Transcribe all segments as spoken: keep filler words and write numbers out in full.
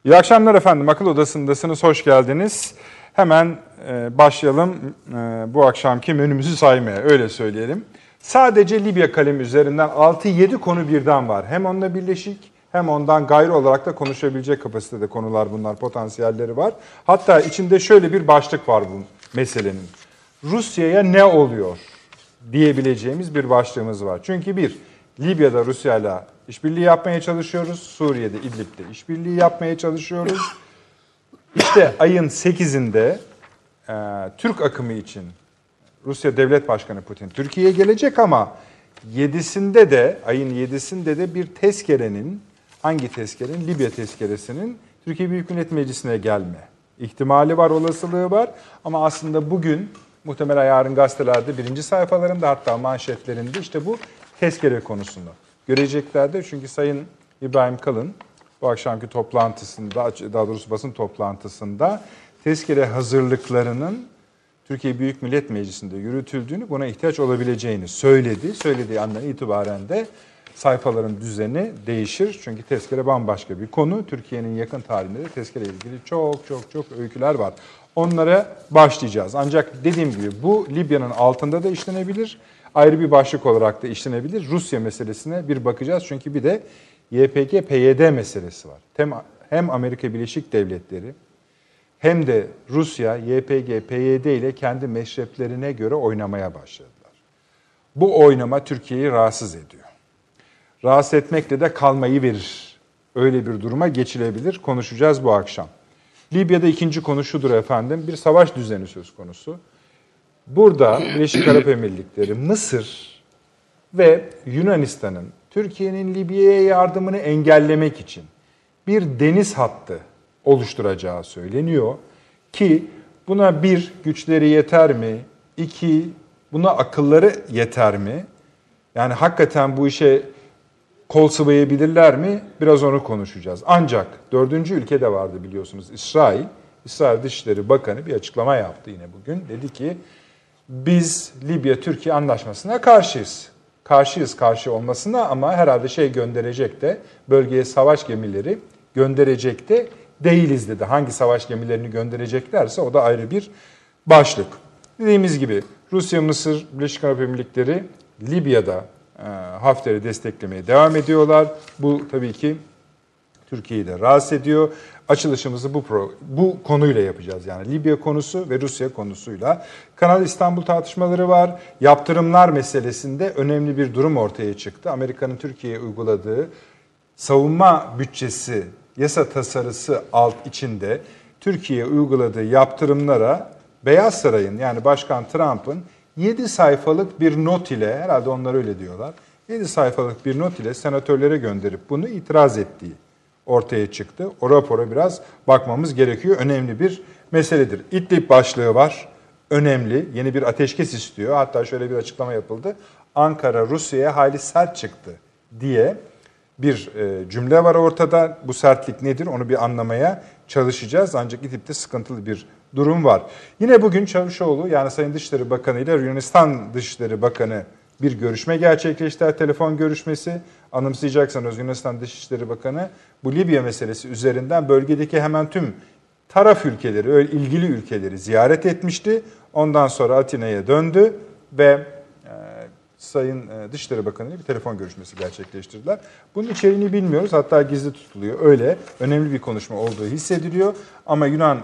İyi akşamlar efendim. Akıl Odası'ndasınız. Hoş geldiniz. Hemen e, başlayalım e, bu akşamki menümüzü saymaya. Öyle söyleyelim. Sadece Libya kalemi üzerinden altı yedi konu birden var. Hem onunla birleşik hem ondan gayrı olarak da konuşabilecek kapasitede konular bunlar. Potansiyelleri var. Hatta içinde şöyle bir başlık var bu meselenin. Rusya'ya ne oluyor diyebileceğimiz bir başlığımız var. Çünkü bir, Libya'da Rusya'yla işbirliği yapmaya çalışıyoruz. Suriye'de, İdlib'de işbirliği yapmaya çalışıyoruz. İşte ayın sekizinde e, Türk akımı için Rusya Devlet Başkanı Putin Türkiye'ye gelecek ama yedisinde de, ayın yedisinde de bir tezkerenin, hangi tezkerenin? Libya tezkeresinin Türkiye Büyük Millet Meclisi'ne gelme ihtimali var, olasılığı var. Ama aslında bugün, muhtemelen yarın gazetelerde birinci sayfalarında, hatta manşetlerinde işte bu tezkere konusunu göreceklerdir. Çünkü Sayın İbrahim Kalın bu akşamki toplantısında, daha doğrusu basın toplantısında tezkere hazırlıklarının Türkiye Büyük Millet Meclisi'nde yürütüldüğünü, buna ihtiyaç olabileceğini söyledi. Söylediği andan itibaren de sayfaların düzeni değişir. Çünkü tezkere bambaşka bir konu. Türkiye'nin yakın tarihinde de tezkere ile ilgili çok çok çok öyküler var. Onlara başlayacağız. Ancak dediğim gibi bu Libya'nın altında da işlenebilir. Ayrı bir başlık olarak da işlenebilir. Rusya meselesine bir bakacağız. Çünkü bir de Y P G P Y D meselesi var. Hem, hem Amerika Birleşik Devletleri hem de Rusya Y P G P Y D ile kendi meşreplerine göre oynamaya başladılar. Bu oynama Türkiye'yi rahatsız ediyor. Rahatsız etmekle de kalmayı verir. Öyle bir duruma geçilebilir. Konuşacağız bu akşam. Libya'da ikinci konu şudur efendim. Bir savaş düzeni söz konusu. Burada Birleşik Arap Emirlikleri, Mısır ve Yunanistan'ın Türkiye'nin Libya'ya yardımını engellemek için bir deniz hattı oluşturacağı söyleniyor. Ki buna bir, güçleri yeter mi? İki, buna akılları yeter mi? Yani hakikaten bu işe kol sıvayabilirler mi? Biraz onu konuşacağız. Ancak dördüncü ülke de vardı biliyorsunuz, İsrail. İsrail Dışişleri Bakanı bir açıklama yaptı yine bugün. Dedi ki biz Libya-Türkiye anlaşmasına karşıyız. Karşıyız karşı olmasına ama herhalde şey gönderecek de, bölgeye savaş gemileri gönderecek de değiliz dedi. Hangi savaş gemilerini göndereceklerse o da ayrı bir başlık. Dediğimiz gibi Rusya, Mısır, Birleşik Arap Emirlikleri Libya'da e, Hafter'i desteklemeye devam ediyorlar. Bu tabii ki Türkiye'yi de rahatsız ediyor. Açılışımızı bu pro, bu konuyla yapacağız. Yani Libya konusu ve Rusya konusuyla. Kanal İstanbul tartışmaları var. Yaptırımlar meselesinde önemli bir durum ortaya çıktı. Amerika'nın Türkiye'ye uyguladığı savunma bütçesi, yasa tasarısı alt içinde Türkiye'ye uyguladığı yaptırımlara Beyaz Saray'ın, yani Başkan Trump'ın yedi sayfalık bir not ile, herhalde onlar öyle diyorlar, yedi sayfalık bir not ile senatörlere gönderip bunu itiraz ettiği ortaya çıktı. O rapora biraz bakmamız gerekiyor. Önemli bir meseledir. İdlib başlığı var. Önemli. Yeni bir ateşkes istiyor. Hatta şöyle bir açıklama yapıldı. Ankara Rusya'ya hayli sert çıktı diye bir cümle var ortada. Bu sertlik nedir onu bir anlamaya çalışacağız. Ancak İdlib'de sıkıntılı bir durum var. Yine bugün Çavuşoğlu, yani Sayın Dışişleri Bakanı ile Yunanistan Dışişleri Bakanı bir görüşme gerçekleştiler, telefon görüşmesi. Anımsayacaksanız Yunanistan Dışişleri Bakanı bu Libya meselesi üzerinden bölgedeki hemen tüm taraf ülkeleri, öyle ilgili ülkeleri ziyaret etmişti. Ondan sonra Atina'ya döndü ve e, Sayın Dışişleri Bakanı ile bir telefon görüşmesi gerçekleştirdiler. Bunun içeriğini bilmiyoruz, hatta gizli tutuluyor. Öyle önemli bir konuşma olduğu hissediliyor. Ama Yunan e,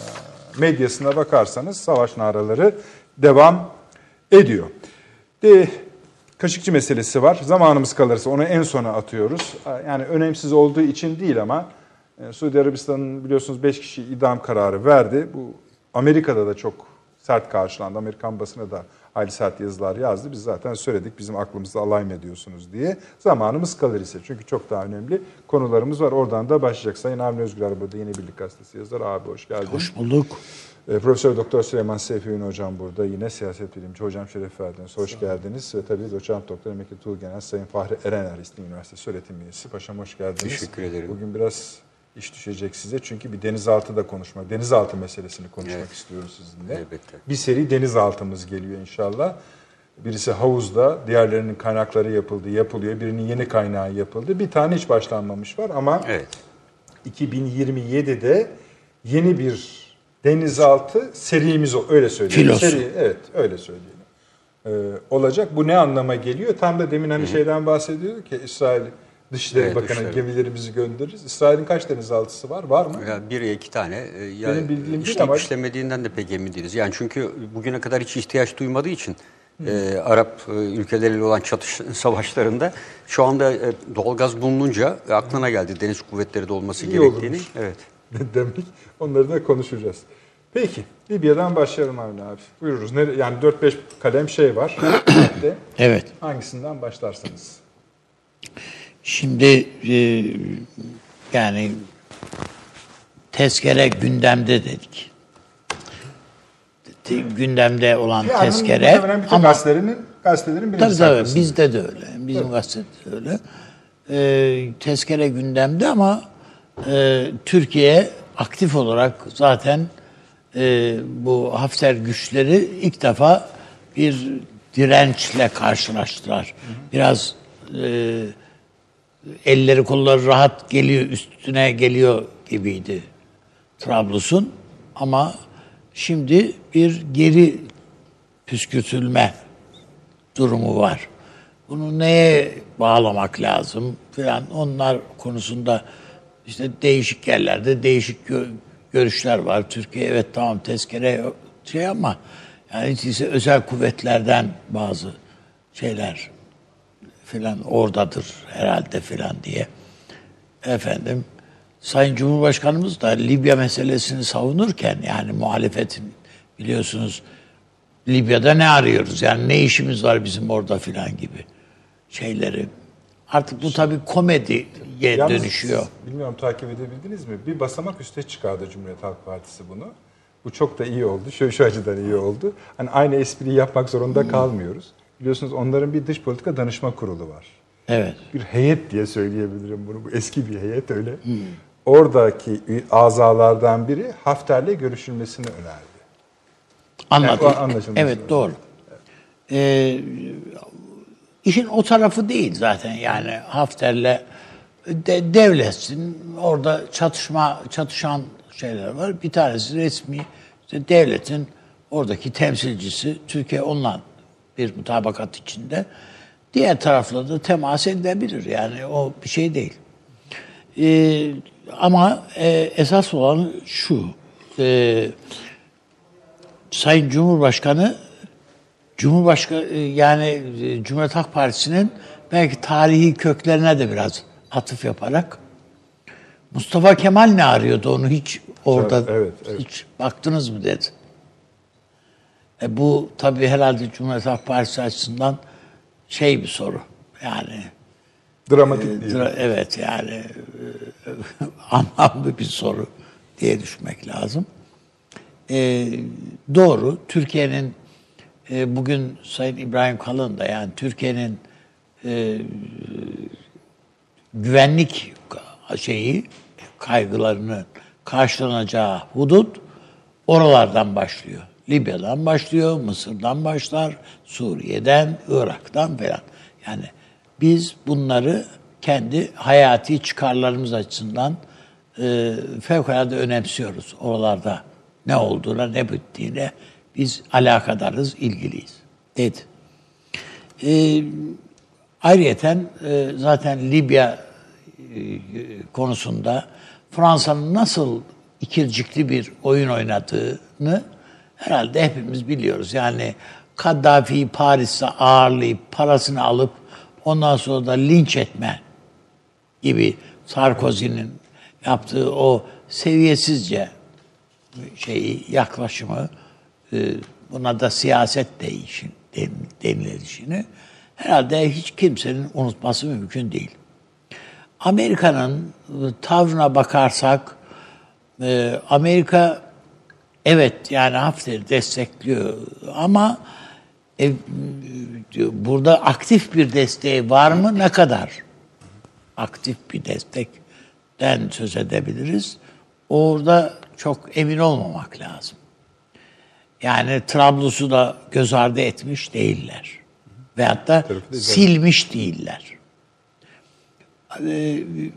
medyasına bakarsanız savaş naraları devam ediyor. De, Kaşıkçı meselesi var. Zamanımız kalırsa onu en sona atıyoruz. Yani önemsiz olduğu için değil ama Suudi Arabistan'ın biliyorsunuz beş kişi idam kararı verdi. Bu Amerika'da da çok sert karşılandı. Amerikan basını da hayli sert yazılar yazdı. Biz zaten söyledik, bizim aklımızda alay mı ediyorsunuz diye. Zamanımız kalır ise. Çünkü çok daha önemli konularımız var. Oradan da başlayacak. Sayın Avni Özgür burada, Yeni Birlik Gazetesi yazarı. Abi hoş geldin. Hoş bulduk. Profesör Doktor Süleyman Seyfi Ün hocam burada, yine siyaset bilimci. Hocam şeref verdiniz, hoş geldiniz. Ve tabii doçent doktor emekli Tuğgenel Sayın Fahri Erener İstinye Üniversitesi öğretim üyesi. Paşam hoş geldiniz. Teşekkür ederim. Bugün biraz iş düşecek size çünkü bir denizaltı da konuşmak, denizaltı meselesini konuşmak evet. istiyoruz sizinle. Elbette. Bir seri denizaltımız geliyor inşallah. Birisi havuzda, diğerlerinin kaynakları yapıldı, yapılıyor. Birinin yeni kaynağı yapıldı. Bir tane hiç başlanmamış var ama evet. iki bin yirmi yedide yeni bir denizaltı serimiz öyle söyleyelim. Filosu. Seri, evet öyle söyleyelim. Ee, olacak. Bu ne anlama geliyor? Tam da demin hani Hı-hı. şeyden bahsediyorduk ki İsrail Dışişleri evet, Bakanı dışarı. gemilerimizi göndeririz. İsrail'in kaç denizaltısı var? Var mı? Ya bir ya iki tane. Ya Benim bildiğim işleyip ama... işlemediğinden de pek emin değiliz. Yani çünkü bugüne kadar hiç ihtiyaç duymadığı için e, Arap e, ülkeleriyle olan çatış savaşlarında şu anda e, doğalgaz bulununca e, aklına geldi deniz kuvvetleri de olması İyi gerektiğini. Olurmuş. Evet. Demek onları da konuşacağız. Peki Libya'dan başlayalım Avni abi. Buyururuz. Yani dört beş kalem şey var. Evet. Hangisinden başlarsanız. Şimdi e, yani tezkere gündemde dedik. Gündemde olan yani tezkere ama gazetelerin gazetelerin birinci tabii tabii bizde de öyle. Bizim evet. gazetede de öyle. E, tezkere gündemde ama e, Türkiye aktif olarak zaten e, bu Hafter güçleri ilk defa bir dirençle karşılaştılar. Hı hı. Biraz e, elleri kolları rahat geliyor, üstüne geliyor gibiydi Trablus'un. Ama şimdi bir geri püskürtülme durumu var. Bunu neye bağlamak lazım falan onlar konusunda işte değişik yerlerde değişik gö- görüşler var. Türkiye evet tamam tezkere şey ama yani ise özel kuvvetlerden bazı şeyler filan oradadır herhalde filan diye. Efendim Sayın Cumhurbaşkanımız da Libya meselesini savunurken yani muhalefetin biliyorsunuz Libya'da ne arıyoruz yani ne işimiz var bizim orada filan gibi şeyleri. Artık bu tabii komediye Yalnız, dönüşüyor. Bilmiyorum takip edebildiniz mi? Bir basamak üste çıkardı Cumhuriyet Halk Partisi bunu. Bu çok da iyi oldu. Şu, şu açıdan iyi oldu. Hani aynı espriyi yapmak zorunda hmm. kalmıyoruz. Biliyorsunuz onların bir dış politika danışma kurulu var. Evet. Bir heyet diye söyleyebilirim bunu. Bu eski bir heyet öyle. Hmm. Oradaki azalardan biri Hafter'le görüşülmesini önerdi. Anladım. Yani evet öyle. Doğru. Evet. Ee, işin o tarafı değil zaten yani Hafter'le de, devletsin orada çatışma çatışan şeyler var. Bir tanesi resmi işte devletin oradaki temsilcisi Türkiye onunla bir mutabakat içinde. Diğer tarafla da temas edilebilir. Yani o bir şey değil. Ee, ama e, esas olan şu. E, Sayın Cumhurbaşkanı Cumhurbaşkanı yani Cumhuriyet Halk Partisi'nin belki tarihi köklerine de biraz atıf yaparak Mustafa Kemal ne arıyordu onu hiç orada evet, evet. hiç baktınız mı dedi. E bu tabii herhalde Cumhuriyet Halk Partisi açısından şey bir soru. Yani dramatik e, değil. Dra- evet yani e, anlamlı bir soru diye düşünmek lazım. E, doğru. Türkiye'nin e, bugün Sayın İbrahim Kalın da yani Türkiye'nin e, güvenlik şeyi kaygılarının karşılanacağı hudut oralardan başlıyor. Libya'dan başlıyor, Mısır'dan başlar, Suriye'den, Irak'tan falan. Yani biz bunları kendi hayati çıkarlarımız açısından e, fevkalade önemsiyoruz. Oralarda ne olduğuna, ne bittiğine biz alakadarız, ilgiliyiz dedi. E, ayrıyeten e, zaten Libya e, konusunda Fransa'nın nasıl ikircikli bir oyun oynadığını herhalde hepimiz biliyoruz. Yani Kaddafi'yi Paris'te ağırlayıp parasını alıp ondan sonra da linç etme gibi Sarkozy'nin yaptığı o seviyesizce şeyi yaklaşımı buna da siyaset değişin denilişini herhalde hiç kimsenin unutması mümkün değil. Amerika'nın tavrına bakarsak Amerika evet yani Hafter'i destekliyor ama e, burada aktif bir desteği var mı? Ne kadar aktif bir destekten söz edebiliriz? Orada çok emin olmamak lazım. Yani Trablus'u da göz ardı etmiş değiller. Veyahut da silmiş değiller.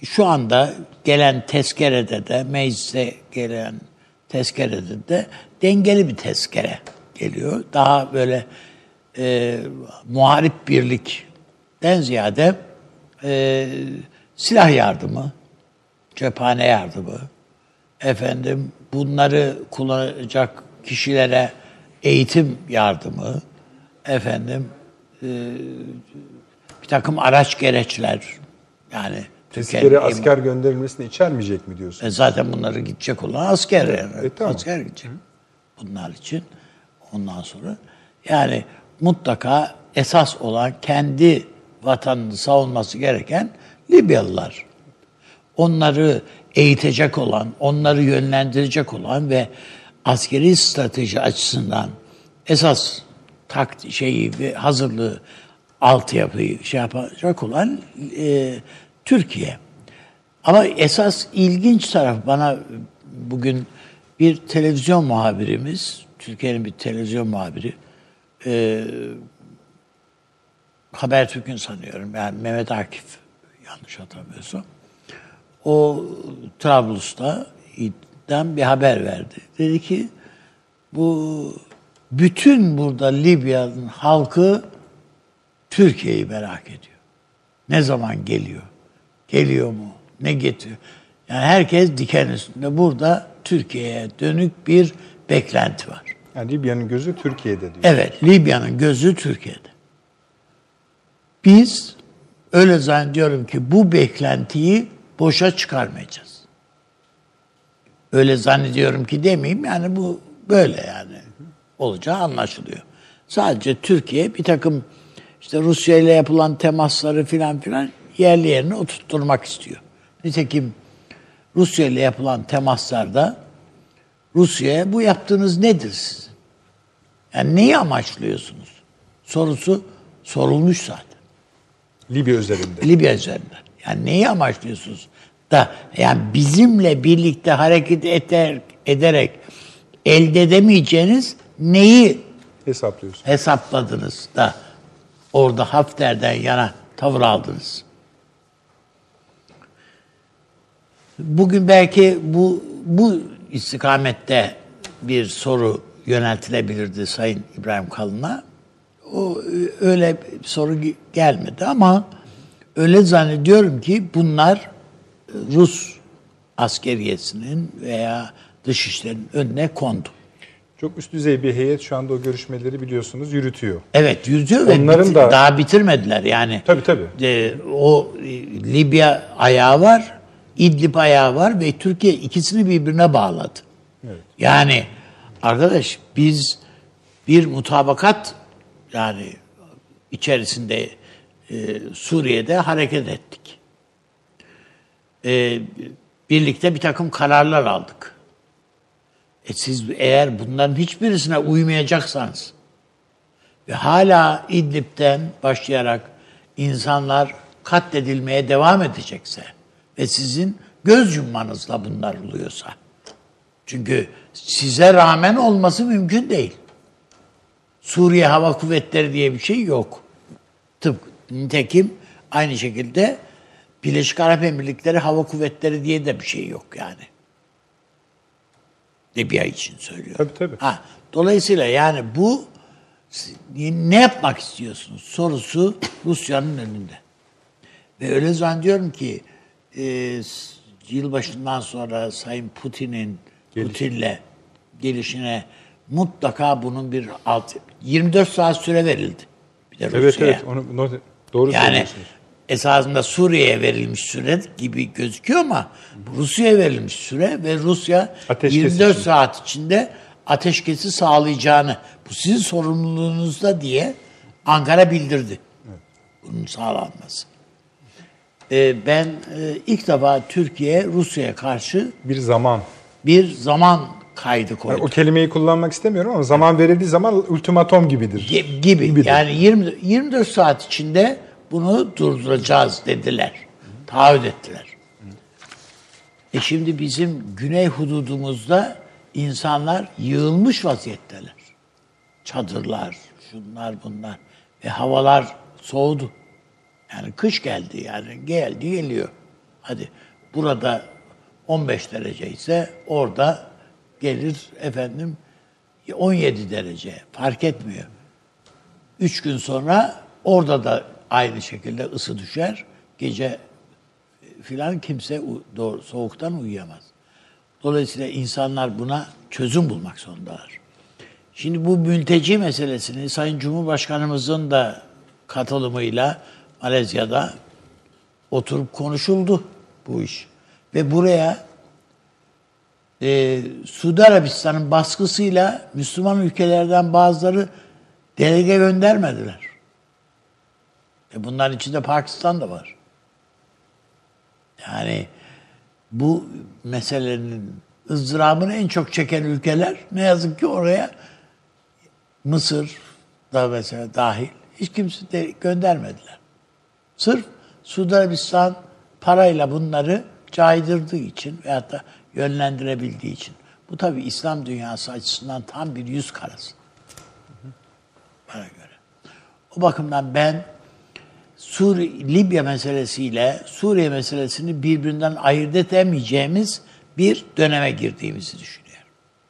şu anda gelen tezkerede de, meclise gelen tezkerede de dengeli bir tezkere geliyor. Daha böyle e, muharip birlikten ziyade e, silah yardımı, cephane yardımı, efendim bunları kullanacak kişilere eğitim yardımı, efendim e, bir takım araç gereçler, yani Tezkere asker gönderilmesini içermeyecek mi diyorsun? E zaten bunları gidecek olan asker yani. E, tamam. Asker gidecek. Bunlar için. Ondan sonra yani mutlaka esas olan kendi vatanını savunması gereken Libyalılar. Onları eğitecek olan, onları yönlendirecek olan ve askeri strateji açısından esas takt şeyi ve hazırlığı, altyapıyı şey yapacak olan e, Türkiye. Ama esas ilginç taraf, bana bugün bir televizyon muhabirimiz, Türkiye'nin bir televizyon muhabiri, e, Habertürk'ün sanıyorum, yani Mehmet Akif, yanlış hatırlamıyorsam, o Trablus'tan bir haber verdi. Dedi ki, bu bütün burada Libya'nın halkı Türkiye'yi merak ediyor. Ne zaman geliyor? Geliyor mu? Ne getiriyor? Yani herkes diken üstünde. Burada Türkiye'ye dönük bir beklenti var. Yani Libya'nın gözü Türkiye'de diyor. Evet, Libya'nın gözü Türkiye'de. Biz öyle zannediyorum ki bu beklentiyi boşa çıkarmayacağız. Öyle zannediyorum ki demeyeyim, yani bu böyle yani olacağı anlaşılıyor. Sadece Türkiye bir takım işte Rusya ile yapılan temasları filan filan yerli yerine oturtturmak istiyor. Nitekim Rusya ile yapılan temaslarda Rusya'ya bu yaptığınız nedir sizin? Yani neyi amaçlıyorsunuz? Sorusu sorulmuş zaten. Libya üzerinde. Libya üzerinden. Yani neyi amaçlıyorsunuz? Da yani bizimle birlikte hareket eder, ederek elde edemeyeceğiniz neyi Hesaplıyorsun. hesapladınız da orada Hafter'den yana tavır aldınız? Bugün belki bu bu istikamette bir soru yöneltilebilirdi Sayın İbrahim Kalın'a. O öyle bir soru gelmedi ama öyle zannediyorum ki bunlar Rus askeriyesinin veya dışişlerinin önüne kondu. Çok üst düzey bir heyet şu anda o görüşmeleri biliyorsunuz yürütüyor. Evet, yürütüyor ve Onların bit- da daha bitirmediler yani. Tabii tabii. E, o e, Libya ayağı var, İdlib ayağı var ve Türkiye ikisini birbirine bağladı. Evet. Yani arkadaş biz bir mutabakat yani içerisinde e, Suriye'de hareket ettik. E, birlikte bir takım kararlar aldık. E siz eğer bunların hiçbirisine uymayacaksanız ve hala İdlib'den başlayarak insanlar katledilmeye devam edecekse ve sizin göz yummanızla bunlar oluyorsa, çünkü size rağmen olması mümkün değil. Suriye Hava Kuvvetleri diye bir şey yok. Tıpkı nitekim aynı şekilde Birleşik Arap Emirlikleri Hava Kuvvetleri diye de bir şey yok yani. Libya için söylüyorum. Tabii tabii. Ha, dolayısıyla yani bu ne yapmak istiyorsunuz sorusu Rusya'nın önünde. Ve öyle zannediyorum ki e, yılbaşından sonra Sayın Putin'in Geliş. Putin'le gelişine mutlaka bunun bir alt yirmi dört saat süre verildi. Bir de Evet Rusya'ya. evet onu, onu doğru Yani söylüyorsunuz. esasında Suriye'ye verilmiş süre gibi gözüküyor ama Rusya'ya verilmiş süre ve Rusya Ateşkes yirmi dört için. saat içinde ateşkesi sağlayacağını, bu sizin sorumluluğunuzda diye Ankara bildirdi. Evet. Bunun sağlanması. Ee, ben e, ilk defa Türkiye Rusya'ya karşı Bir zaman. bir zaman kaydı koydu. Yani o kelimeyi kullanmak istemiyorum ama zaman verildiği zaman ultimatom gibidir. Ge- gibi. Gibidir. Yani yirmi, yirmi dört saat içinde bunu durduracağız dediler. Taahhüt ettiler. E şimdi bizim güney hududumuzda insanlar yığılmış vaziyetteler. Çadırlar, şunlar bunlar. Ve havalar soğudu. Yani kış geldi yani. Geldi geliyor. Hadi burada on beş derece ise orada gelir efendim on yedi derece. Fark etmiyor. Üç gün sonra orada da aynı şekilde ısı düşer. Gece filan kimse doğru, soğuktan uyuyamaz. Dolayısıyla insanlar buna çözüm bulmak zorundalar. Şimdi bu mülteci meselesini Sayın Cumhurbaşkanımızın da katılımıyla Malezya'da oturup konuşuldu bu iş. Ve buraya e, Suudi Arabistan'ın baskısıyla Müslüman ülkelerden bazıları delege göndermediler. E bunların içinde Pakistan da var. Yani bu meselenin ızdırabını en çok çeken ülkeler ne yazık ki oraya Mısır da mesela dahil hiç kimse de göndermediler. Sırf Suudi Arabistan parayla bunları caydırdığı için veyahut da yönlendirebildiği için. Bu tabii İslam dünyası açısından tam bir yüz karası. Bana göre. O bakımdan ben Suriye, Libya meselesiyle Suriye meselesini birbirinden ayırt edemeyeceğimiz bir döneme girdiğimizi düşünüyorum.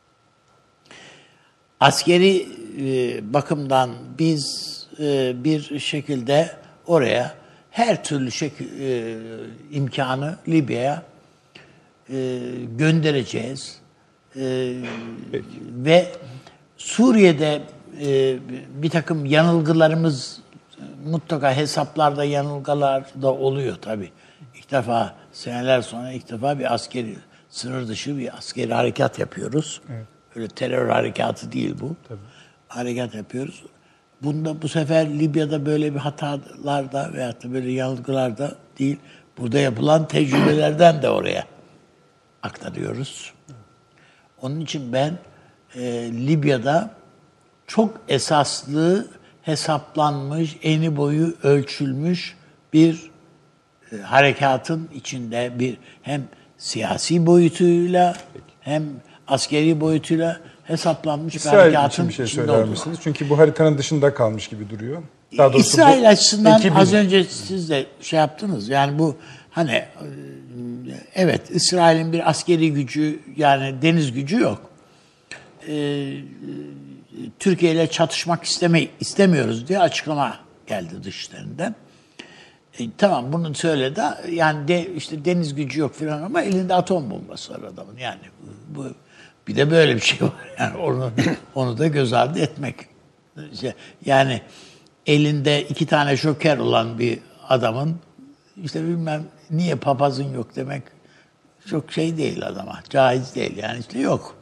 Askeri e, bakımdan biz e, bir şekilde oraya her türlü şekil, e, imkanı Libya'ya e, göndereceğiz. E, ve Suriye'de e, bir takım yanılgılarımız mutlaka hesaplarda yanılgılar da oluyor tabii. İlk defa seneler sonra ilk defa bir askeri sınır dışı bir askeri harekat yapıyoruz. Evet. Öyle terör harekatı değil bu. Tabii. Harekat yapıyoruz. Bunda bu sefer Libya'da böyle bir hatalar da veyahut da böyle yanılgılar da değil. Burada yapılan tecrübelerden de oraya aktarıyoruz. Onun için ben e, Libya'da çok esaslı, hesaplanmış, eni boyu ölçülmüş bir e, harekatın içinde bir hem siyasi boyutuyla hem askeri boyutuyla hesaplanmış İsrail bir harekatın için bir şey içinde söyler oldu. misiniz? Çünkü bu haritanın dışında kalmış gibi duruyor. Daha doğrusu İsrail açısından ekibin... az önce siz de şey yaptınız. Yani bu hani evet İsrail'in bir askeri gücü yani deniz gücü yok. Ee, Türkiye ile çatışmak isteme, istemiyoruz diye açıklama geldi dışlarından. E, tamam bunu söyledi. Yani de, işte deniz gücü yok falan ama elinde atom bombası var adamın. Yani bu, bu bir de böyle bir şey var. Yani onu onu da göz ardı etmek. Yani elinde iki tane şoker olan bir adamın işte bilmem niye papazın yok demek çok şey değil adama. Caiz değil yani işte yok.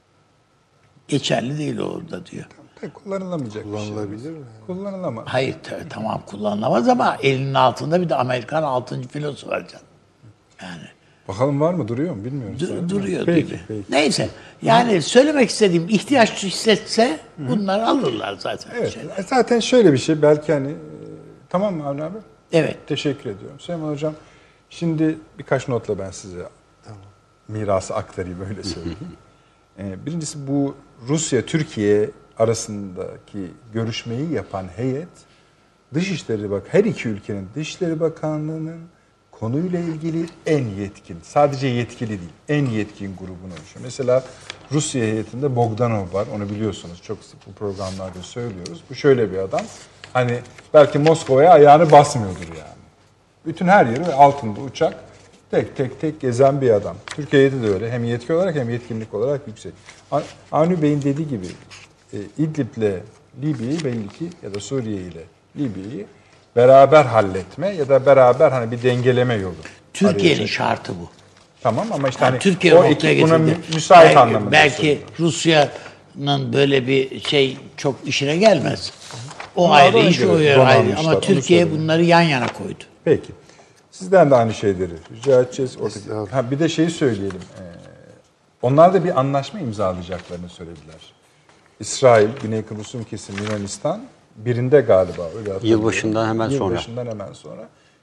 Geçerli değil orada diyor. Pek kullanılamayacak Kullanılabilir bir şey. mi? Kullanılamaz. Hayır t- tamam kullanılamaz ama elinin altında bir de Amerikan altıncı filosu var canım. Yani Bakalım var mı? Duruyor mu? Bilmiyorum. du- duruyor. Peki, duruyor. peki. Neyse yani söylemek istediğim ihtiyaç hissetse bunları alırlar zaten. Evet. Şeyler. Zaten şöyle bir şey belki hani e, tamam mı Avni abi? Evet. Teşekkür ediyorum. Süleyman Hocam şimdi birkaç notla ben size tamam. mirası aktarayım öyle söyleyeyim. ee, birincisi bu Rusya-Türkiye arasındaki görüşmeyi yapan heyet Dışişleri Bak her iki ülkenin Dışişleri Bakanlığı'nın konuyla ilgili en yetkin, sadece yetkili değil, en yetkin grubunu oluşuyor. Mesela Rusya heyetinde Bogdanov var, onu biliyorsunuz. Çok sık bu programlarda söylüyoruz. Bu şöyle bir adam. Hani belki Moskova'ya ayağını basmıyordur yani. Bütün her yeri altında uçak, tek tek tek gezen bir adam. Türkiye'de de öyle. Hem yetki olarak hem yetkinlik olarak yüksek. Avni Bey'in dediği gibi e, İdlib'le Libya'yı belli ki ya da Suriye ile Libya'yı beraber halletme ya da beraber hani bir dengeleme yolu. Türkiye'nin arayacak. şartı bu. Tamam ama işte Yani hani Türkiye o noktaya ekip buna getirdi. müsait belki, anlamında belki söylüyorum. Rusya'nın böyle bir şey çok işine gelmez. O Ama ayrı ona iş, o göre ayrı. donanmışlar, Ama onu Türkiye söyleyeyim. bunları yan yana koydu. Peki. Sizden de aynı şeyleri rica edeceğiz. Orada, ha, bir de şeyi söyleyelim. Ee, onlar da bir anlaşma imzalayacaklarını söylediler. İsrail, Güney Kıbrıs Rum Kesimi, Yunanistan birinde galiba. Öyle Yılbaşından hemen sonra. Yılbaşından hemen sonra.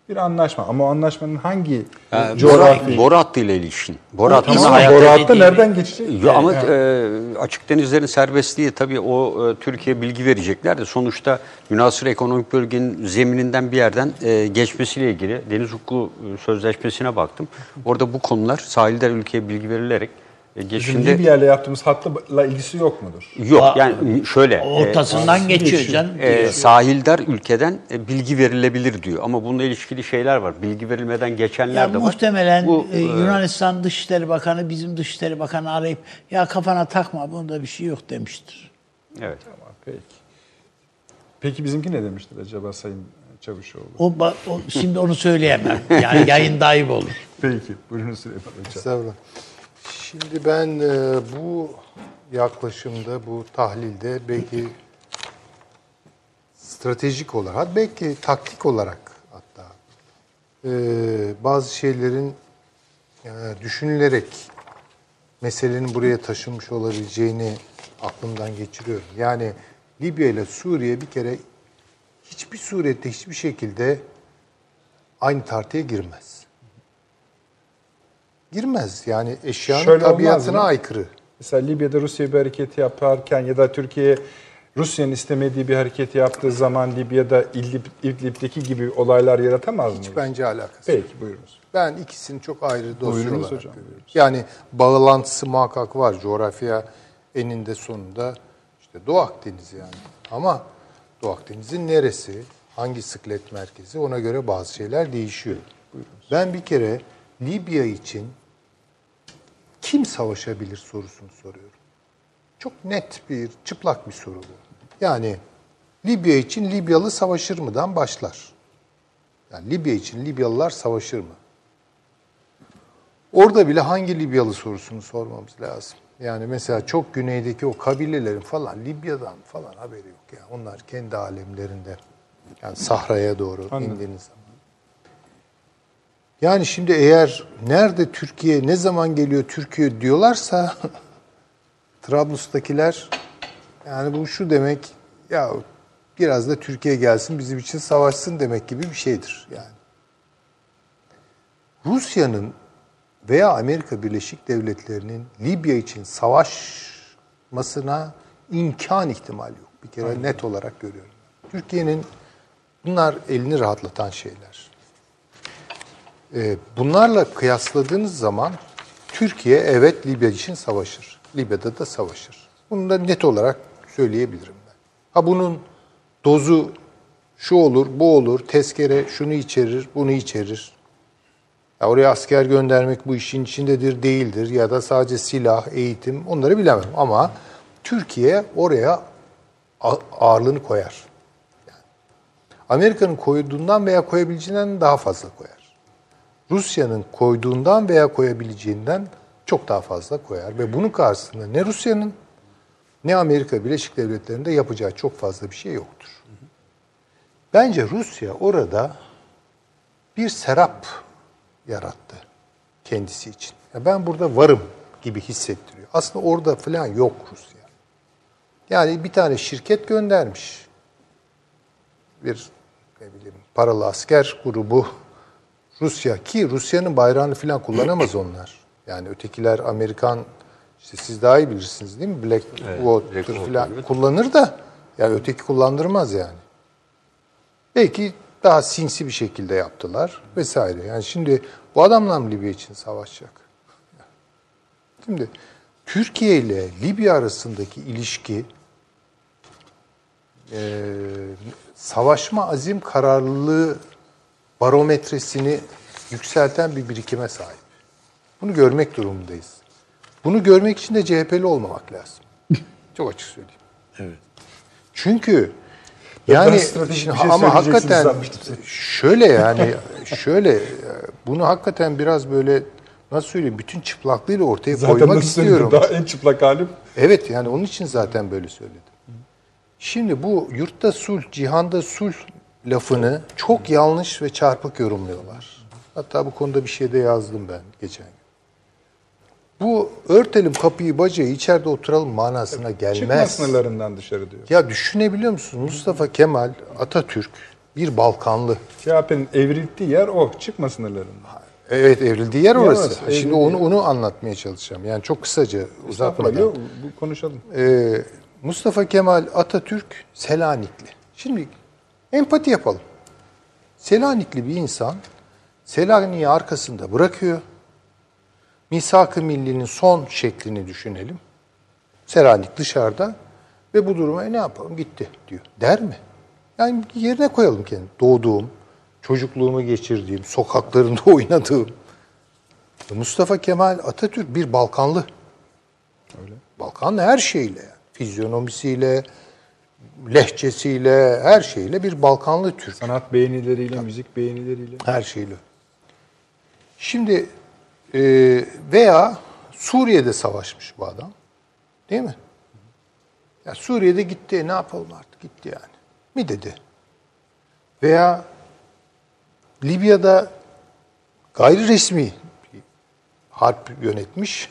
bir anlaşma. Ama o anlaşmanın hangi Yani coğrafi... boru hattıyla ilişkin. Boru hattı Tamam, hayata boru hattı dediği- nereden geçecek? Yo, ama Yani- e, açık denizlerin serbestliği tabii o e, Türkiye bilgi verecekler de sonuçta münhasır ekonomik bölgenin zemininden bir yerden e, geçmesiyle ilgili Deniz Hukuku e, Sözleşmesi'ne baktım. Orada bu konular sahilden ülkeye bilgi verilerek e, Bizim geçişinde Libya ile yaptığımız hatla ilgisi yok mudur? yok. Aa, Yani şöyle e, Ortasından geçiyor canım. e, sahildar ülkeden e, bilgi verilebilir diyor. Ama bununla ilişkili şeyler var. Bilgi verilmeden geçenler Ya de var. muhtemelen Bu, e, Yunanistan Dışişleri Bakanı bizim Dışişleri Bakanı arayıp ya kafana takma bunda bir şey yok demiştir. Evet. Tamam, peki. Peki bizimki ne demiştir acaba Sayın Çavuşoğlu? O, ba- o şimdi onu söyleyemem. Yani yayında ayıp olur. Peki, buyurun Süleyman Hocam. Estağfurullah. Şimdi ben e, bu yaklaşımda, bu tahlilde belki stratejik olarak, belki taktik olarak hatta e, bazı şeylerin e, düşünülerek meselenin buraya taşınmış olabileceğini aklımdan geçiriyorum. Yani Libya ile Suriye bir kere hiçbir surette, hiçbir şekilde aynı tartıya girmez. Girmez. Yani eşyanın Şöyle olmaz tabiatına mı? aykırı. Mesela Libya'da Rusya bir hareketi yaparken ya da Türkiye Rusya'nın istemediği bir hareketi yaptığı zaman Libya'da İdlib, İdlib'deki gibi olaylar yaratamaz mı? Hiç bence alakası yok. Peki, buyurunuz. Ben ikisini çok ayrı dosya Buyurunuz olarak hocam, görüyorum. buyurunuz. Yani bağlantısı muhakkak var. Coğrafya eninde sonunda işte Doğu Akdeniz yani. Ama Doğu Akdeniz'in neresi, hangi sıklet merkezi ona göre bazı şeyler değişiyor. Buyurunuz. Ben bir kere Libya için kim savaşabilir sorusunu soruyorum. Çok net bir, çıplak bir soru bu. Yani Libya için Libyalı savaşır mıdan başlar. Yani Libya için Libyalılar savaşır mı? Orada bile hangi Libyalı sorusunu sormamız lazım. Yani mesela çok güneydeki o kabilelerin falan Libya'dan falan haberi yok. Yani onlar kendi alemlerinde. Yani Sahra'ya doğru Anladım. indiğiniz zaman. Yani şimdi eğer nerede Türkiye, ne zaman geliyor Türkiye diyorlarsa Trablus'takiler yani bu şu demek ya biraz da Türkiye gelsin bizim için savaşsın demek gibi bir şeydir yani. Rusya'nın veya Amerika Birleşik Devletleri'nin Libya için savaşmasına imkan ihtimal yok. Bir kere Aynen. net olarak görüyorum. Türkiye'nin bunlar elini rahatlatan şeyler. Ee, bunlarla kıyasladığınız zaman Türkiye evet Libya için savaşır. Libya'da da savaşır. Bunu da net olarak söyleyebilirim ben. Ha bunun dozu şu olur, bu olur, tezkere şunu içerir, bunu içerir. Ya oraya asker göndermek bu işin içindedir, değildir ya da sadece silah, eğitim onları bilemem. Ama Türkiye oraya ağırlığını koyar. Yani Amerika'nın koyduğundan veya koyabileceğinden daha fazla koyar. Rusya'nın koyduğundan veya koyabileceğinden çok daha fazla koyar. Ve bunun karşısında ne Rusya'nın ne Amerika Birleşik Devletleri'nde yapacağı çok fazla bir şey yoktur. Bence Rusya orada bir serap yarattı kendisi için. Ya ben burada varım gibi hissettiriyor. Aslında orada falan yok Rusya. Yani bir tane şirket göndermiş. Bir ne bileyim paralı asker grubu Rusya ki Rusya'nın bayrağını falan kullanamaz onlar. Yani ötekiler Amerikan işte siz daha iyi bilirsiniz değil mi? Black Evet, Water Black Water, falan evet. kullanır da yani öteki kullandırmaz yani. Belki daha sinsi bir şekilde yaptılar vesaire. Yani şimdi bu adamlar mı Libya için savaşacak? Şimdi Türkiye ile Libya arasındaki ilişki e, savaşma azim kararlılığı barometresini yükselten bir birikime sahip. Bunu görmek durumundayız. Bunu görmek için de C H P'li olmamak lazım. Çok açık söyleyeyim. Evet. Çünkü Ben yani stratejik şimdi, bir şey ama söyleyeceksiniz hakikaten sanmıştım. şöyle yani şöyle bunu hakikaten biraz böyle nasıl söyleyeyim bütün çıplaklığıyla ortaya Zaten koymak nasıl istiyorum. daha en çıplak halim. Evet yani onun için zaten böyle söyledim. Şimdi bu yurtta sulh, cihanda sulh lafını çok yanlış ve çarpık yorumluyorlar. Hatta bu konuda bir şey de yazdım ben geçen gün. Bu örtelim kapıyı bacayı içeride oturalım manasına Çıkma gelmez. sınırlarından dışarı diyor. Ya düşünebiliyor musun Mustafa Kemal Atatürk bir Balkanlı. C H P'nin evrildiği yer o. Çıkma sınırlarında. Evet, evrildiği yer orası. orası, Şimdi evrildiği onu onu anlatmaya çalışacağım. Yani çok kısaca uzatmadan. Yok, bu konuşalım. Ee, Mustafa Kemal Atatürk Selanikli. Şimdi empati yapalım. Selanikli bir insan Selanik'i arkasında bırakıyor. Misak-ı Milli'nin son şeklini düşünelim. Selanik dışarıda ve bu duruma e, ne yapalım gitti diyor. Der mi? Yani yerine koyalım kendini. Doğduğum, çocukluğumu geçirdiğim, sokaklarında oynadığım. Mustafa Kemal Atatürk bir Balkanlı. Öyle. Balkanlı her şeyle, yani. Fizyonomisiyle, lehçesiyle, her şeyle bir Balkanlı Türk. Sanat beğenileriyle, Tabii. müzik beğenileriyle. Her şeyle. Şimdi e, veya Suriye'de savaşmış bu adam. Değil mi? Ya Suriye'de gitti, ne yapalım artık gitti yani. Mi dedi? Veya Libya'da gayri resmi bir harp yönetmiş.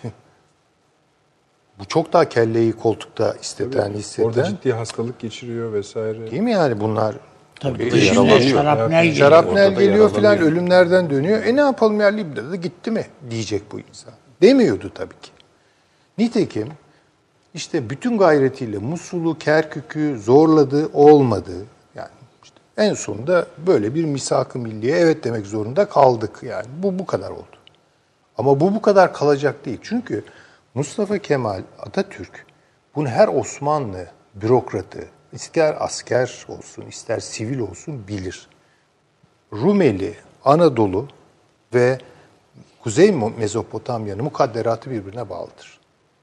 Bu çok daha kelleyi koltukta isteten, hisseden. Orada ciddi hastalık geçiriyor vesaire. Değil mi yani bunlar? Tabii. E, Şimdi şarapnel geliyor. Şarapnel geliyor filan, ölümlerden dönüyor. E ne yapalım ya Libya'da gitti mi diyecek bu insan. Demiyordu tabii ki. Nitekim işte bütün gayretiyle Musul'u, Kerkük'ü zorladı, olmadı. Yani işte en sonunda böyle bir misak-ı milliye evet demek zorunda kaldık yani. Bu bu kadar oldu. Ama bu bu kadar kalacak değil. Çünkü Mustafa Kemal Atatürk bunu her Osmanlı bürokratı, ister asker olsun, ister sivil olsun bilir. Rumeli, Anadolu ve Kuzey Mezopotamya'nın mukadderatı birbirine bağlıdır.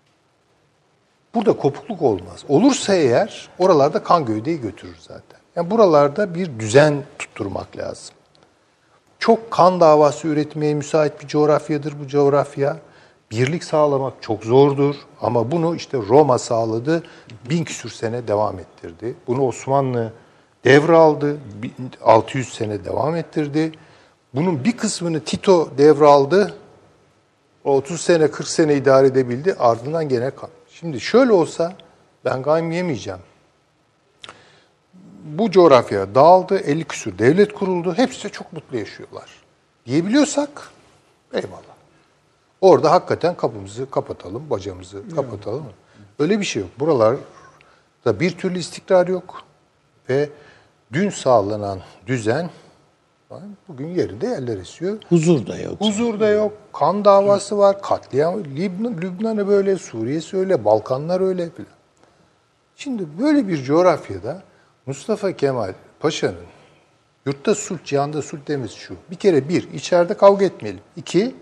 Burada kopukluk olmaz. Olursa eğer oralarda kan gövdeyi götürür zaten. Yani buralarda bir düzen tutturmak lazım. Çok kan davası üretmeye müsait bir coğrafyadır bu coğrafya. Birlik sağlamak çok zordur ama bunu işte Roma sağladı, bin küsür sene devam ettirdi. Bunu Osmanlı devraldı, altı yüz sene devam ettirdi. Bunun bir kısmını Tito devraldı, otuz sene, kırk sene idare edebildi, ardından gene kan. Şimdi şöyle olsa, ben gayem yemeyeceğim. Bu coğrafya dağıldı, elli küsur devlet kuruldu, hepsi çok mutlu yaşıyorlar. Diyebiliyorsak, eyvallah. Orada hakikaten kapımızı kapatalım, bacamızı kapatalım. Öyle bir şey yok. Buralarda bir türlü istikrar yok. Ve dün sağlanan düzen bugün yerinde yerler esiyor. Huzur da yok. Huzur da yok. Kan davası var. Katliam. Lübnan, Lübnan'ı böyle, Suriye'si öyle, Balkanlar öyle filan. Şimdi böyle bir coğrafyada Mustafa Kemal Paşa'nın yurtta sulh, cihanda sulh demesi şu. Bir kere bir, içeride kavga etmeyelim. İki,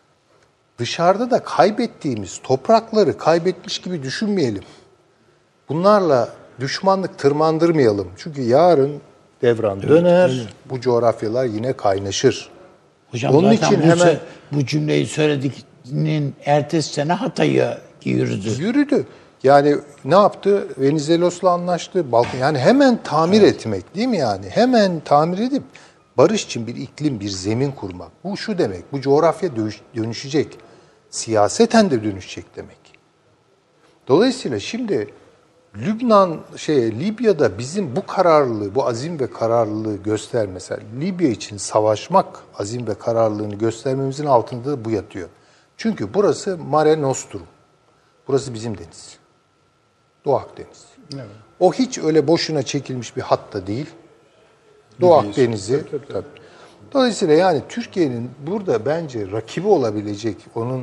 dışarıda da kaybettiğimiz toprakları kaybetmiş gibi düşünmeyelim. Bunlarla düşmanlık tırmandırmayalım. Çünkü yarın devran döner, evet, evet. Bu coğrafyalar yine kaynaşır. Hocam onun için bu, hemen bu cümleyi söyledikinin ertesi sene Hatay'a yürüdü. Yürüdü. Yani ne yaptı? Venizelos'la anlaştı. Balkan, yani hemen tamir evet. etmek değil mi yani? Hemen tamir edip barış için bir iklim, bir zemin kurmak. Bu şu demek. Bu coğrafya dönüşecek. Siyaseten de dönüşecek demek. Dolayısıyla şimdi Lübnan, şey Libya'da bizim bu kararlılığı, bu azim ve kararlılığı göster mesela. Libya için savaşmak azim ve kararlılığını göstermemizin altında da bu yatıyor. Çünkü burası Mare Nostrum. Burası bizim deniz. Doğu Akdeniz. Evet. O hiç öyle boşuna çekilmiş bir hat da değil. Doğu Akdeniz'i. Tabii, tabii, tabii. Dolayısıyla yani Türkiye'nin burada bence rakibi olabilecek,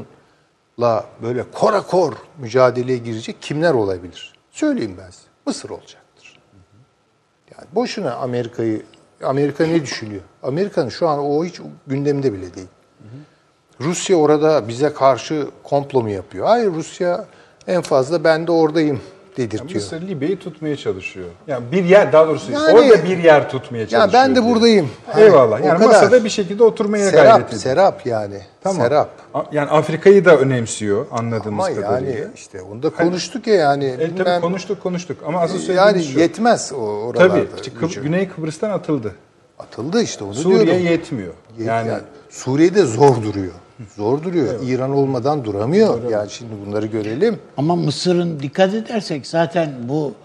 onunla böyle korakor mücadeleye girecek kimler olabilir? Söyleyeyim ben size. Mısır olacaktır. Yani boşuna Amerika'yı, Amerika ne düşünüyor? Amerika'nın şu an o hiç gündeminde bile değil. Rusya orada bize karşı komplo mu yapıyor? Hayır, Rusya en fazla ben de oradayım dedirtiyor. Yani Mısır Libya'yı tutmaya çalışıyor. Yani bir yer, daha doğrusu yani, orada bir yer tutmaya çalışıyor. Ya ben de diye. buradayım. Eyvallah. Yani masada bir şekilde oturmaya serap, gayret ediyor. Serap yani. Tamam. Serap. Yani Afrika'yı da önemsiyor anladığımız ama kadarıyla. Yani işte onu da konuştuk ya yani. E, tabii konuştuk konuştuk ama asıl söylediğimiz yani şu. yetmez o oralarda. Tabii. Kı- Güney Kıbrıs'tan atıldı. Atıldı işte onu Suriye diyorum. yetmiyor. Yet, yani, yani Suriye'de zor duruyor. Zor duruyor. Evet. İran olmadan duramıyor. Duramıyor. Yani şimdi bunları görelim. Ama Mısır'ın dikkat edersek zaten bu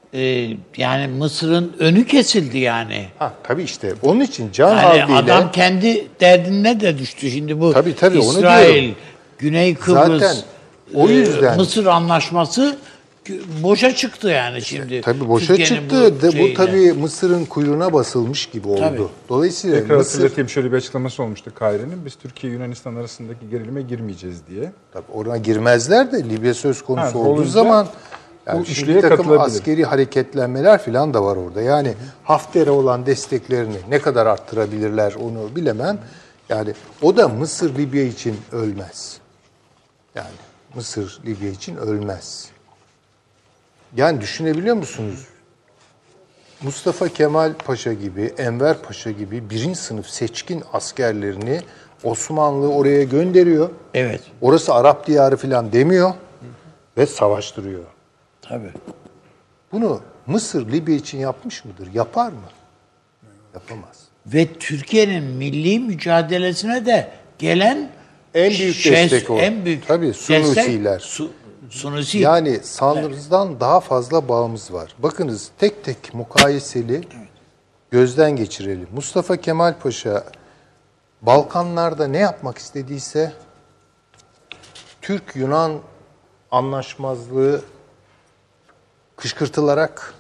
e, yani Mısır'ın önü kesildi yani. Ha, tabii işte onun için can Yani havliyle adam kendi derdine de düştü. Şimdi bu Tabii, tabii, onu İsrail, diyorum. Güney Kıbrıs, Zaten o e, yüzden- Mısır anlaşması boşa çıktı yani şimdi. tabii boşa Türkiye'nin çıktı. Bu, de, bu şeyiyle. tabii Mısır'ın kuyruğuna basılmış gibi oldu. Tabii. Dolayısıyla Tekrar Mısır hatırlatayım, şöyle bir açıklaması olmuştu Kaire'nin. Biz Türkiye Yunanistan arasındaki gerilime girmeyeceğiz diye. tabii ona girmezler de Libya söz konusu Ha, olduğu olunca zaman yani bu şimdi üçlüye bir takım katılabilir. askeri hareketlenmeler falan da var orada. Yani Hafter'e olan desteklerini ne kadar arttırabilirler onu bilemem. Yani o da Mısır Libya için ölmez. Yani Mısır Libya için ölmez. Yani düşünebiliyor musunuz? Mustafa Kemal Paşa gibi, Enver Paşa gibi birinci sınıf seçkin askerlerini Osmanlı oraya gönderiyor. Evet. Orası Arap diyarı falan demiyor ve savaştırıyor. Tabii. Bunu Mısır Libya için yapmış mıdır? Yapar mı? Yapamaz. Ve Türkiye'nin milli mücadelesine de gelen En büyük şey- destek o. En büyük Tabii, Sunusiler. destek, Su, Sunusi. Yani sandığımızdan daha fazla bağımız var. Bakınız tek tek mukayeseli gözden geçirelim. Mustafa Kemal Paşa Balkanlarda ne yapmak istediyse Türk-Yunan anlaşmazlığı kışkırtılarak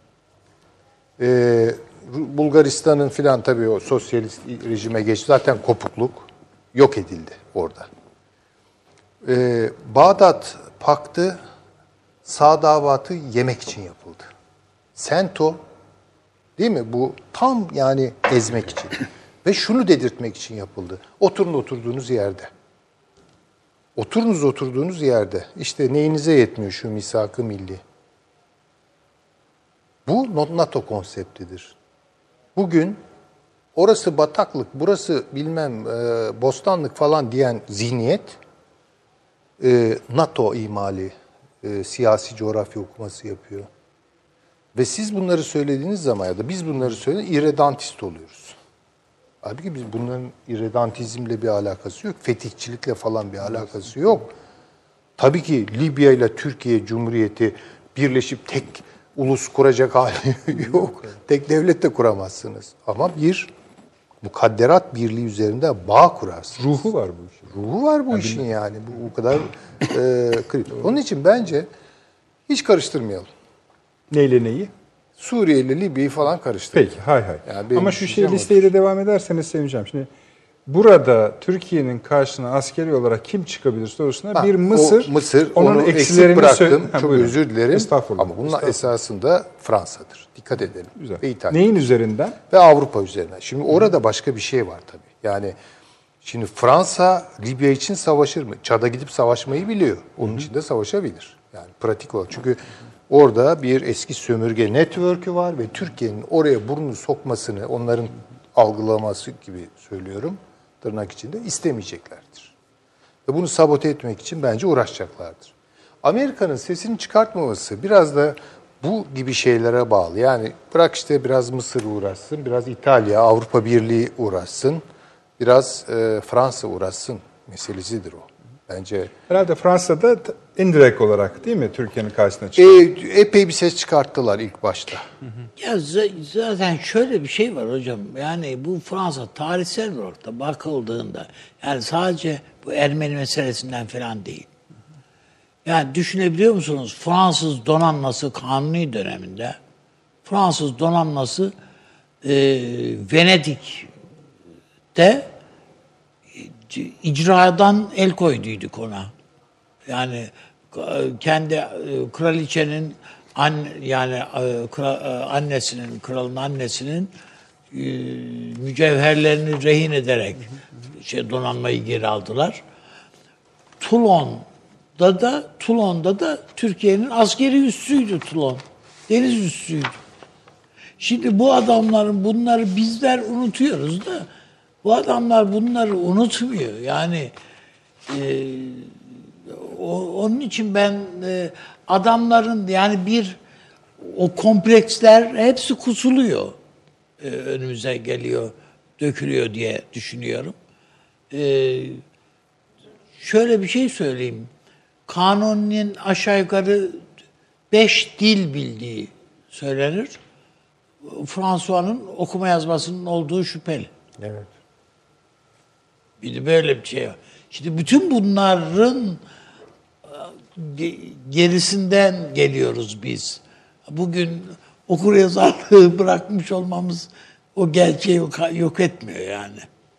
e, Bulgaristan'ın filan tabii o sosyalist rejime geçti. Zaten kopukluk yok edildi orada. E, Bağdat Paktı Sadavat'ı yemek için yapıldı. Sento değil mi? Bu tam yani ezmek için. Ve şunu dedirtmek için yapıldı. Oturun oturduğunuz yerde. Oturunuz oturduğunuz yerde. İşte neyinize yetmiyor şu misak-ı milli. Bu NATO konseptidir. Bugün orası bataklık, burası bilmem e, bostanlık falan diyen zihniyet e, NATO imali, e, siyasi coğrafya okuması yapıyor. Ve siz bunları söylediğiniz zaman ya da biz bunları söylediğimiz irredantist oluyoruz. Halbuki biz bunların irredantizmle bir alakası yok. Fetihçilikle falan bir alakası yok. Tabii ki Libya ile Türkiye Cumhuriyeti birleşip tek ulus kuracak hali yok. Tek devlet de kuramazsınız. Ama bir mukadderat birliği üzerinde bağ kurarsınız. Ruhu var bu işin. Ruhu var bu işin yani. Bu o kadar e, kritik. Onun için bence hiç karıştırmayalım. Neyle neyi? Suriye ile Libya'yı falan karıştırmayalım. Peki, hay hay. Yani benim Ama şu şey düşüncem listeyi de devam ederseniz sevineceğim. Şimdi burada Türkiye'nin karşısına askeri olarak kim çıkabilir sorusuna Ha, bir Mısır, o Mısır onun onu eksik eksilerini bıraktım. sö- Ha, Çok buyurun. özür dilerim. Estağfurullah. Ama bunun Estağfurullah. esasında Fransa'dır. Dikkat edelim. Güzel. Ve İtalya. Neyin üzerinden? Ve Avrupa üzerinden. Şimdi orada başka bir şey var tabii. Yani şimdi Fransa Libya için savaşır mı? Çad'a gidip savaşmayı biliyor. Onun için de savaşabilir. Yani pratik olarak. Çünkü orada bir eski sömürge network'ü var ve Türkiye'nin oraya burnunu sokmasını, onların algılaması gibi söylüyorum, tırnak içinde istemeyeceklerdir. Ve bunu sabote etmek için bence uğraşacaklardır. Amerika'nın sesini çıkartmaması biraz da bu gibi şeylere bağlı. Yani bırak işte biraz Mısır uğraşsın, biraz İtalya, Avrupa Birliği uğraşsın, biraz e, Fransa uğraşsın meselesidir o. Bence Herhalde Fransa'da t- indirekt olarak değil mi Türkiye'nin karşısına e, çıktı? epey bir ses çıkarttılar ilk başta. Ya z- zaten şöyle bir şey var hocam. Yani bu Fransa tarihsel olarak da bakıldığında yani sadece bu Ermeni meselesinden falan değil. Yani düşünebiliyor musunuz? Fransız donanması Kanuni döneminde Fransız donanması e, Venedik'te e, icradan el koyduyduk ona. Yani e, kendi e, kraliçenin an, yani e, kra, e, annesinin, kralın annesinin e, mücevherlerini rehin ederek şey donanmayı geri aldılar. Toulon'da da Toulon'da da Türkiye'nin askeri üssüydü Toulon. Deniz üssüydü. Şimdi bu adamların bunları bizler unutuyoruz da bu adamlar bunları unutmuyor. Yani e, o, onun için ben e, adamların yani bir o kompleksler hepsi kusuluyor. E, önümüze geliyor, dökülüyor diye düşünüyorum. E, şöyle bir şey söyleyeyim. Kanuni'nin aşağı yukarı beş dil bildiği söylenir. François'ın okuma yazmasının olduğu şüpheli. Evet. Bir de böyle bir şey var. Şimdi bütün bunların gerisinden geliyoruz biz. Bugün okur yazarlığı bırakmış olmamız o gerçeği yok, yok etmiyor yani.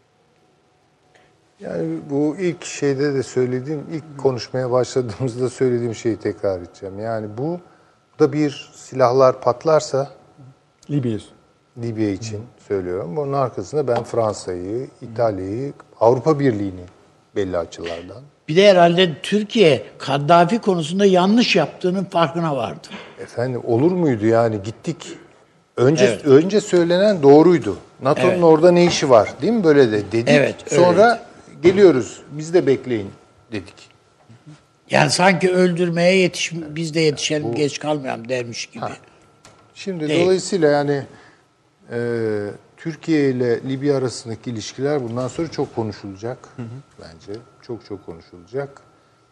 Yani bu ilk şeyde de söylediğim, ilk konuşmaya başladığımızda söylediğim şeyi tekrar edeceğim. Yani bu da bir silahlar patlarsa Libya. Libya için söylüyorum. Bunun arkasında ben Fransa'yı, İtalya'yı, Avrupa Birliği'ni belli açılardan. Bir de herhalde Türkiye Kaddafi konusunda yanlış yaptığının farkına vardı. Efendim olur muydu yani gittik. Önce Evet. önce söylenen doğruydu. NATO'nun Evet. orada ne işi var değil mi böyle de dedik. Evet, Sonra geliyoruz biz de bekleyin dedik. Yani sanki öldürmeye yetiş, biz de yetişelim geç kalmayalım dermiş gibi. Ha. Şimdi Değil. dolayısıyla yani e, Türkiye ile Libya arasındaki ilişkiler bundan sonra çok konuşulacak. Hı hı. Bence çok çok konuşulacak.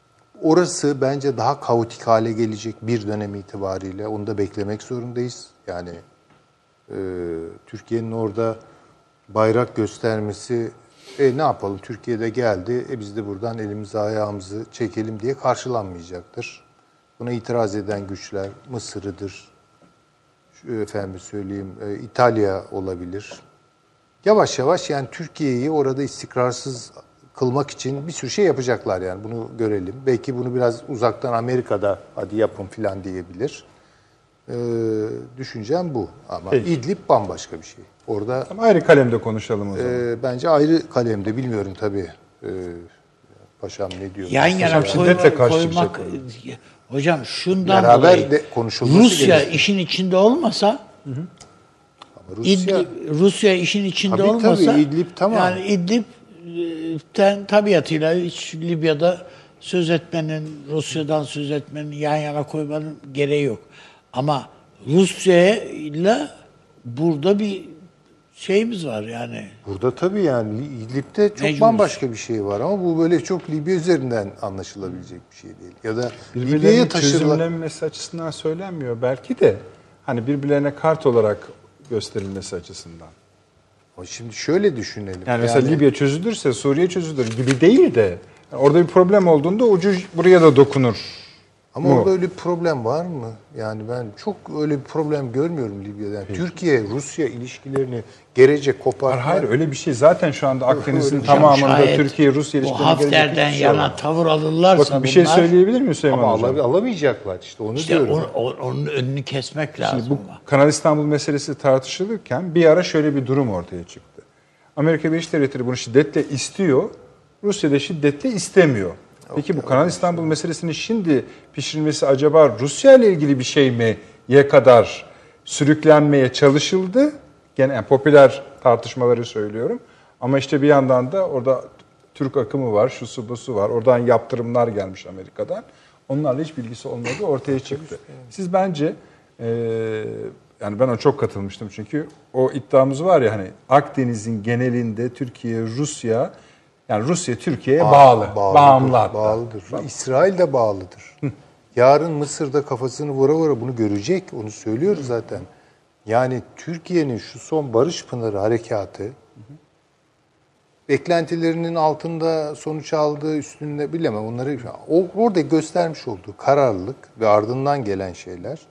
Orası bence daha kaotik hale gelecek bir dönem itibariyle. Onu da beklemek zorundayız. Yani e, Türkiye'nin orada bayrak göstermesi, e, ne yapalım Türkiye'de geldi, e, biz de buradan elimizi ayağımızı çekelim diye karşılanmayacaktır. Buna itiraz eden güçler Mısır'ıdır, şu efendim söyleyeyim e, İtalya olabilir. Yavaş yavaş yani Türkiye'yi orada istikrarsız kılmak için bir sürü şey yapacaklar yani bunu görelim. Belki bunu biraz uzaktan Amerika'da hadi yapın filan diyebilir. Ee, düşüncem bu. Ama Peki. İdlib bambaşka bir şey. Orada Ama ayrı kalemde konuşalım o zaman. e, bence ayrı kalemde bilmiyorum tabii. Ee, paşam ne diyor? Yan yana Hocam şiddetle koyma, karşı koymak... çıkacak Hocam şundan Beraber dolayı de konuşulması Rusya gerekiyor. işin içinde olmasa Ama Rusya, İdlib, Rusya işin içinde Tabii, olmasa tabii, İdlib tamam. yani İdlib'ten tabiatıyla hiç Libya'da söz etmenin, Rusya'dan söz etmenin, yan yana koymanın gereği yok. Ama Rusya ile burada bir şeyimiz var yani. burada tabii yani İdlib'de çok Mecburuz. bambaşka bir şey var ama bu böyle çok Libya üzerinden anlaşılabilecek bir şey değil. Ya da Libya'ya Birbirlerinin taşırılan... çözümlenmesi açısından söylenmiyor belki de. Hani birbirlerine kart olarak gösterilmesi açısından. Ama şimdi şöyle düşünelim. Yani mesela Libya çözülürse Suriye çözülür gibi değil de yani orada bir problem olduğunda ucu buraya da dokunur. Ama mu? orada öyle bir problem var mı? Yani ben çok öyle bir problem görmüyorum Libya'dan. Türkiye Rusya ilişkilerini gelecek kopartmak. Hayır öyle bir şey zaten şu anda Akdeniz'in Hocam tamamında şayet Türkiye Rusya bu ilişkilerini gelecek Hafter'den hiçbir şey yana yok. tavır alırlarsa Bakın bir şey bunlar, söyleyebilir miyim Süleyman ama Hocam? ala- alamayacaklar işte onu işte diyorum. o- o- onun önünü kesmek lazım. Şimdi bu ama. Kanal İstanbul meselesi tartışılırken bir ara şöyle bir durum ortaya çıktı. Amerika Birleşik Devletleri bunu şiddetle istiyor, Rusya da şiddetle istemiyor. Peki bu Kanal İstanbul meselesinin şimdi pişirilmesi acaba Rusya ile ilgili bir şey mi ye kadar sürüklenmeye çalışıldı? Gene yani popüler tartışmaları söylüyorum. Ama işte bir yandan da orada Türk akımı var, şusu busu var. Oradan yaptırımlar gelmiş Amerika'dan. Onlarla hiç bilgisi olmadığı ortaya çıktı. Siz bence e, yani ben ona çok katılmıştım çünkü o iddiamız var ya hani Akdeniz'in genelinde Türkiye, Rusya yani Rusya Türkiye'ye bağlı, Bağlıdır, bağımlı hatta. Bağlıdır. İsrail de bağlıdır. Yarın Mısır'da kafasını vura vura bunu görecek. Onu söylüyoruz zaten. Yani Türkiye'nin şu son Barış Pınarı harekatı beklentilerinin altında sonuç aldığı üstünde bilemem. Onları o orada göstermiş olduğu kararlılık ve ardından gelen şeyler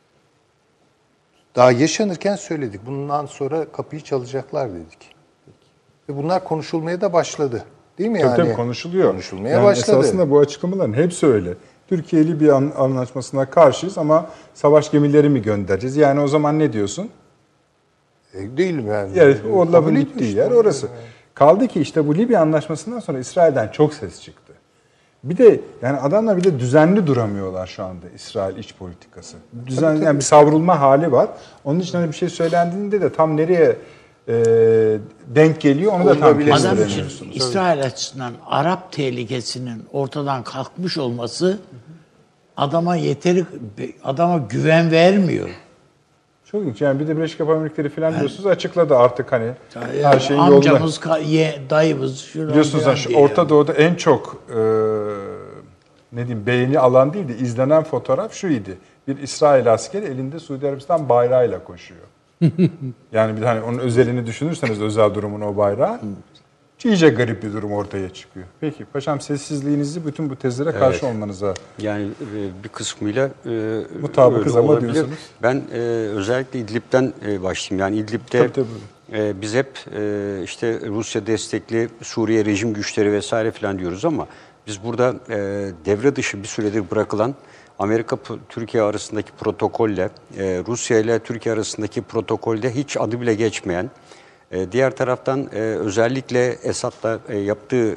daha yaşanırken söyledik. Bundan sonra kapıyı çalacaklar dedik. Ve bunlar konuşulmaya da başladı. Değil mi Tabii yani? tabii konuşuluyor. Konuşulmaya yani başladı. Esasında bu açıklamaların hepsi öyle. Türkiye Libya an- anlaşmasına karşıyız ama savaş gemileri mi göndereceğiz? Yani o zaman ne diyorsun? E, değilim yani. Yani o Kabul lafın ediyor gittiği işte. yer orası. Kaldı ki işte bu Libya anlaşmasından sonra İsrail'den çok ses çıktı. Bir de yani adamlar bir de düzenli duramıyorlar şu anda İsrail iç politikası. Düzen Tabii, tabii. yani bir savrulma hali var. Onun için hani bir şey söylendiğinde de tam nereye e, denk geliyor onu da tam Olabilir. Adam için kestiremiyorsunuz. İsrail açısından Arap tehlikesinin ortadan kalkmış olması adama yeteri adama güven vermiyor. Çok ilginç. Yani bir de Birleşik Arap Emirlikleri falan diyorsunuz açıkladı artık hani Yani her şeyin yolunda. amcamız, ka- ye, dayımız, şuradan Biliyorsunuz falan şu diye Orta yani. Doğu'da en çok e, ne diyeyim beğeni alan değil de izlenen fotoğraf şuydu. Bir İsrail askeri elinde Suudi Arabistan bayrağıyla koşuyor. Yani bir hani onun özelini düşünürseniz özel durumun o bayrağı iyice garip bir durum ortaya çıkıyor. Peki paşam sessizliğinizi bütün bu tezlere karşı evet. olmanıza yani e, bir kısmıyla e, mutabıkız ama olabilir. Diyorsunuz. Ben e, özellikle İdlib'den e, başlayayım. Yani İdlib'de tabii, tabii. E, biz hep e, işte Rusya destekli Suriye rejim güçleri vesaire falan diyoruz ama biz burada e, devre dışı bir süredir bırakılan Amerika Türkiye arasındaki protokolle, e, Rusya ile Türkiye arasındaki protokolde hiç adı bile geçmeyen, e, diğer taraftan e, özellikle Esad'la e, yaptığı,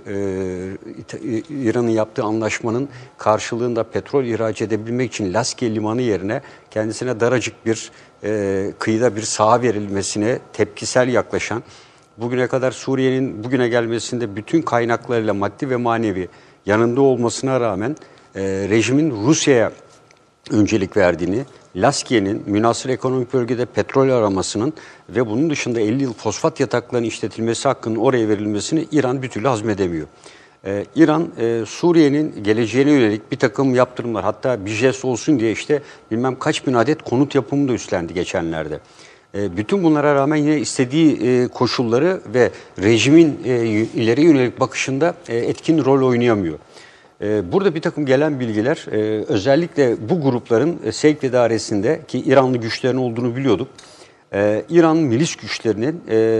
e, İran'ın yaptığı anlaşmanın karşılığında petrol ihraç edebilmek için Laskiye Limanı yerine kendisine daracık bir e, kıyıda bir saha verilmesine tepkisel yaklaşan, bugüne kadar Suriye'nin bugüne gelmesinde bütün kaynaklarıyla maddi ve manevi yanında olmasına rağmen e, rejimin Rusya'ya öncelik verdiğini, Laskiye'nin münhasır ekonomik bölgede petrol aramasının ve bunun dışında elli yıl fosfat yataklarının işletilmesi hakkının oraya verilmesini İran bir türlü hazmedemiyor. Ee, İran, e, Suriye'nin geleceğine yönelik bir takım yaptırımlar, hatta bir jest olsun diye işte bilmem kaç bin adet konut yapımı da üstlendi geçenlerde. E, bütün bunlara rağmen yine istediği e, koşulları ve rejimin e, ileri yönelik bakışında e, etkin rol oynayamıyor. Burada bir takım gelen bilgiler özellikle bu grupların sevk idaresinde ki İranlı güçlerin olduğunu biliyorduk. İran milis güçlerinin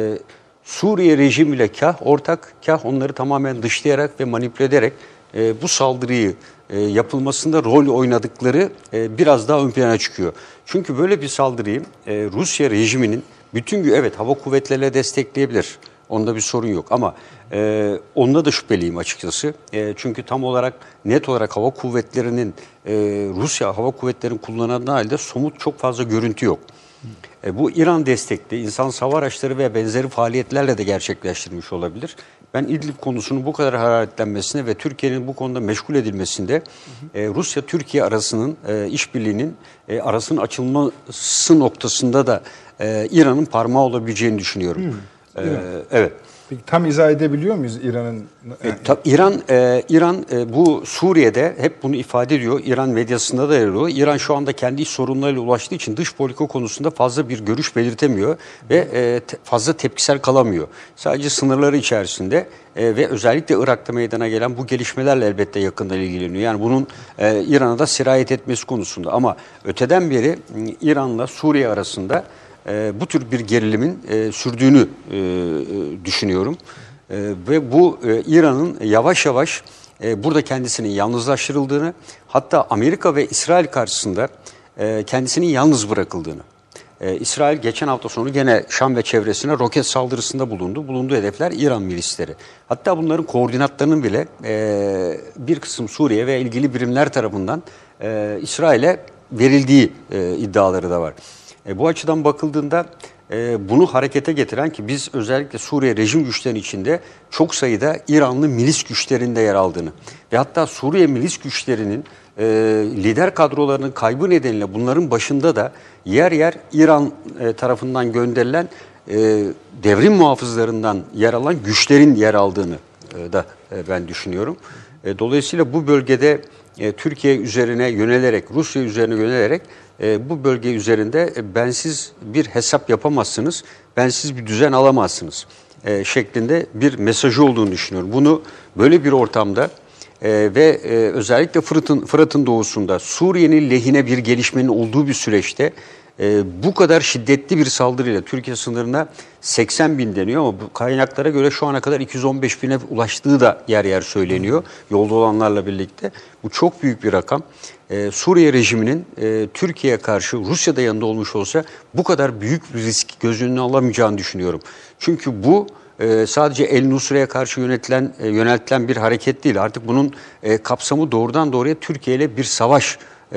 Suriye rejimiyle kah ortak kah onları tamamen dışlayarak ve manipüle ederek bu saldırıyı yapılmasında rol oynadıkları biraz daha ön plana çıkıyor. Çünkü böyle bir saldırıyı Rusya rejiminin bütün evet hava kuvvetleriyle destekleyebilir. Onda bir sorun yok ama e, onda da şüpheliyim açıkçası. E, çünkü tam olarak net olarak hava kuvvetlerinin e, Rusya hava kuvvetlerinin kullandığı halde somut çok fazla görüntü yok. E, bu İran destekli insan hava araçları ve benzeri faaliyetlerle de gerçekleştirilmiş olabilir. Ben İdlib konusunun bu kadar hararetlenmesine ve Türkiye'nin bu konuda meşgul edilmesinde e, Rusya-Türkiye arasının e, işbirliğinin e, arasının açılması noktasında da e, İran'ın parmağı olabileceğini düşünüyorum. Hmm. Ee, evet. Peki, tam izah edebiliyor muyuz İran'ın? E, tab- İran, e, İran e, bu Suriye'de hep bunu ifade ediyor. İran medyasında da yer alıyor. İran şu anda kendi iç sorunlarıyla ulaştığı için dış politika konusunda fazla bir görüş belirtemiyor ve e, te- fazla tepkisel kalamıyor. Sadece sınırları içerisinde e, ve özellikle Irak'ta meydana gelen bu gelişmelerle elbette yakından ilgileniyor. Yani bunun e, İran'a da sirayet etmesi konusunda. Ama öteden beri İran'la Suriye arasında E, bu tür bir gerilimin e, sürdüğünü e, düşünüyorum. E, ve bu e, İran'ın yavaş yavaş e, burada kendisinin yalnızlaştırıldığını, hatta Amerika ve İsrail karşısında e, kendisinin yalnız bırakıldığını. E, İsrail geçen hafta sonu gene Şam ve çevresine roket saldırısında bulundu. Bulunduğu hedefler İran milisleri. Hatta bunların koordinatlarının bile e, bir kısım Suriye ve ilgili birimler tarafından e, İsrail'e verildiği e, iddiaları da var. E, bu açıdan bakıldığında e, bunu harekete getiren ki biz özellikle Suriye rejim güçlerinin içinde çok sayıda İranlı milis güçlerinde yer aldığını ve hatta Suriye milis güçlerinin e, lider kadrolarının kaybı nedeniyle bunların başında da yer yer İran e, tarafından gönderilen e, devrim muhafızlarından yer alan güçlerin yer aldığını e, da e, ben düşünüyorum. E, dolayısıyla bu bölgede e, Türkiye üzerine yönelerek, Rusya üzerine yönelerek E, bu bölge üzerinde e, bensiz bir hesap yapamazsınız, bensiz bir düzen alamazsınız e, şeklinde bir mesajı olduğunu düşünüyorum. Bunu böyle bir ortamda e, ve e, özellikle Fırat'ın Fırat'ın doğusunda Suriye'nin lehine bir gelişmenin olduğu bir süreçte e, bu kadar şiddetli bir saldırıyla Türkiye sınırına seksen bin deniyor ama bu kaynaklara göre şu ana kadar iki yüz on beş bine ulaştığı da yer yer söyleniyor yolda olanlarla birlikte. Bu çok büyük bir rakam. Ee, Suriye rejiminin e, Türkiye'ye karşı Rusya'da yanında olmuş olsa bu kadar büyük bir risk göz önüne alamayacağını düşünüyorum. Çünkü bu e, sadece El Nusra'ya karşı yönetilen, e, yöneltilen bir hareket değil. Artık bunun e, kapsamı doğrudan doğruya Türkiye ile bir savaş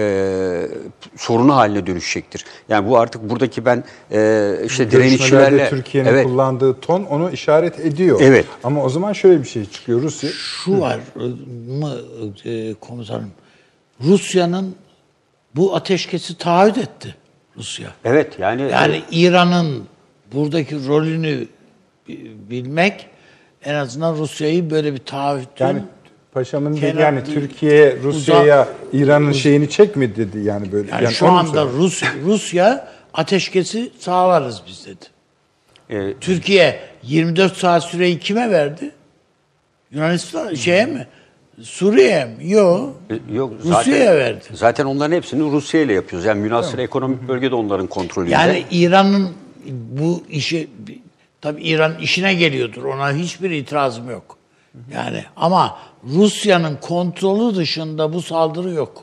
e, sorunu haline dönüşecektir. Yani bu artık buradaki ben e, işte direnişçilerle Türkiye'nin evet. kullandığı ton onu işaret ediyor. Evet. Ama o zaman şöyle bir şey çıkıyor. Rusya şu var mı e, komutanım? Rusya'nın bu ateşkesi taahhüt etti Rusya. Evet yani yani İran'ın buradaki rolünü bilmek en azından Rusya'yı böyle bir taahhütün yani Paşamın dedi Kenar- yani Türkiye Rusya'ya İran'ın uz- şeyini çek mi dedi yani böyle. Yani, Yani şu onu mu anda söylüyor? Rus Rusya ateşkesi sağlarız biz dedi. Ee, Türkiye yirmi dört saat süreyi kime verdi? Yunanistan şeye mi? Suriye'ye mi? Yok. E, Yok, Rusya'ya verdi. Zaten onların hepsini Rusya ile yapıyoruz. Yani münhasır ekonomik bölge de onların kontrolünde. Yani İran'ın bu işi tabii İran işine geliyordur. Ona hiçbir itirazım yok. Yani ama Rusya'nın kontrolü dışında bu saldırı yok.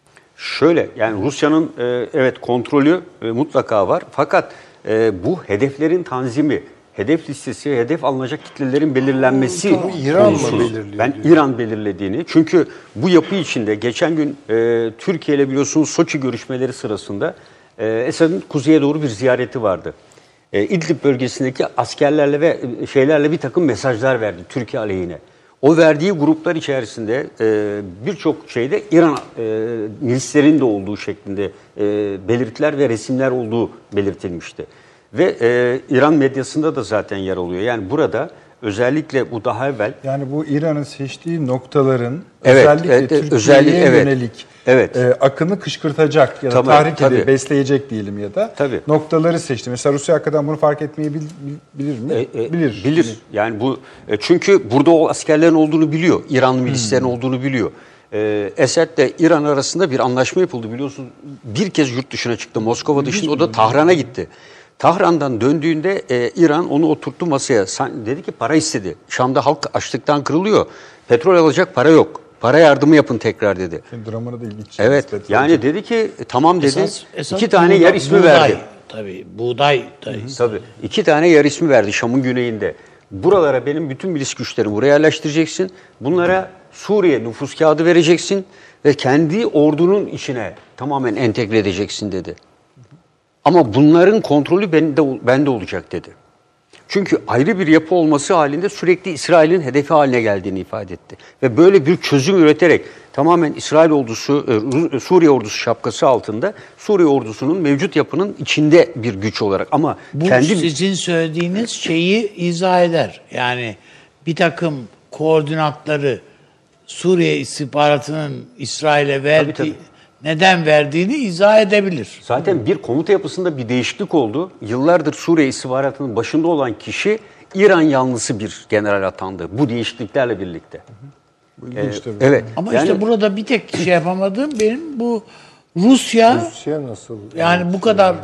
Şöyle yani Rusya'nın e, evet kontrolü e, mutlaka var. Fakat e, bu hedeflerin tanzimi, hedef listesi, hedef alınacak kitlelerin belirlenmesi Tamam, İran mı konusunu belirliyor ben diyor. İran belirlediğini. Çünkü bu yapı içinde geçen gün e, Türkiye ile biliyorsunuz Soçi görüşmeleri sırasında e, Esad'ın kuzeye doğru bir ziyareti vardı. E, İdlib bölgesindeki askerlerle ve e, şeylerle bir takım mesajlar verdi Türkiye aleyhine. O verdiği gruplar içerisinde e, birçok şeyde İran e, milislerin de olduğu şeklinde e, belirtiler ve resimler olduğu belirtilmişti. Ve e, İran medyasında da zaten yer alıyor. Yani burada özellikle bu daha evvel... Yani bu İran'ın seçtiği noktaların Evet, özellikle evet, Türkiye'ye özellikle, evet. yönelik Evet. e, akını kışkırtacak ya da Tabii, tahrik tabii. edip besleyecek diyelim ya da Tabii. noktaları seçti. Mesela Rusya hakikaten bunu fark etmeyi bil- bil- bilir mi? E, e, bilir. Bilir. Yani bu e, çünkü burada o askerlerin olduğunu biliyor. İranlı milislerin Hmm. olduğunu biliyor. E, Esed ile İran arasında bir anlaşma yapıldı biliyorsun. Bir kez yurt dışına çıktı. Moskova dışında o da Tahran'a gitti. Tahran'dan döndüğünde e, İran onu oturttu masaya. San- dedi ki para istedi. Şam'da halk açlıktan kırılıyor. Petrol alacak para yok. Para yardımı yapın tekrar dedi. Şimdi dramına da ilginç. Evet. nispet Yani olacak. dedi ki e, tamam dedi. Esas- esas iki tane buğday- yer ismi buğday, verdi. Tabii buğday da Tabii. İki tane yer ismi verdi Şam'ın güneyinde. Buralara benim bütün milis güçlerimi buraya yerleştireceksin. Bunlara Suriye nüfus kağıdı vereceksin ve kendi ordunun içine tamamen entegre edeceksin dedi. Ama bunların kontrolü bende, bende olacak dedi. Çünkü ayrı bir yapı olması halinde sürekli İsrail'in hedefi haline geldiğini ifade etti. Ve böyle bir çözüm üreterek tamamen İsrail ordusu, e, Suriye ordusu şapkası altında Suriye ordusunun mevcut yapının içinde bir güç olarak ama Bu kendi sizin söylediğiniz şeyi izah eder. Yani bir takım koordinatları Suriye istihbaratının İsrail'e verdiği, tabii. neden verdiğini izah edebilir. Zaten bir komuta yapısında bir değişiklik oldu. Yıllardır Suriye istihbaratının başında olan kişi İran yanlısı bir general atandı. Bu değişikliklerle birlikte. Bu ilginç Ee, tabii. evet. Ama Yani işte burada bir tek şey yapamadığım benim bu Rusya Rusya nasıl? yani bu kadar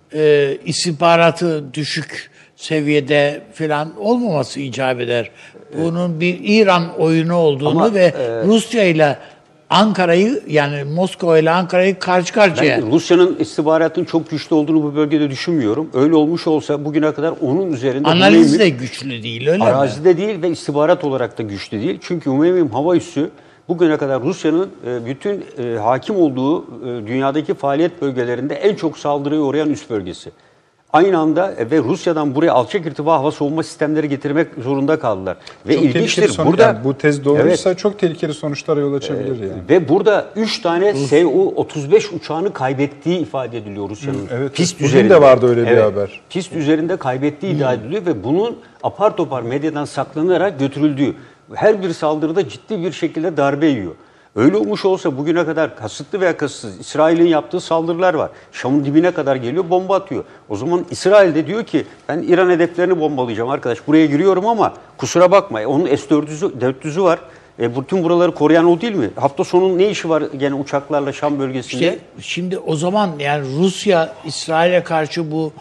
e, istihbaratı düşük seviyede falan olmaması icap eder. Bunun bir İran oyunu olduğunu Ama, ve Rusya ile Ankara'yı yani Moskova ile Ankara'yı karşı karşıya. ben Rusya'nın istihbaratının çok güçlü olduğunu bu bölgede düşünmüyorum. Öyle olmuş olsa bugüne kadar onun üzerinde Analiz de Hümeymi- güçlü değil öyle mi? arazide değil ve istihbarat olarak da güçlü değil. Çünkü Hümeymi hava üssü bugüne kadar Rusya'nın e, bütün e, hakim olduğu e, dünyadaki faaliyet bölgelerinde en çok saldırıya uğrayan üs bölgesi. Aynı anda e, ve Rusya'dan buraya alçak irtifa hava savunma sistemleri getirmek zorunda kaldılar. Ve Çok ilginçtir tehlikeli sonuç- burada yani bu tez doğruysa Evet. çok tehlikeli sonuçlara yol açabilir yani. Ve burada üç tane S U otuz beş uçağını kaybettiği ifade ediliyor Rusya'nın. evet. Pist Bugün üzerinde. de vardı öyle bir Evet. haber. Pist üzerinde kaybettiği iddia ediliyor ve bunun apar topar medyadan saklanarak götürüldüğü. Her bir saldırıda ciddi bir şekilde darbe yiyor. Öyle olmuş olsa bugüne kadar kasıtlı veya kasıtsız İsrail'in yaptığı saldırılar var. Şam'ın dibine kadar geliyor, bomba atıyor. O zaman İsrail de diyor ki ben İran hedeflerini bombalayacağım arkadaş. Buraya giriyorum ama kusura bakma. E, onun S dört yüzü, dört yüzü var. E, bütün buraları koruyan o değil mi? Hafta sonu ne işi var gene uçaklarla Şam bölgesinde? İşte şimdi o zaman yani Rusya İsrail'e karşı bu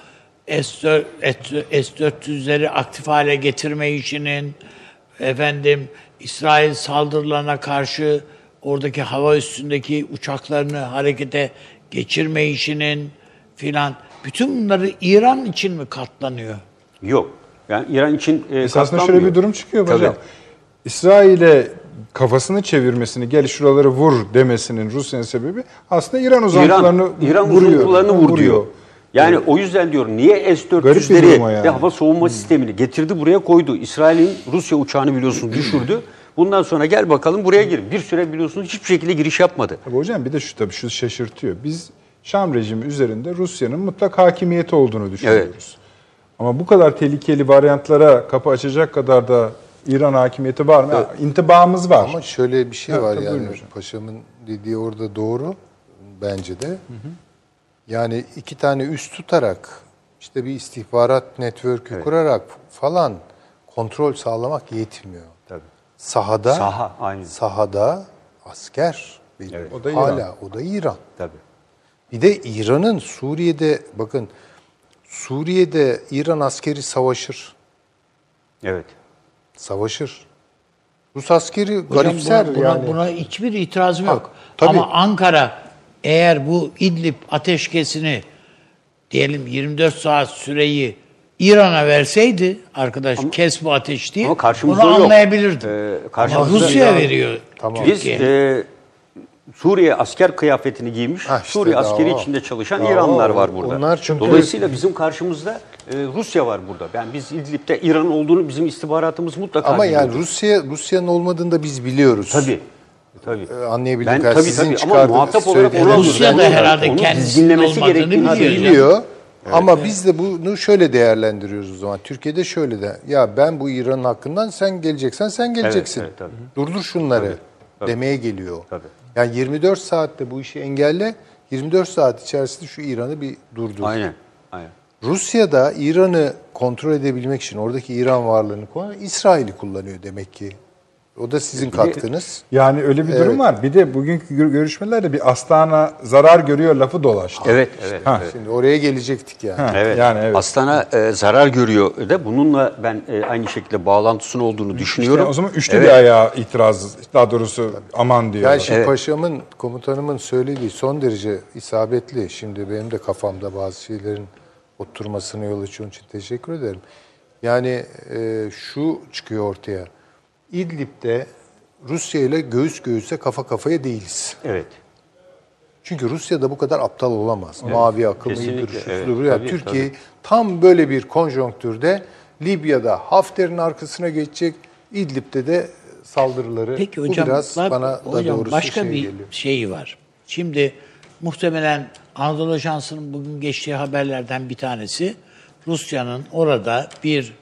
S dört yüzleri aktif hale getirme işinin efendim İsrail saldırılarına karşı oradaki hava üstündeki uçaklarını harekete geçirme işinin filan bütün bunları İran için mi katlanıyor? Yok. Yani İran için e, Esasında katlanmıyor. şöyle bir durum çıkıyor Tabii. hocam. İsrail'e kafasını çevirmesini, gel şuraları vur demesinin Rusya'nın sebebi aslında İran uzantılarını İran, İran vuruyor. uzuntularını vur vuruyor. diyor. Yani o yüzden diyorum niye S dört Garip bir yüzleri durum o yani. ve hava savunma sistemini getirdi buraya koydu. İsrail'in Rusya uçağını biliyorsunuz düşürdü. Bundan sonra gel bakalım buraya gir. Bir süre biliyorsunuz hiçbir şekilde giriş yapmadı. Tabii hocam bir de şu tabii şu şaşırtıyor. Biz Şam rejimi üzerinde Rusya'nın mutlak hakimiyeti olduğunu düşünüyoruz. Evet. Ama bu kadar tehlikeli varyantlara kapı açacak kadar da İran hakimiyeti var mı? İntibamız var. Ama şöyle bir şey Ha, var tabii, yani buyurun hocam. paşamın dediği orada doğru bence de. Hı hı. Yani iki tane üst tutarak işte bir istihbarat network'ü Evet. kurarak falan kontrol sağlamak yetmiyor. Tabii. Sahada Saha, aynı. sahada asker belli. Evet. O da Hala İran. o da İran. Tabii. Bir de İran'ın Suriye'de bakın Suriye'de İran askeri savaşır. Evet. Savaşır. Rus askeri Hocam garipser buna, buna, yani. buna hiçbir itirazım Ha, yok. tabii. Ama Ankara eğer bu İdlib ateşkesini diyelim yirmi dört saat süreyi İran'a verseydi arkadaş kes bu ateş diye Ama karşımızda onu yok. anlayabilirdim. Ee, Ama karşımızda Rusya İran- veriyor. Tamam. Biz Türkiye. e, Suriye asker kıyafetini giymiş, Ha, işte Suriye daha askeri o. içinde çalışan Daha İranlılar o. var burada. Onlar çünkü- Dolayısıyla bizim karşımızda e, Rusya var burada. Yani biz İdlib'de İran olduğunu bizim istihbaratımız mutlaka Ama biliyor. yani Rusya Rusya'nın olmadığını da biz biliyoruz. Tabii. Tabii. Ee, anlayabildiğim Ben kadar tabii sizin tabii ama çıkardığınız, muhatap olarak onu söylediğiniz- alıyoruz. Rusya da Onu- herhalde onu kendisinin dizginlemesi olmadığını gerektiğini biliyor. biliyor. biliyor. Ama biz de bunu şöyle değerlendiriyoruz o zaman. Türkiye'de şöyle de ya ben bu İran'ın hakkından sen geleceksen sen geleceksin. evet, tabii. Durdur şunları Tabii, tabii. demeye geliyor. Tabii. Yani yirmi dört saatte bu işi engelle. yirmi dört saat içerisinde şu İran'ı bir durdur. Aynen. Aynen. Rusya da İran'ı kontrol edebilmek için oradaki İran varlığını kullanıyor. İsrail'i kullanıyor demek ki. O da sizin katkınız. Yani öyle bir durum Evet. var. Bir de bugünkü gör- görüşmelerde bir Astana zarar görüyor lafı dolaştı. Evet, evet. Ha. evet. Şimdi oraya gelecektik yani. Ha, Evet. Yani evet. Astana e, zarar görüyor da bununla ben e, aynı şekilde bağlantısının olduğunu düşünüyorum. İşte o zaman üçlü Evet. bir ayağa itiraz, daha doğrusu aman diyorlar. Yani şimdi Evet. paşamın, komutanımın söylediği son derece isabetli. Şimdi benim de kafamda bazı şeylerin oturmasına yol açıyor. Onun için teşekkür ederim. Yani e, şu çıkıyor ortaya. İdlib'de Rusya ile göğüs göğüse kafa kafaya değiliz. Evet. Çünkü Rusya da bu kadar aptal olamaz. Mavi akıllı Kesinlikle, şusudur. evet. Yani Tabii, Türkiye tabii. tam böyle bir konjonktürde Libya'da Hafter'in arkasına geçecek, İdlib'de de saldırıları. Peki Bu hocam, biraz bak- bana da hocam doğrusu başka şey bir geliyor. şeyi var. Şimdi muhtemelen Anadolu Ajansı'nın bugün geçtiği haberlerden bir tanesi Rusya'nın orada bir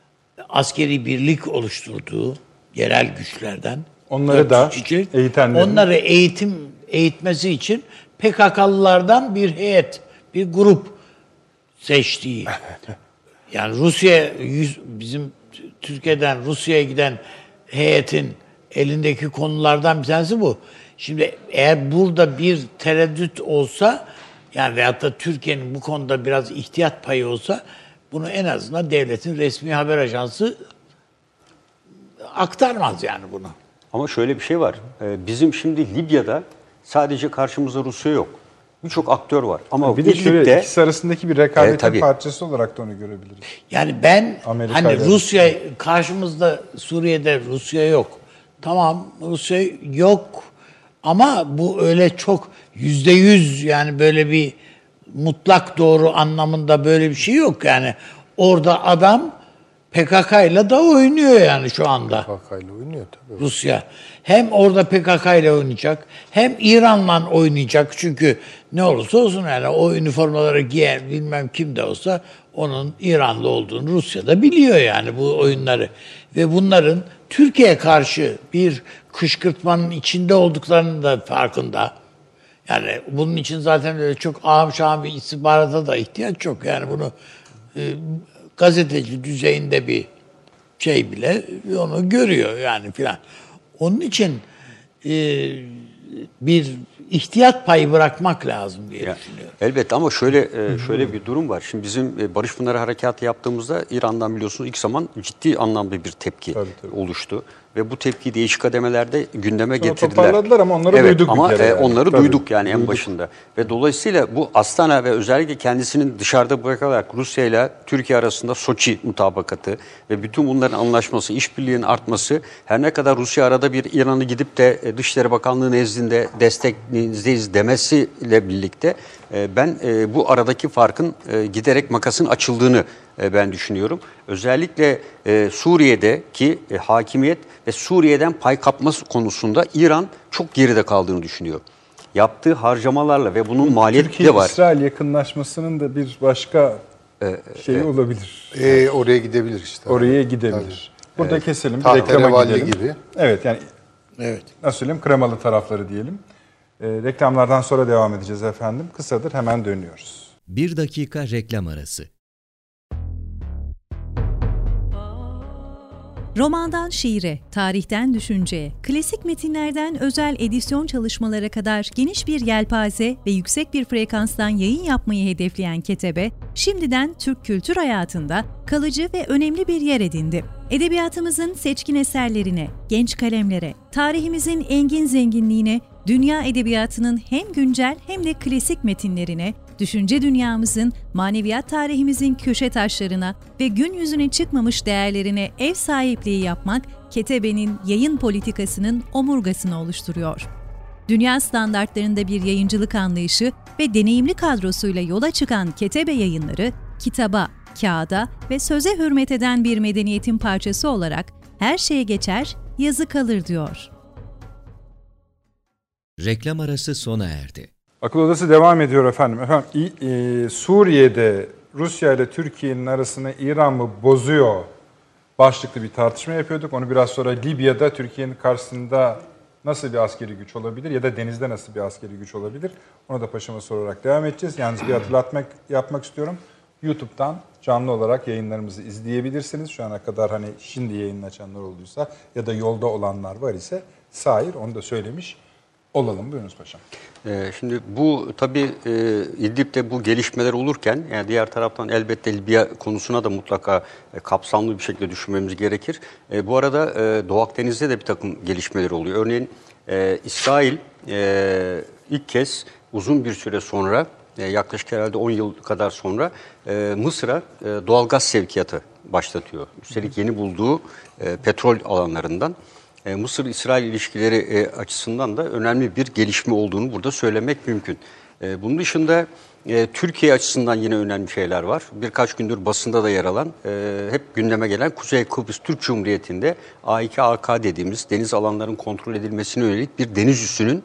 askeri birlik oluşturduğu yerel güçlerden Onları da dört yüz kişi, eğitenlerin- onları eğitim eğitmesi için P K K'lılardan bir heyet, bir grup seçtiği. Yani Rusya yüz- bizim Türkiye'den Rusya'ya giden heyetin elindeki konulardan bir tanesi bu. Şimdi eğer burada bir tereddüt olsa yani veyahut da Türkiye'nin bu konuda biraz ihtiyat payı olsa bunu en azından devletin resmi haber ajansı aktarmaz yani bunu. Ama şöyle bir şey var. Ee, bizim şimdi Libya'da sadece karşımızda Rusya yok. Birçok aktör var. Ama bir de şöyle İdlib'de ikisi arasındaki bir rekabetin Evet, tabii. parçası olarak da onu görebiliriz. Yani ben Amerika hani ile- Rusya karşımızda Suriye'de Rusya yok. Tamam Rusya yok ama bu öyle çok yüzde yüz yani böyle bir mutlak doğru anlamında böyle bir şey yok yani. Orada adam P K K ile da oynuyor yani şu anda. Kakayla oynuyor tabii. Rusya. Hem orada P K K ile oynayacak hem İran'la oynayacak. Çünkü ne olursa olsun yani o üniformaları giyen bilmem kim de olsa onun İranlı olduğunu Rusya da biliyor yani bu oyunları. Ve bunların Türkiye'ye karşı bir kışkırtmanın içinde olduklarının da farkında. Yani bunun için zaten öyle çok ağam şahım bir istihbarata da ihtiyaç yok. Yani bunu e, gazeteci düzeyinde bir şey bile onu görüyor yani filan. Onun için e, bir ihtiyat payı bırakmak lazım diye Ya, düşünüyorum. elbette ama şöyle e, şöyle bir durum var. Şimdi bizim e, Barış Pınarı Harekatı yaptığımızda İran'dan biliyorsunuz ilk zaman ciddi anlamda bir tepki Tabii, tabii. oluştu. Ve bu tepkiyi değişik kademelerde gündeme Sonra getirdiler. toparladılar ama onları evet, duyduk bir ama kere e, yani. onları Tabii, duyduk yani en duyduk. başında. Ve dolayısıyla bu Astana ve özellikle kendisinin dışarıda bırakarak Rusya ile Türkiye arasında Soçi mutabakatı ve bütün bunların anlaşması, işbirliğinin artması her ne kadar Rusya arada bir İran'ı gidip de e, Dışişleri Bakanlığı nezdinde desteklinizdeyiz demesiyle birlikte e, ben e, bu aradaki farkın e, giderek makasın açıldığını e, ben düşünüyorum. Özellikle e, Suriye'deki e, hakimiyet ve Suriye'den pay kapması konusunda İran çok geride kaldığını düşünüyor. Yaptığı harcamalarla ve bunun maliyeti de var. Türkiye-İsrail yakınlaşmasının da bir başka şeyi olabilir. Ee, oraya gidebilir işte. Oraya gidebilir. Burada Evet. keselim. Bir Tahterevalli reklama gidelim. gibi. Evet yani Evet. nasıl söyleyeyim kremalı tarafları diyelim. E, reklamlardan sonra devam edeceğiz efendim. Kısadır hemen dönüyoruz. Bir dakika reklam arası. Romandan şiire, tarihten düşünceye, klasik metinlerden özel edisyon çalışmalara kadar geniş bir yelpaze ve yüksek bir frekanstan yayın yapmayı hedefleyen Ketebe, şimdiden Türk kültür hayatında kalıcı ve önemli bir yer edindi. Edebiyatımızın seçkin eserlerine, genç kalemlere, tarihimizin engin zenginliğine, dünya edebiyatının hem güncel hem de klasik metinlerine, düşünce dünyamızın, maneviyat tarihimizin köşe taşlarına ve gün yüzüne çıkmamış değerlerine ev sahipliği yapmak, Ketebe'nin yayın politikasının omurgasını oluşturuyor. Dünya standartlarında bir yayıncılık anlayışı ve deneyimli kadrosuyla yola çıkan Ketebe Yayınları, kitaba, kağıda ve söze hürmet eden bir medeniyetin parçası olarak her şeye geçer, yazı kalır diyor. Reklam arası sona erdi. Akıl Odası devam ediyor efendim. Efendim İ- e, Suriye'de Rusya ile Türkiye'nin arasını İran mı bozuyor başlıklı bir tartışma yapıyorduk. Onu biraz sonra Libya'da Türkiye'nin karşısında nasıl bir askeri güç olabilir ya da denizde nasıl bir askeri güç olabilir? Onu da paşama sorarak devam edeceğiz. Yalnız bir hatırlatmak yapmak istiyorum. YouTube'dan canlı olarak yayınlarımızı izleyebilirsiniz. Şu ana kadar hani şimdi yayın açanlar olduysa ya da yolda olanlar var ise sair onu da söylemiş olalım. Buyurunuz paşam. Ee, şimdi bu tabii e, İdlib'de bu gelişmeler olurken yani diğer taraftan elbette Libya konusuna da mutlaka e, kapsamlı bir şekilde düşünmemiz gerekir. E, bu arada e, Doğu Akdeniz'de de bir takım gelişmeler oluyor. Örneğin e, İsrail e, ilk kez uzun bir süre sonra e, yaklaşık herhalde on yıl kadar sonra e, Mısır'a e, doğalgaz sevkiyatı başlatıyor. Üstelik yeni bulduğu e, petrol alanlarından. Mısır-İsrail ilişkileri açısından da önemli bir gelişme olduğunu burada söylemek mümkün. Bunun dışında Türkiye açısından yine önemli şeyler var. Birkaç gündür basında da yer alan, hep gündeme gelen Kuzey Kıbrıs Türk Cumhuriyeti'nde A iki A K dediğimiz deniz alanlarının kontrol edilmesine yönelik bir deniz üssünün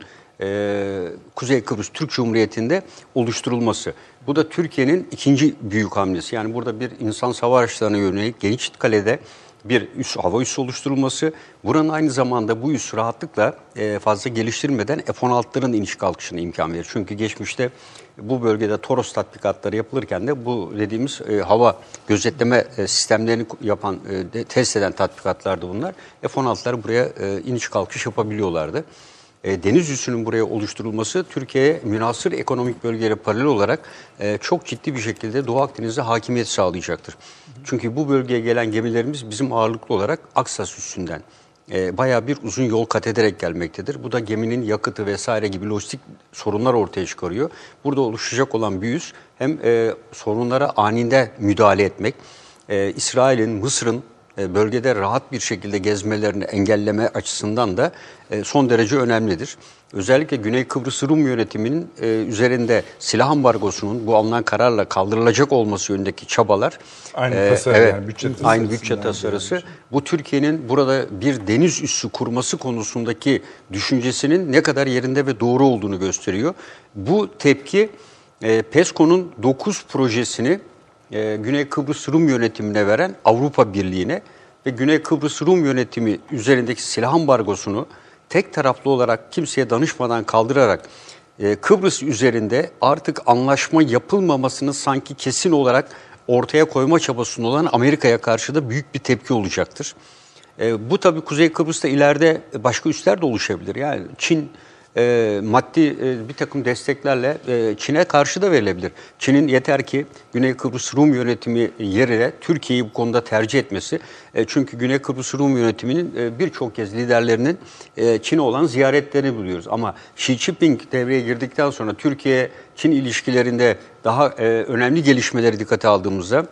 Kuzey Kıbrıs Türk Cumhuriyeti'nde oluşturulması. Bu da Türkiye'nin ikinci büyük hamlesi. Yani burada bir insan hava araçlarına yönelik Genişkale'de bir üs, hava üssü oluşturulması, buranın aynı zamanda bu üs rahatlıkla e, fazla geliştirmeden F on altıların iniş kalkışına imkan verir. Çünkü geçmişte bu bölgede Toros tatbikatları yapılırken de bu dediğimiz e, hava gözetleme e, sistemlerini yapan, e, de, test eden tatbikatlardı bunlar. F on altılar buraya e, iniş kalkış yapabiliyorlardı. E, deniz üssünün buraya oluşturulması Türkiye'ye münhasır ekonomik bölgelere paralel olarak e, çok ciddi bir şekilde Doğu Akdeniz'de hakimiyet sağlayacaktır. Çünkü bu bölgeye gelen gemilerimiz bizim ağırlıklı olarak Aksas üssünden e, bayağı bir uzun yol kat ederek gelmektedir. Bu da geminin yakıtı vesaire gibi lojistik sorunlar ortaya çıkarıyor. Burada oluşacak olan bir üs hem e, sorunlara aninde müdahale etmek, e, İsrail'in, Mısır'ın bölgede rahat bir şekilde gezmelerini engelleme açısından da son derece önemlidir. Özellikle Güney Kıbrıs Rum yönetiminin üzerinde silah ambargosunun bu alınan kararla kaldırılacak olması yönündeki çabalar, aynı e, tasarı, evet, yani bütçe aynı bütçe tasarısı, bu Türkiye'nin burada bir deniz üssü kurması konusundaki düşüncesinin ne kadar yerinde ve doğru olduğunu gösteriyor. Bu tepki e, PESCO'nun dokuz projesini Ee, Güney Kıbrıs Rum yönetimine veren Avrupa Birliği'ne ve Güney Kıbrıs Rum yönetimi üzerindeki silah ambargosunu tek taraflı olarak kimseye danışmadan kaldırarak e, Kıbrıs üzerinde artık anlaşma yapılmamasını sanki kesin olarak ortaya koyma çabasında olan Amerika'ya karşı da büyük bir tepki olacaktır. E, bu tabii Kuzey Kıbrıs'ta ileride başka üsler de oluşabilir. Yani Çin E, maddi e, bir takım desteklerle e, Çin'e karşı da verilebilir. Çin'in yeter ki Güney Kıbrıs Rum yönetimi yerine Türkiye'yi bu konuda tercih etmesi. E, çünkü Güney Kıbrıs Rum yönetiminin e, birçok kez liderlerinin e, Çin'e olan ziyaretlerini biliyoruz. Ama Xi Jinping devreye girdikten sonra Türkiye-Çin ilişkilerinde daha e, önemli gelişmeleri dikkate aldığımızda,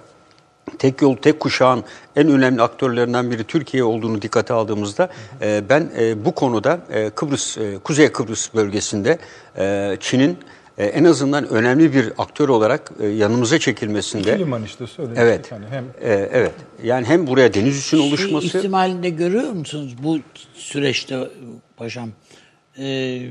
tek yol, tek kuşağın en önemli aktörlerinden biri Türkiye olduğunu dikkate aldığımızda e, ben e, bu konuda e, Kıbrıs, e, Kuzey Kıbrıs bölgesinde e, Çin'in e, en azından önemli bir aktör olarak e, yanımıza çekilmesinde. İki liman işte söyledik. Evet. Yani hem e, evet. Yani hem buraya deniz üssünün oluşması. Şey ihtimalinde görüyor musunuz bu süreçte paşam? Ee,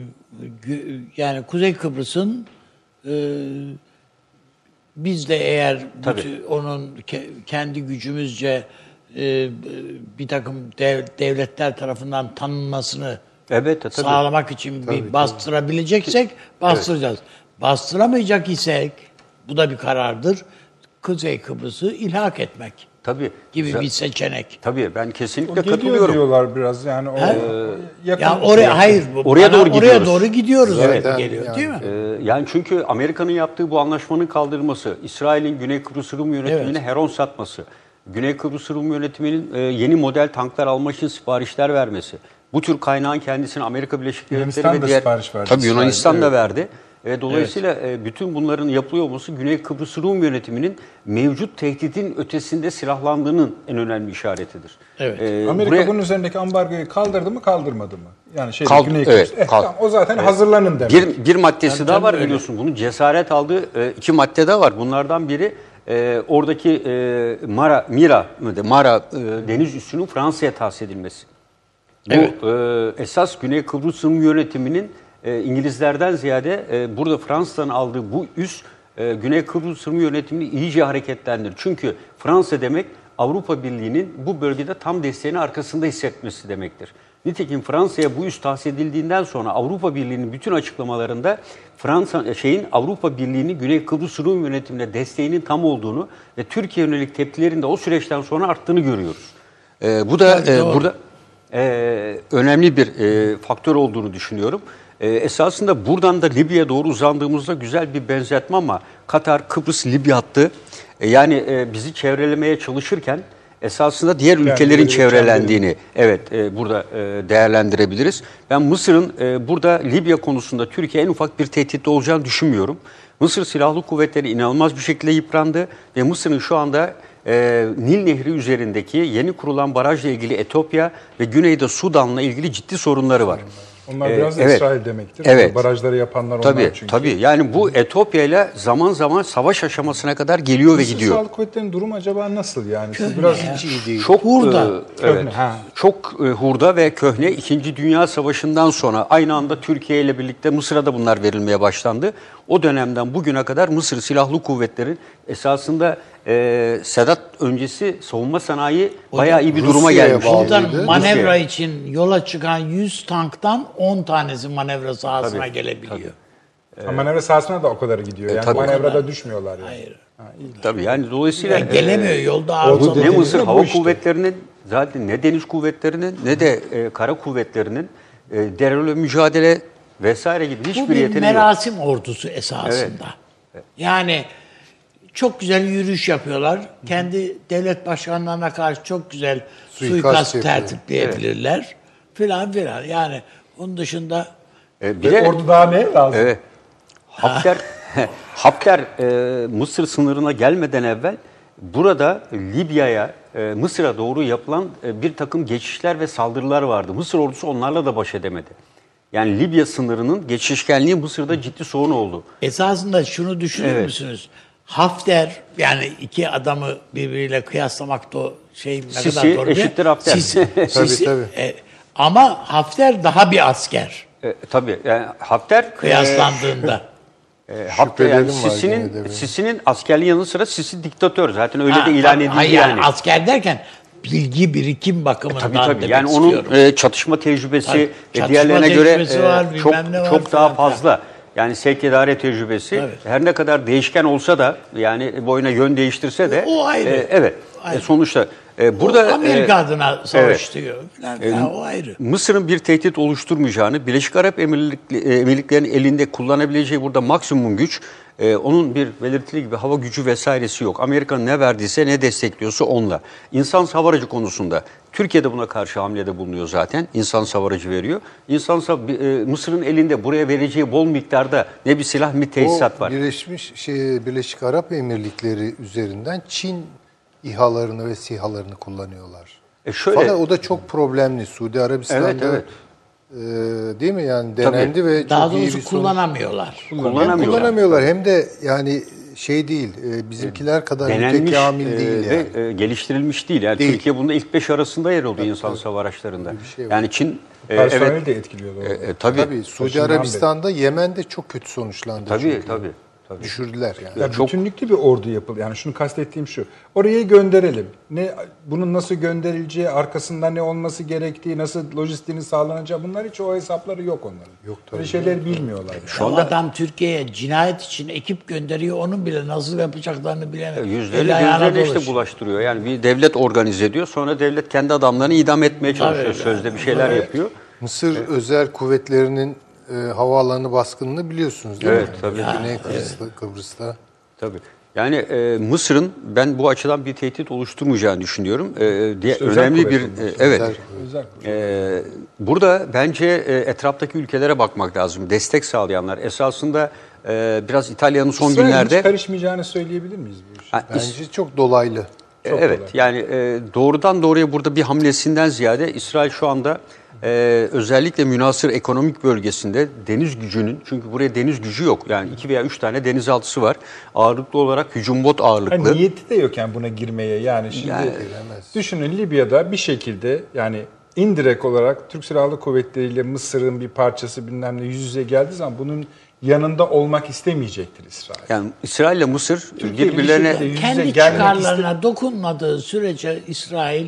gö- yani Kuzey Kıbrıs'ın e, biz de eğer bütün, onun ke- kendi gücümüzce e, bir takım dev, devletler tarafından tanınmasını Evet, tabii. sağlamak için bir bastırabileceksek bastıracağız. Bastıramayacak isek, bu da bir karardır, Kuzey Kıbrıs'ı ilhak etmek Tabii. gibi Güzel. bir seçenek. Tabii ben O kesinlikle geliyor katılıyorum. diyorlar biraz yani o yakın. Ya oraya hayır, bu- Oraya bana doğru oraya gidiyoruz. doğru gidiyoruz Evet, öyle yani- geliyor, yani. değil mi? Ee, yani çünkü Amerika'nın yaptığı bu anlaşmanın kaldırılması, İsrail'in Güney Kıbrıs Rum yönetimine Heron satması, Güney Kıbrıs Rum yönetiminin e, yeni model tanklar almak için siparişler vermesi, bu tür kaynağın kendisini Amerika Birleşik Devletleri Yunanistan ve da diğer... sipariş verdi. Tabii Yunanistan İsrail, da evet. verdi. E, dolayısıyla e, bütün bunların yapılıyor olması Güney Kıbrıs Rum yönetiminin mevcut tehditin ötesinde silahlandığının en önemli işaretidir. Evet. E, Amerika buraya- bunun üzerindeki ambargoyu kaldırdı mı kaldırmadı mı? Yani şey Kaldı- Güney evet, Kıbrıs. Eh, kaldı. tamam, o zaten hazırlanın demek. Bir, bir maddesi Tabii, daha tabii var öyle. biliyorsun. Bunun cesaret aldığı e, iki madde daha var. Bunlardan biri e, oradaki e, Mara, Mira, mıydı? Mara e, deniz üssünün Fransa'ya tahsis edilmesi. Bu Evet. e, esas Güney Kıbrıs Rum yönetiminin e, İngilizlerden ziyade e, burada Fransa'dan aldığı bu üs e, Güney Kıbrıs Rum yönetimini iyice hareketlendirir. Çünkü Fransa demek Avrupa Birliği'nin bu bölgede tam desteğini arkasında hissetmesi demektir. Nitekim Fransa'ya bu üs tahsis edildiğinden sonra Avrupa Birliği'nin bütün açıklamalarında Fransa şeyin Avrupa Birliği'nin Güney Kıbrıs Rum yönetimine desteğinin tam olduğunu ve Türkiye yönelik tepkilerin de o süreçten sonra arttığını görüyoruz. E, bu da Tabii, e, doğru. burada e, önemli bir e, faktör olduğunu düşünüyorum. E, esasında buradan da Libya'ya doğru uzandığımızda güzel bir benzetme ama Katar, Kıbrıs, Libya hattı e, yani e, bizi çevrelemeye çalışırken esasında diğer ülkelerin böyle çevrelendiğini evet e, burada e, değerlendirebiliriz. Ben Mısır'ın e, burada Libya konusunda Türkiye en ufak bir tehdit olacağını düşünmüyorum. Mısır Silahlı Kuvvetleri inanılmaz bir şekilde yıprandı ve Mısır'ın şu anda e, Nil Nehri üzerindeki yeni kurulan barajla ilgili Etiyopya ve güneyde Sudan'la ilgili ciddi sorunları var. Onlar Ee, biraz da evet. İsrail demektir. Evet. Barajları yapanlar Tabii, onlar çünkü. tabii. Yani bu Etiyopya ile zaman zaman savaş aşamasına kadar geliyor ve Mısır gidiyor. Sağlık Kuvvetleri'nin durumu acaba nasıl yani? Siz biraz ya. hiç iyi değil. Çok Hurda. e, evet. Köhne, ha. Çok e, hurda ve köhne. İkinci Dünya Savaşı'ndan sonra aynı anda Türkiye ile birlikte Mısır'a da bunlar verilmeye başlandı. O dönemden bugüne kadar Mısır Silahlı Kuvvetleri esasında e, Sedat öncesi savunma sanayi bayağı iyi bir duruma Rusya'ya gelmiş. bağlı. Buradan Rusya'ya. manevra için yola çıkan yüz tanktan on tanesi manevra sahasına Tabii, gelebiliyor. Ha, manevra sahasına da o kadar gidiyor. Yani tabii. manevrada düşmüyorlar yani. Hayır. Tabii yani dolayısıyla Yani gelemiyor yolda o ne arızalı. dediğiniz Mısır de bu Hava işte. Kuvvetleri'nin zaten ne deniz kuvvetlerinin ne de e, kara kuvvetlerinin e, terörle mücadele vesaire gibi Bu hiçbir bir yeteneği yok. merasim ordusu esasında. Yani çok güzel yürüyüş yapıyorlar. Kendi devlet başkanlarına karşı çok güzel Suikast suikast, yapıyor. tertipleyebilirler. Filan filan. Yani onun dışında E, bir de Orada daha ne lazım? evet, Hafter Hafter e, Mısır sınırına gelmeden evvel burada Libya'ya, e, Mısır'a doğru yapılan e, bir takım geçişler ve saldırılar vardı. Mısır ordusu onlarla da baş edemedi. Yani Libya sınırının geçişkenliği Mısır'da ciddi sorun oldu. esasında şunu düşünür Evet. müsünüz? Hafter, yani iki adamı birbiriyle kıyaslamak da o şey ne Sisi kadar doğru değil. eşittir Hafter. Sisi, Tabii, Sisi, tabii. e, ama Hafter daha bir asker E, tabii yani Hafter kıyaslandığında. e, Hafter yani Şüphelerim var Sisi'nin gene de benim. Sisi'nin askerliği yanı sıra Sisi diktatör. Zaten öyle Ha, de ilan tabii, edildi hayır, yani. asker derken bilgi birikim bakımından Tabii tabii. demek Yani istiyorum. onun e, çatışma tecrübesi Tabii, e, çatışma diğerlerine göre tecrübesi e, var, çok bilmem ne var çok daha falan fazla. Yani sevk idare tecrübesi Tabii. her ne kadar değişken olsa da yani boyuna yön değiştirse de O ayrı. e, evet. Ayrı. E, sonuçta e, Burada burada Amerika e, adına savaş diyor. Falan, E, ya, o ayrı. Mısır'ın bir tehdit oluşturmayacağını, Birleşik Arap Emirlikleri, Emirlikleri'nin elinde kullanabileceği burada maksimum güç, e, onun bir belirtili gibi hava gücü vesairesi yok. Amerika'nın ne verdiyse, ne destekliyorsa onunla. İnsan hava aracı konusunda Türkiye'de buna karşı hamlede bulunuyor zaten. İnsan hava aracı veriyor. İnsan e, Mısır'ın elinde buraya vereceği bol miktarda ne bir silah ne bir tesisat O var. Birleşmiş şey Birleşik Arap Emirlikleri üzerinden Çin İHA'larını ve SİHA'larını kullanıyorlar. E şöyle, Fakat o da çok problemli. Suudi Arabistan'da Evet, evet. e, değil mi yani denendi Tabii. ve Daha çok iyi bir doğrusu sonuç. kullanamıyorlar. Hem kullanamıyorlar. kullanamıyorlar hem de yani şey değil e, bizimkiler kadar denenmiş mütekamil e, değil yani. ve e, geliştirilmiş değil. Yani Değil. Türkiye bunda ilk beş arasında yer alıyor insan hava araçlarında. şey var. Yani Çin e, Personeli evet de etkiliyordu. e, orada. e, tabii Tabii Suudi Başından Arabistan'da Yemen'de çok kötü sonuçlandı tabii çünkü. tabii. Düşürdüler yani. Ya Çok- bütünlüklü bir ordu yapıldı. Yani şunu kastettiğim şu. Oraya gönderelim. Ne bunun nasıl gönderileceği, arkasında ne olması gerektiği, nasıl lojistiğinin sağlanacağı, bunlar hiç o hesapları yok onların. Yok tabii. Böyle şeyler bilmiyorlar. Yani. Şu adam Türkiye'ye cinayet için ekip gönderiyor. Onun bile nasıl yapacaklarını bilemez. Yüzleri Eli ayağına gözlerine işte dolaşıyor. bulaştırıyor. Yani bir devlet organize ediyor. Sonra devlet kendi adamlarını idam etmeye çalışıyor. Tabii. Sözde bir şeyler yapıyor. Mısır özel kuvvetlerinin e, havaalanı baskınını biliyorsunuz değil Evet, mi? tabii. Güney Kıbrıs'ta. Kıbrıs'ta. Tabii. Yani e, Mısır'ın ben bu açıdan bir tehdit oluşturmayacağını düşünüyorum. E, diye İşte özel önemli bir kuvvet e, evet. Özel Özel. E, burada bence e, etraftaki ülkelere bakmak lazım. Destek sağlayanlar esasında e, biraz İtalya'nın son İsrail'in günlerde hiç karışmayacağını söyleyebilir miyiz bu işe? Ha, Bence çok dolaylı. Çok evet kolay. yani e, doğrudan doğruya burada bir hamlesinden ziyade İsrail şu anda e, özellikle münhasır ekonomik bölgesinde deniz gücünün, çünkü buraya deniz gücü yok. Yani iki veya üç tane denizaltısı var. Ağırlıklı olarak hücum bot ağırlıklı. Yani niyeti de yok yani buna girmeye. Yani şimdi Yani- düşünün Libya'da bir şekilde yani indirekt olarak Türk Silahlı Kuvvetleri ile Mısır'ın bir parçası bilmem ne yüz yüze geldiği zaman bunun yanında olmak istemeyecektir İsrail. Yani İsrail ile Mısır Türkiye bir birbirlerine şekilde yüz yüze Kendi gelmek çıkarlarına dokunmadığı sürece İsrail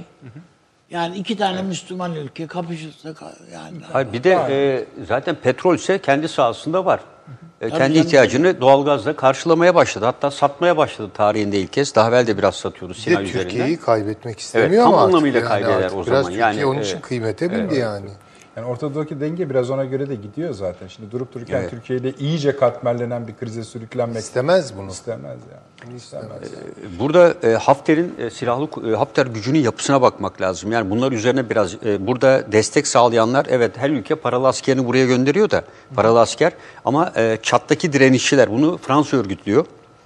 yani iki tane Müslüman ülke kapışırsa yani Hayır, bir de e, zaten petrol ise kendi sahasında var. E, kendi canım. ihtiyacını doğalgazla karşılamaya başladı. Hatta satmaya başladı tarihinde ilk kez. Daha evvel de biraz satıyordu Bir de Sina üzerinden. Türkiye'yi kaybetmek istemiyor Evet, tam ama artık anlamıyla yani kaybeder artık o biraz zaman. Türkiye Yani, onun için evet. kıymete bindi yani. Yani ortadaki denge biraz ona göre de gidiyor zaten. Şimdi durup dururken Evet. Türkiye'de iyice katmerlenen bir krize sürüklenmek İstemez bunu. istemez yani. İstemez. Burada e, Hafter'in e, silahlı ku- e, Hafter gücünün yapısına bakmak lazım. Yani bunlar üzerine biraz e, burada destek sağlayanlar, evet her ülke paralı askerini buraya gönderiyor da paralı asker, ama e, Çat'taki direnişçiler, bunu Fransa örgütlüyor.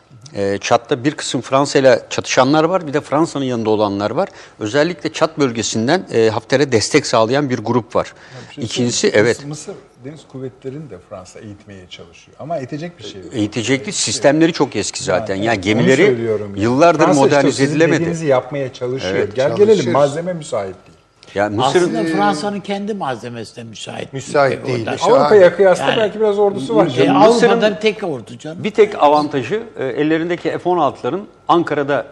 E, Çat'ta bir kısım Fransa ile çatışanlar var, bir de Fransa'nın yanında olanlar var. Özellikle Çat bölgesinden e, Hafter'e destek sağlayan bir grup var. Bir şey İkincisi söyleyeyim. evet. Mısır, Mısır Deniz Kuvvetleri'ni de Fransa eğitmeye çalışıyor. Ama eğitecek bir şey yok. Eğitecekli sistemleri çok eski zaten. Yani, Yani onu gemileri söylüyorum ya. yıllardır Fransa modernize işte sizin edilemedi. dediğinizi yapmaya çalışıyor. Evet, Gel çalışır. gelelim, malzeme müsait değil. Yani Mısır'ın aslında Fransa'nın kendi malzemesine müsait. Müsait Orada. değil. İşte Avrupa'ya kıyasla Yani- belki biraz ordusu var. E, canım. Mısır'ın- Avrupa'da tek ordu canım. bir tek avantajı e, ellerindeki F on altıların Ankara'da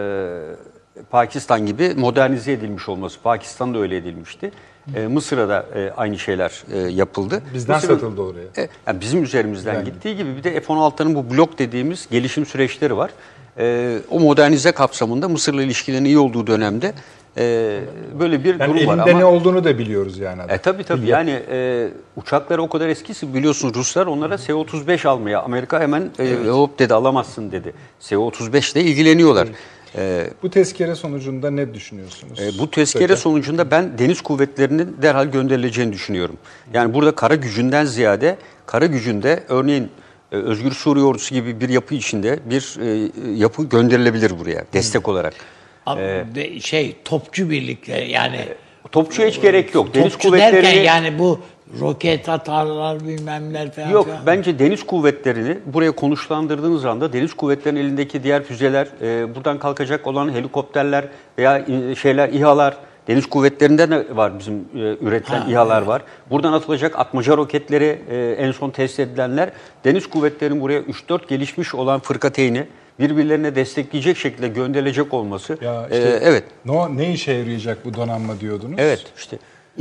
e, Pakistan gibi modernize edilmiş olması. Pakistan'da öyle edilmişti. E, Mısır'a da e, aynı şeyler e, yapıldı. Bizden Mısır'ın- satıldı oraya. E, yani bizim üzerimizden Bizden gittiği gibi bir de F on altıların bu blok dediğimiz gelişim süreçleri var. E, o modernize kapsamında Mısır'la ilişkilerin iyi olduğu dönemde e, böyle bir Yani durum var. elinde Ama ne olduğunu da biliyoruz yani. E tabii tabii yani e, uçakları o kadar eskisi, biliyorsunuz Ruslar onlara S otuz beş almaya, Amerika hemen e, hop dedi, alamazsın dedi. S otuz beş ile ilgileniyorlar. E, Bu tezkere sonucunda ne düşünüyorsunuz? e, bu tezkere Kısaca. sonucunda ben deniz kuvvetlerinin derhal gönderileceğini düşünüyorum. Yani burada kara gücünden ziyade kara gücünde örneğin e, Özgür Suriye Ordusu gibi bir yapı içinde bir e, yapı gönderilebilir buraya destek olarak. Ama de- şey topçu birlikleri yani Topçuya hiç gerek yok. Deniz topçu kuvvetlerini derken yani bu roket atarlar bilmemler falan. Yok, falan. bence deniz kuvvetlerini buraya konuşlandırdığınız anda deniz kuvvetlerinin elindeki diğer füzeler, e, buradan kalkacak olan helikopterler veya e, şeyler, İHA'lar, deniz kuvvetlerinde de var bizim e, üretilen Ha, İHA'lar evet. var. Buradan atılacak atmaca roketleri e, en son test edilenler, deniz kuvvetlerinin buraya üç dört gelişmiş olan fırkateyni birbirlerine destekleyecek şekilde gönderilecek olması. Ya e, işte evet. no, ne işe yarayacak bu donanma diyordunuz? Evet işte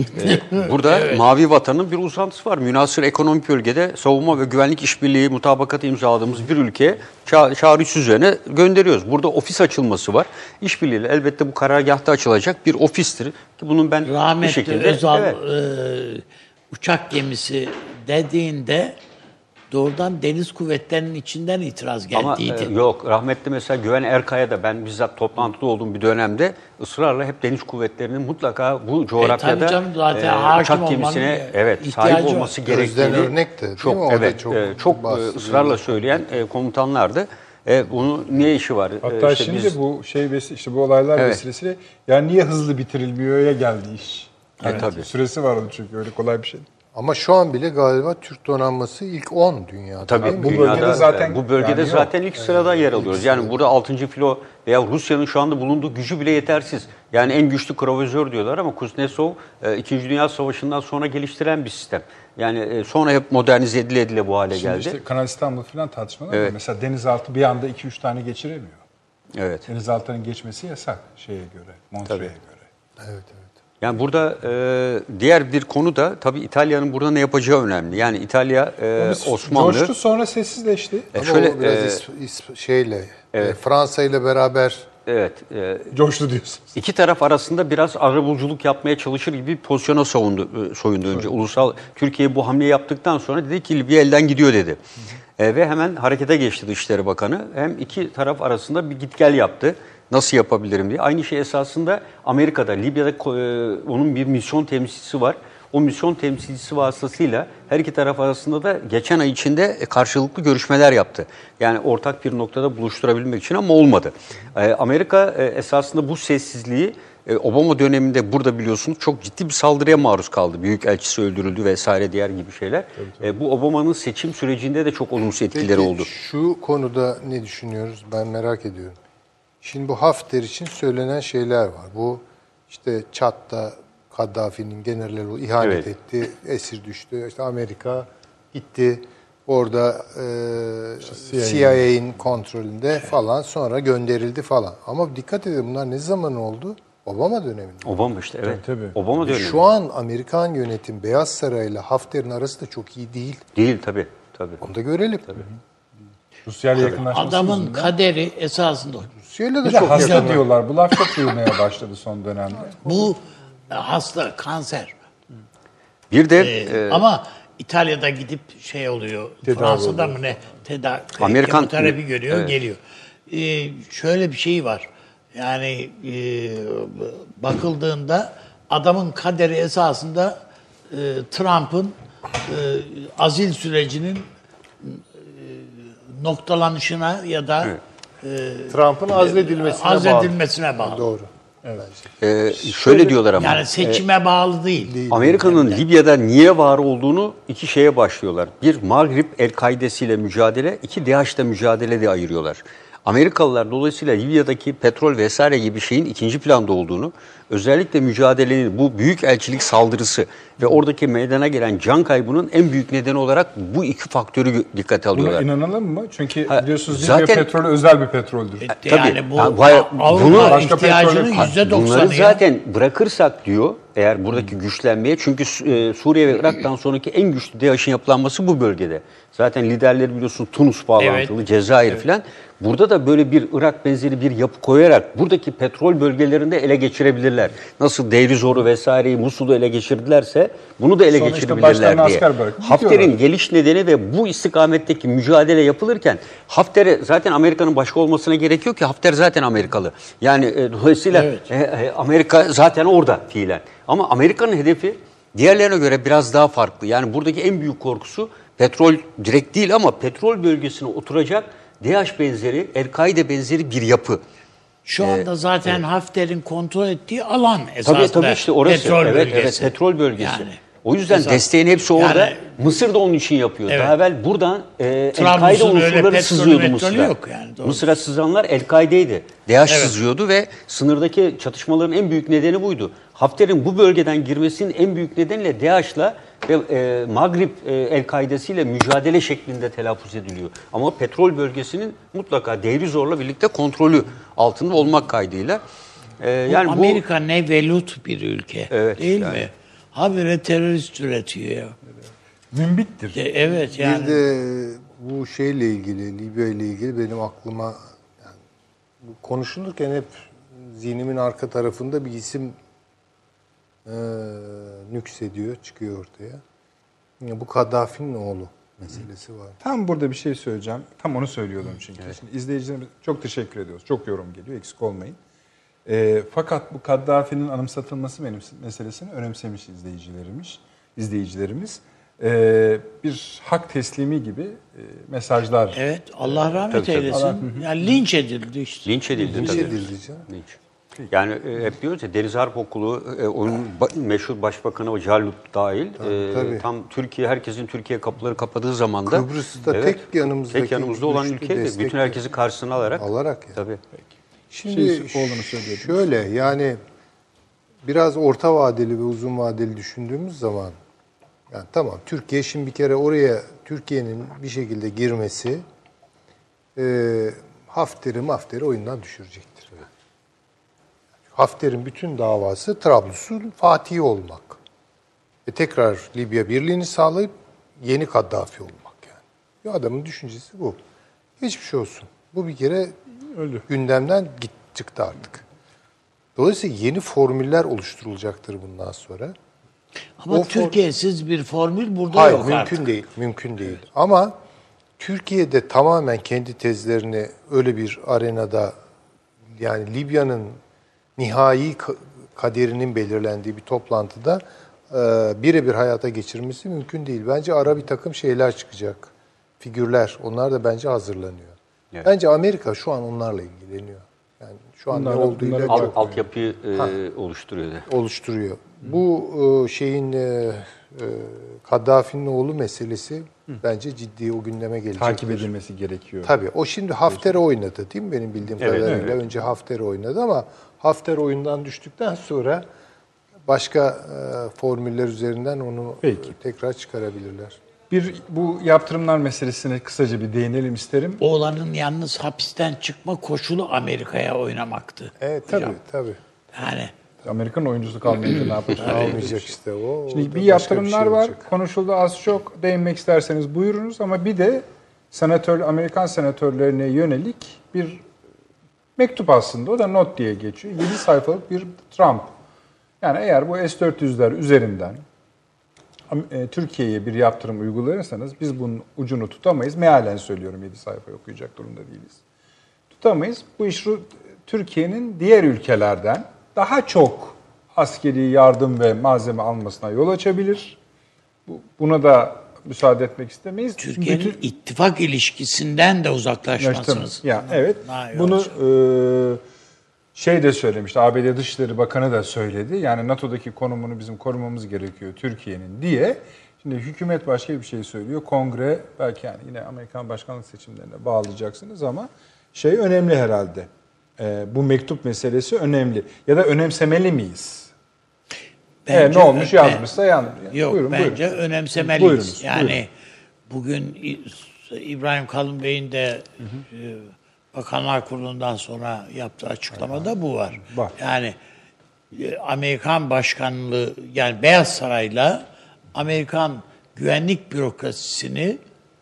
e, burada Mavi Vatan'ın bir uzantısı var. Münhasır ekonomik bölgede savunma ve güvenlik işbirliği mutabakatı imzaladığımız bir ülkeye ça çağrısı üzerine gönderiyoruz. Burada ofis açılması var. İşbirliğiyle elbette bu karargahta açılacak bir ofistir. Ki bunun ben bir Rahmetli şekilde Özal evet, e, uçak gemisi dediğinde doğrudan deniz kuvvetlerinin içinden itiraz ama geldiydi. e, yok, rahmetli mesela Güven Erkaya da ben bizzat toplantıda olduğum bir dönemde ısrarla hep deniz kuvvetlerinin mutlaka bu coğrafyada tabii canım, zaten e, hakim uçak olmanın gemisine evet ihtiyacı sahip var. olması Gözden gerektiğini örnek de değil çok mi? O da evet çok e, çok e, bahsediyor. ısrarla söyleyen e, komutanlardı. E, bunu niye işi var? E, Hatta işte şimdi biz- bu şey vesi- işte bu olaylar Evet. vesilesiyle yani niye hızlı bitirilmiyor'ya geldi iş. E, tabii. Süresi var onun çünkü öyle kolay bir şey. değil. Ama şu an bile galiba Türk donanması ilk on dünyada. Tabii değil mi? bu dünyada bölgede zaten- bu bölgede yani yok. zaten ilk sırada yer alıyoruz. Yani burada altıncı filo veya Rusya'nın şu anda bulunduğu gücü bile yetersiz. Yani en güçlü kruvazör diyorlar ama Kuznetsov e, İkinci Dünya Savaşı'ndan sonra geliştiren bir sistem. Yani e, sonra hep modernize edile edile bu hale Şimdi geldi. işte Kanal İstanbul falan tartışmalar Evet. var. Mesela denizaltı bir anda iki üç tane geçiremiyor. Evet. Denizaltının geçmesi yasak şeye göre, Montreux'e göre. Evet, evet. Yani burada e, diğer bir konu da tabii İtalya'nın burada ne yapacağı önemli. Yani İtalya, e, Osmanlı... Coştu, sonra sessizleşti. E, Ama şöyle, o biraz e, is, is, şeyle, e, Fransa ile beraber evet, e, Coştu diyorsunuz. İki taraf arasında biraz arabuluculuk yapmaya çalışır gibi bir pozisyona savundu, soyundu önce. Ulusal Türkiye bu hamle yaptıktan sonra dedi ki Libya elden gidiyor dedi. E, ve hemen harekete geçti Dışişleri Bakanı. Hem iki taraf arasında bir git gel yaptı. Nasıl yapabilirim diye. Aynı şey esasında Amerika'da, Libya'da e, onun bir misyon temsilcisi var. O misyon temsilcisi vasıtasıyla her iki taraf arasında da geçen ay içinde karşılıklı görüşmeler yaptı. Yani ortak bir noktada buluşturabilmek için ama olmadı. Ee, Amerika e, esasında bu sessizliği e, Obama döneminde burada biliyorsunuz çok ciddi bir saldırıya maruz kaldı. Büyükelçisi öldürüldü vesaire diğer gibi şeyler. Tabii, tabii. E, bu Obama'nın seçim sürecinde de çok olumsuz etkileri Peki, oldu. Şu konuda ne düşünüyoruz? Ben merak ediyorum. Şimdi bu Hafter için söylenen şeyler var. Bu işte Çat'ta Kaddafi'nin generali ihanet Evet. etti, esir düştü. İşte Amerika gitti, orada e, C I A'nin kontrolünde falan, sonra gönderildi falan. Ama dikkat edin, bunlar ne zaman oldu? Obama döneminde. Obama işte evet. Tabii, tabii. Obama dönemi. Şu an Amerikan yönetim Beyaz Saray ile Hafter'in arası da çok iyi değil. Değil tabii. tabii. Onu da görelim. Tabii. Rusya ile yakınlaşması Adamın yüzünden. kaderi esasında Rusya'yla da Bir de çok hasta yakın. diyorlar. Bu laf çok duyulmaya başladı son dönemde. bu hasta, kanser. Bir de Ee, e, ama İtalya'da gidip şey oluyor, Tedavi Fransa'da oluyor. mı ne tedavi, Amerikan- kemoterapi görüyor, Evet. geliyor. Ee, şöyle bir şey var. Yani e, bakıldığında adamın kaderi esasında e, Trump'ın e, azil sürecinin e, noktalanışına ya da Trump'ın azledilmesine bağlı. azledilmesine bağlı. Doğru. e, şöyle diyorlar ama. Yani seçime bağlı değil. Amerika'nın Libya'da niye var olduğunu iki şeye başlıyorlar. Bir, Mağrib El-Kaidesi ile mücadele, iki, DAEŞ'le mücadele diye ayırıyorlar. Amerikalılar dolayısıyla Libya'daki petrol vesaire gibi şeyin ikinci planda olduğunu, özellikle mücadelenin bu büyük elçilik saldırısı ve oradaki meydana gelen can kaybının en büyük nedeni olarak bu iki faktörü dikkate Buna alıyorlar. inanalım mı? Çünkü Ha, biliyorsunuz Libya zaten- petrolü özel bir petroldür. Yani Tabii. bu Ha, baya- Avrupa bunu- Başka ihtiyacının petrol- yüzde Bunları doksanı zaten bırakırsak diyor, eğer buradaki güçlenmeye, çünkü e, Suriye ve Irak'tan sonraki en güçlü DAEŞ'in yapılanması bu bölgede. Zaten liderleri biliyorsun Tunus bağlantılı, Evet. Cezayir filan. Burada da böyle bir Irak benzeri bir yapı koyarak buradaki petrol bölgelerinde ele geçirebilirler. Nasıl Deir Zor'u vesaireyi, Musul'u ele geçirdilerse bunu da ele Sonra işte geçirebilirler başlarına diye. asker bırakıp Hafter'in gidiyorlar. geliş nedeni ve bu istikametteki mücadele yapılırken Hafter'e zaten Amerika'nın başka olmasına gerek yok ki, Hafter zaten Amerikalı. Yani e, dolayısıyla Evet. e, e, Amerika zaten orada fiilen. Ama Amerika'nın hedefi diğerlerine göre biraz daha farklı. Yani buradaki en büyük korkusu petrol direkt değil ama petrol bölgesine oturacak DAEŞ benzeri, El-Kaide benzeri bir yapı. Şu anda zaten Hafter'in kontrol ettiği alan esasında. Tabii tabii işte orası. Petrol evet, bölgesi. evet petrol bölgesi. Yani, o yüzden esas- desteğin hepsi orada. Yani- Mısır da onun için yapıyor. Evet. Daha evvel buradan e, Trablus'un El-Kaide öyle unsurları petrolü sızıyordu metrolü Mısır'a. yok yani, doğru. Mısır'a sızanlar El-Kaide'ydi. DAEŞ Evet. sızıyordu ve sınırdaki çatışmaların en büyük nedeni buydu. Hafter'in bu bölgeden girmesinin en büyük nedeniyle DAEŞ'la ve e, Mağrib e, El-Kaide'siyle mücadele şeklinde telaffuz ediliyor. Ama petrol bölgesinin mutlaka Deir Zor'la birlikte kontrolü altında olmak kaydıyla. E, yani bu Amerika ne velut bir ülke. Evet, değil yani. mi? Habire terörist üretiyor ya. Mümbittir. E, Evet yani. Bir de bu şeyle ilgili, Libya ile ilgili benim aklıma, yani bu konuşulurken hep zihnimin arka tarafında bir isim e, nüksediyor, çıkıyor ortaya. Ya bu Kaddafi'nin oğlu meselesi var. Tam burada bir şey söyleyeceğim. Tam onu söylüyordum çünkü. Şimdi izleyicilerimize çok teşekkür ediyoruz. Çok yorum geliyor. Eksik olmayın. E, fakat bu Kaddafi'nin anımsatılması benim meselesini önemsemiş izleyicilerimiz. izleyicilerimiz. E, bir hak teslimi gibi e, mesajlar. Evet, Allah rahmet Tabii, tabii. eylesin. Allah- Yani linç edildi işte. linç edildi Bir tabii. şey diyeceğim. Linç. Yani e, hep diyoruz ya, Deniz Harp Okulu, e, onun ba- meşhur başbakanı o Carlup dahil, e, tabii. tam Türkiye, herkesin Türkiye kapıları kapadığı zaman da Kıbrıs'ta tek yanımızdaki tek yanımızda olan güçlü ülkeydi. destek- Bütün herkesi karşısına alarak. Alarak ya. Tabii. Şimdi Şey, oğlunu söylüyordunuz. şöyle, yani biraz orta vadeli ve uzun vadeli düşündüğümüz zaman yani tamam Türkiye şimdi bir kere oraya Türkiye'nin bir şekilde girmesi e, Hafter'i Mafter'i oyundan düşürecektir. Hafter'in bütün davası Trablus'un Fatihi olmak. Ve tekrar Libya birliğini sağlayıp yeni Kaddafi olmak yani. Bir adamın düşüncesi bu. Hiçbir şey olsun. Bu bir kere öldü. Gündemden git, çıktı artık. Dolayısıyla yeni formüller oluşturulacaktır bundan sonra. Ama o Türkiye'siz bir formül burada Hayır, yok mümkün artık. değil. Mümkün değil. Ama Türkiye'de tamamen kendi tezlerini öyle bir arenada yani Libya'nın nihai kaderinin belirlendiği bir toplantıda e, birebir hayata geçirmesi mümkün değil. Bence ara bir takım şeyler çıkacak. Figürler. Onlar da bence hazırlanıyor. Evet. Bence Amerika şu an onlarla ilgileniyor. Yani şu an bunlar, ne olduğuyla Alt, çok altyapıyı e, oluşturuyor. Da. oluşturuyor. Bu e, şeyin e, e, Kaddafi'nin oğlu meselesi Hı. bence ciddi o gündeme gelecek. Takip edilmesi gerekiyor. Tabii. O şimdi Hafter'e oynadı değil mi benim bildiğim evet, kadarıyla? Evet. Önce Hafter'e oynadı ama Hafter oyundan düştükten sonra başka e, formüller üzerinden onu Peki. tekrar çıkarabilirler. Bir bu yaptırımlar meselesine kısaca bir değinelim isterim. Oğlanın yalnız hapisten çıkma koşulu Amerika'ya oynamaktı. Evet tabii hocam. tabii. Yani Amerikan oyuncusu kalmayınca ne yapacak? Almayacak işte o. Şimdi o bir başka yaptırımlar şey var. olacak. Konuşuldu az çok. Değinmek isterseniz buyurunuz ama bir de senatör Amerikan senatörlerine yönelik bir mektup aslında. O da not diye geçiyor. yedi sayfalık bir Trump. Yani eğer bu S dört yüzler üzerinden Türkiye'ye bir yaptırım uygularsanız biz bunun ucunu tutamayız. Mealen söylüyorum, yedi sayfa okuyacak durumda değiliz. Tutamayız. Bu iş Türkiye'nin diğer ülkelerden daha çok askeri yardım ve malzeme almasına yol açabilir. Buna da müsaade etmek istemeyiz. Türkiye'nin Bütün... ittifak ilişkisinden de uzaklaşmasınız. Ya evet. Bunu e, şey de söylemişti. A B D Dışişleri Bakanı da söyledi. Yani NATO'daki konumunu bizim korumamız gerekiyor Türkiye'nin diye. Şimdi hükümet başka bir şey söylüyor. Kongre belki yani yine Amerikan başkanlık seçimlerine bağlayacaksınız ama şey önemli herhalde. E, bu mektup meselesi önemli. Ya da önemsemeli miyiz? Bence, e, ne olmuş yazmışsa yanlış. Yok buyurun, bence buyurun. önemsemeliyiz. Buyurunuz, yani buyurun. Bugün İbrahim Kalın Bey'in de hı hı. Bakanlar Kurulu'ndan sonra yaptığı açıklamada bu var. var. Yani Amerikan başkanlığı yani Beyaz Saray'la Amerikan güvenlik bürokrasisini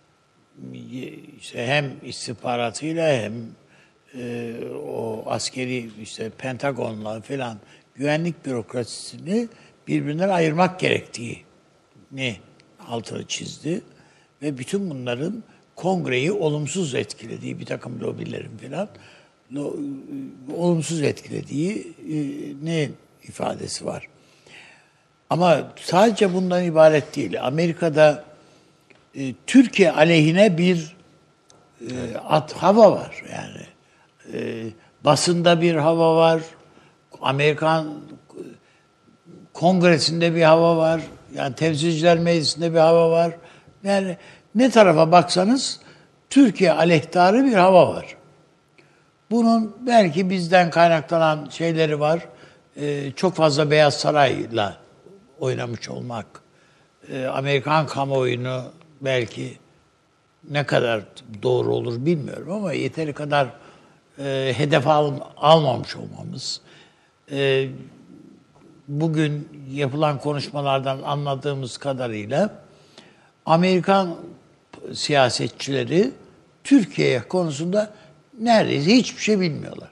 işte hem istihbaratıyla hem e, o askeri işte Pentagon'la falan güvenlik bürokrasisini birbirinden ayırmak gerektiğini altını çizdi ve bütün bunların Kongreyi olumsuz etkilediği, bir takım lobilerin falan olumsuz etkilediği ne ifadesi var. Ama sadece bundan ibaret değil. Amerika'da e, Türkiye aleyhine bir e, at hava var. Yani e, basında bir hava var. Amerikan Kongresi'nde bir hava var. Yani Temsilciler Meclisi'nde bir hava var. Yani ne tarafa baksanız Türkiye aleyhtarı bir hava var. Bunun belki bizden kaynaklanan şeyleri var. Ee, çok fazla Beyaz Saray'la oynamış olmak. Ee, Amerikan kamuoyunu belki ne kadar doğru olur bilmiyorum ama yeteri kadar e, hedef al, almamış olmamız. E, bugün yapılan konuşmalardan anladığımız kadarıyla Amerikan siyasetçileri Türkiye konusunda neredeyse hiçbir şey bilmiyorlar.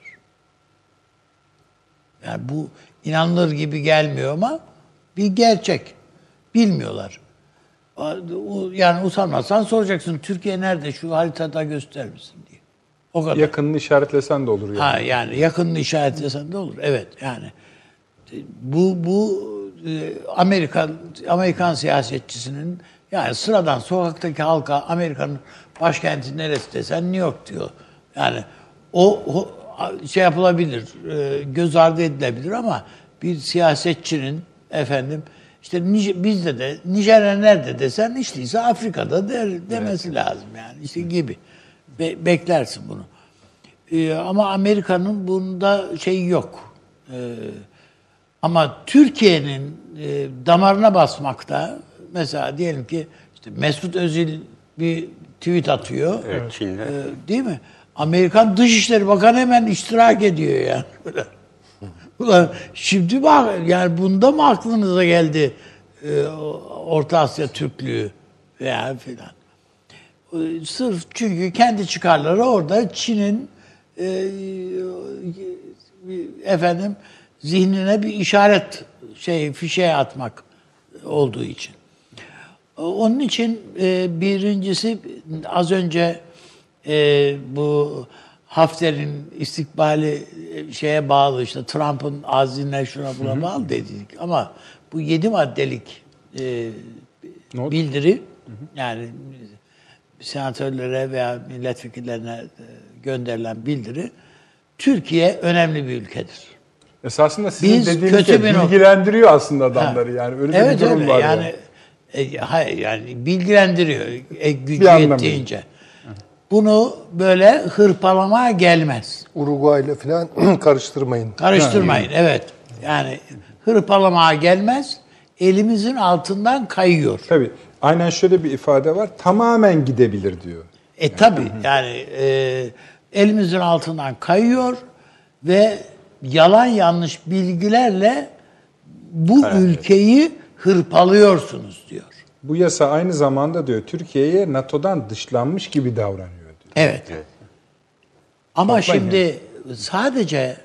Yani bu inanılır gibi gelmiyor ama bir gerçek. Bilmiyorlar. Yani utanmazsan soracaksın Türkiye nerede şu haritada göster misin diye. O kadar. Yakınını işaretlesen de olur yani. Ha yani yakınını işaretlesen de olur. Evet yani bu bu Amerikan Amerikan siyasetçisinin yani sıradan sokaktaki halka Amerika'nın başkenti neresi desen New York diyor. Yani o, o şey yapılabilir, göz ardı edilebilir ama bir siyasetçinin efendim işte bizde de Nijerya nerede desen işteyse Afrika'da der, demesi evet. lazım yani işte gibi. Be, beklersin bunu. Ee, ama Amerika'nın bunda şeyi yok. Ee, Ama Türkiye'nin e, damarına basmakta, mesela diyelim ki işte Mesut Özil bir tweet atıyor. Evet, Çin'de. E, değil mi? Amerikan Dışişleri Bakanı hemen iştirak ediyor yani. Ulan şimdi bak, yani bunda mı aklınıza geldi e, Orta Asya Türklüğü veya filan. E, sırf çünkü kendi çıkarları orada Çin'in e, efendim zihnine bir işaret şey fişeğe atmak olduğu için. Onun için e, birincisi az önce e, bu Hafter'in istikbali şeye bağlı, işte Trump'ın azine şuna buna bağlı dedik. Ama bu yedi maddelik e, bildiri, hı hı. yani senatörlere veya milletvekillerine e, gönderilen bildiri, Türkiye önemli bir ülkedir. Esasında sizin Biz dediğiniz kötü şey bir bilgilendiriyor aslında adamları, ha. yani öyle evet, bir durum öyle. var. Yani, yani. E, hayır yani bilgilendiriyor e, gücü Bir anlamda. yettiğince. Bunu böyle hırpalamaya gelmez. Uruguay'la falan karıştırmayın. Karıştırmayın, evet. Yani hırpalamaya gelmez. Elimizin altından kayıyor. Tabii. Aynen şöyle bir ifade var. Tamamen gidebilir diyor. E tabii yani e, elimizin altından kayıyor ve yalan yanlış bilgilerle bu evet. ülkeyi hırpalıyorsunuz diyor. Bu yasa aynı zamanda diyor Türkiye'ye NATO'dan dışlanmış gibi davranıyor diyor. Evet. evet. Ama Bakmayın şimdi yani. Sadece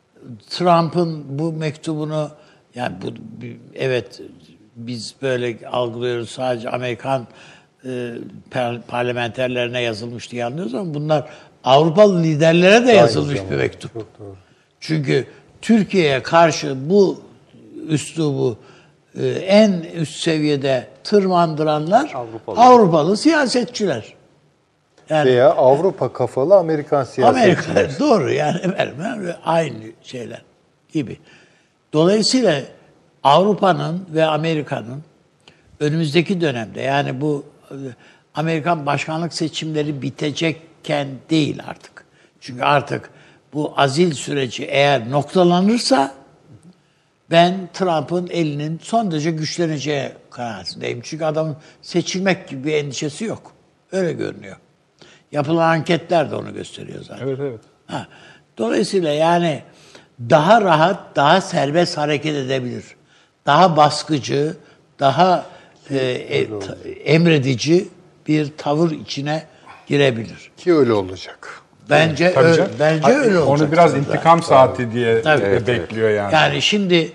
Trump'ın bu mektubunu, yani bu evet biz böyle algılıyoruz, sadece Amerikan e, parlamenterlerine yazılmış diye anlıyoruz ama bunlar Avrupalı liderlere de yazılmış Aynı bir mektup. Çok doğru. Çünkü Türkiye'ye karşı bu üslubu e, en üst seviyede tırmandıranlar Avrupalı, Avrupalı siyasetçiler. Yani, veya Avrupa kafalı Amerikan siyasetçiler. Amerika, doğru yani aynı şeyler gibi. Dolayısıyla Avrupa'nın ve Amerika'nın önümüzdeki dönemde, yani bu Amerikan başkanlık seçimleri bitecekken değil artık. Çünkü artık bu azil süreci eğer noktalanırsa ben Trump'ın elinin son derece güçleneceği kanaatindeyim. Çünkü adamın seçilmek gibi bir endişesi yok. Öyle görünüyor. Yapılan anketler de onu gösteriyor zaten. Evet, evet. Ha. Dolayısıyla yani daha rahat, daha serbest hareket edebilir. Daha baskıcı, daha e, e, emredici bir tavır içine girebilir. Ki öyle olacak. Bence Tabii öyle, canım. bence Hayır, öyle olacak. Onu biraz intikam Tabii. saati diye Tabii. evet, bekliyor yani. Yani şimdi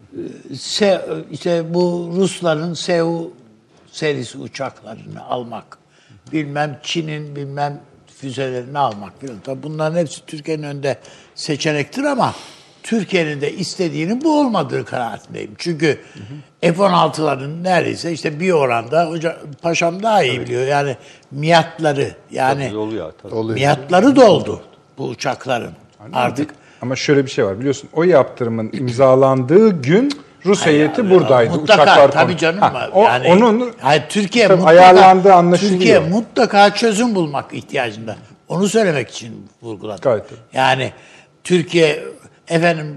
se, işte bu Rusların S U serisi uçaklarını almak, bilmem Çin'in bilmem füzelerini almak falan. Bunların hepsi Türkiye'nin önünde seçenektir ama Türkiye'nin de istediğinin bu olmadığı kanaatindeyim. Çünkü hı hı. F on altıların neredeyse işte bir oranda, hoca, paşam daha iyi tabii. biliyor. Yani miyatları, yani oluyor, tabii. miyatları doldu bu uçakların. Anladım. Artık. Ama şöyle bir şey var, biliyorsun o yaptırımın imzalandığı gün Rus heyeti buradaydı. Mutlaka, uçaklar tabii konu. canım. Ha, o, yani, onun yani Türkiye mutlaka, ayarlandığı anlaşılıyor. Türkiye mutlaka çözüm bulmak ihtiyacında. Onu söylemek için vurguladım. Gayet. Yani Türkiye efendim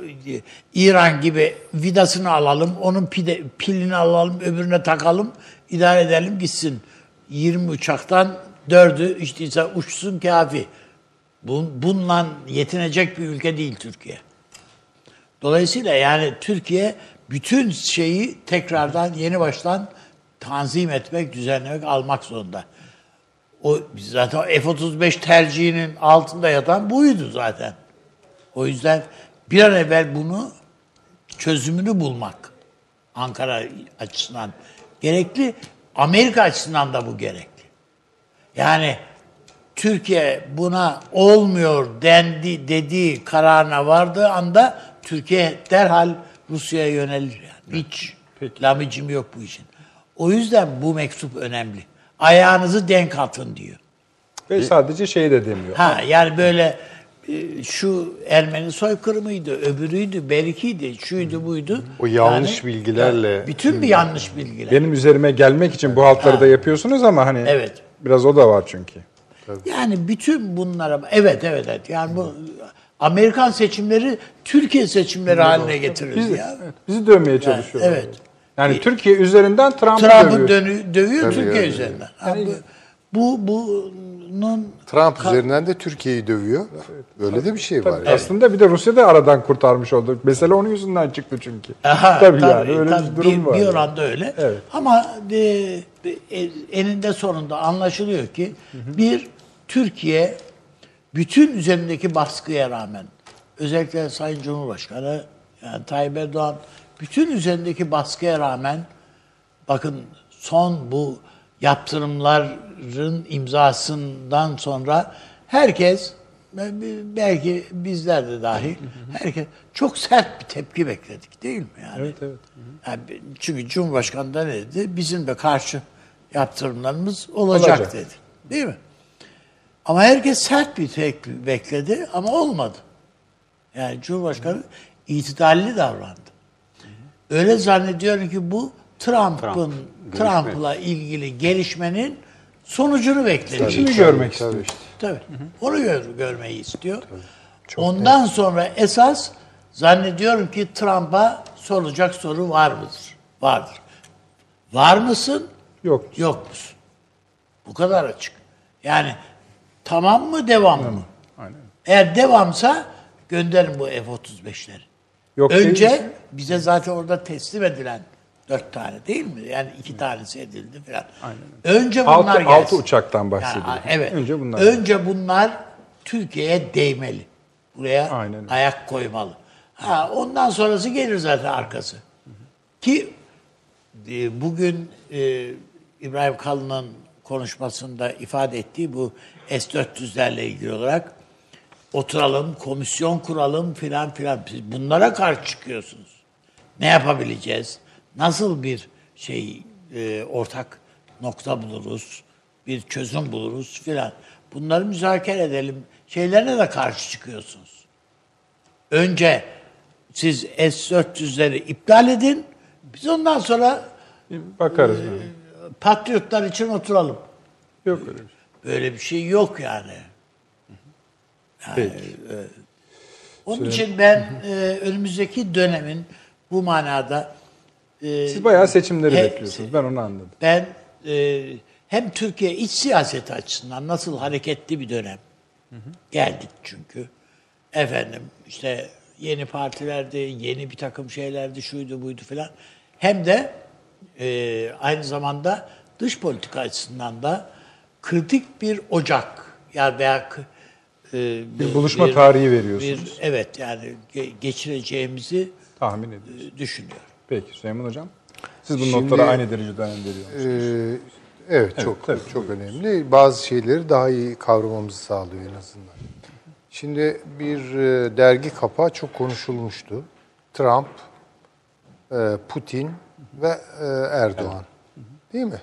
İran gibi vidasını alalım, onun pide, pilini alalım, öbürüne takalım, idare edelim gitsin. yirmi uçaktan dördü işte ise uçsun kafi. Bununla yetinecek bir ülke değil Türkiye. Dolayısıyla yani Türkiye bütün şeyi tekrardan yeni baştan tanzim etmek, düzenlemek, almak zorunda. O zaten F otuz beş tercihinin altında yatan buydu zaten. O yüzden bir an evvel bunu çözümünü bulmak Ankara açısından gerekli, Amerika açısından da bu gerekli. Yani Türkiye buna olmuyor dendi dediği kararına vardığı anda Türkiye derhal Rusya'ya yönelir. Yani. Hiç Peki. lamicim yok bu işin. O yüzden bu mektup önemli. Ayağınızı denk atın diyor. Ve sadece şey de demiyor. Ha yani böyle şu Ermeni soykırımıydı, öbürüydü, berikiydi, şuydu buydu. O yanlış yani, bilgilerle. Yani bütün bir yanlış bilgiler. Benim üzerime gelmek için bu haltları ha. da yapıyorsunuz ama hani evet. biraz o da var çünkü. Yani bütün bunlara, evet evet evet. Yani bu Amerikan seçimleri Türkiye seçimleri haline getirildi Bizi, ya. evet, bizi dövmeye çalışıyorlar. evet. Yani e, Türkiye üzerinden Trump'ı Trump'ı dövüyor. dönü- dövüyor Tabii Türkiye yani. üzerinden. Ha, bu, bu bunun Trump Ka- üzerinden de Türkiye'yi dövüyor. Böyle de bir şey var. Tabii, yani. aslında bir de Rusya da aradan kurtarmış oldu. Mesele onun yüzünden çıktı çünkü. Aha, tabii, yani öyle tabii, bir durum bir, var. bir yani. oranda öyle. Evet. Ama e, e, eninde sonunda anlaşılıyor ki bir Türkiye bütün üzerindeki baskıya rağmen özellikle Sayın Cumhurbaşkanı yani Tayyip Erdoğan bütün üzerindeki baskıya rağmen bakın son bu yaptırımların imzasından sonra herkes belki bizler de dahil herkes çok sert bir tepki bekledik değil mi yani? Evet, evet. Yani çünkü Cumhurbaşkanı da ne dedi? Bizim de karşı yaptırımlarımız olacak, Olacak. dedi. Değil mi? Ama herkes sert bir tepki bekledi ama olmadı. Yani Cumhurbaşkanı itidalli davrandı. Öyle zannediyorum ki bu Trump'ın Trump, Trump'la ilgili gelişmenin sonucunu bekledi. Şimdi Tabii, görmek tabii. istiyor işte. Tabii. Onu gör, görmeyi istiyor. Ondan sonra esas zannediyorum ki Trump'a sorulacak soru var mıdır? Vardır. Var mısın? Yok. Yok musun? Bu kadar açık. Yani tamam mı devam mı? Aynen. Eğer devamsa gönderin bu F otuz beşleri. Yok Önce değilse- bize zaten orada teslim edilen dört tane değil mi? Yani iki tanesi edildi falan. Önce bunlar Altı, gelsin. altı uçaktan bahsediyor. Yani, evet. Önce bunlar. Önce bunlar Türkiye'ye değmeli. Buraya Aynen öyle. ayak koymalı. Ha, ondan sonrası gelir zaten arkası. Ki e, bugün e, İbrahim Kalın'ın konuşmasında ifade ettiği bu S dört yüzlerle ilgili olarak oturalım, komisyon kuralım filan filan. Siz bunlara karşı çıkıyorsunuz. Ne yapabileceğiz? Nasıl bir şey e, ortak nokta buluruz? Bir çözüm buluruz filan. Bunları müzakere edelim. Şeylerine de karşı çıkıyorsunuz. Önce siz S dört yüzleri iptal edin. Biz ondan sonra Bakarız. yani. patriotlar için oturalım. Yok öyle bir şey. Böyle bir şey yok yani. Peki. Onun için ben e, önümüzdeki dönemin bu manada e, Siz bayağı seçimleri he- bekliyorsunuz. Ben onu anladım. Ben e, hem Türkiye iç siyaseti açısından nasıl hareketli bir dönem geldik çünkü. Efendim işte yeni partilerdi, yeni bir takım şeylerdi, şuydu buydu filan. Hem de e, aynı zamanda dış politika açısından da kritik bir ocak ya veya e, Bir buluşma tarihi veriyorsunuz. Bir, evet yani ge- geçireceğimizi Tahmin ediyoruz. e, düşünüyorum. Peki Süleyman Hocam. Siz bu Şimdi- notlara aynı derecede önem veriyor musunuz? Ee, evet, çok tabii, çok önemli. Bazı şeyleri daha iyi kavramamızı sağlıyor en azından. Şimdi bir e, dergi kapağı çok konuşulmuştu. Trump, e, Putin ve e, Erdoğan. Değil mi?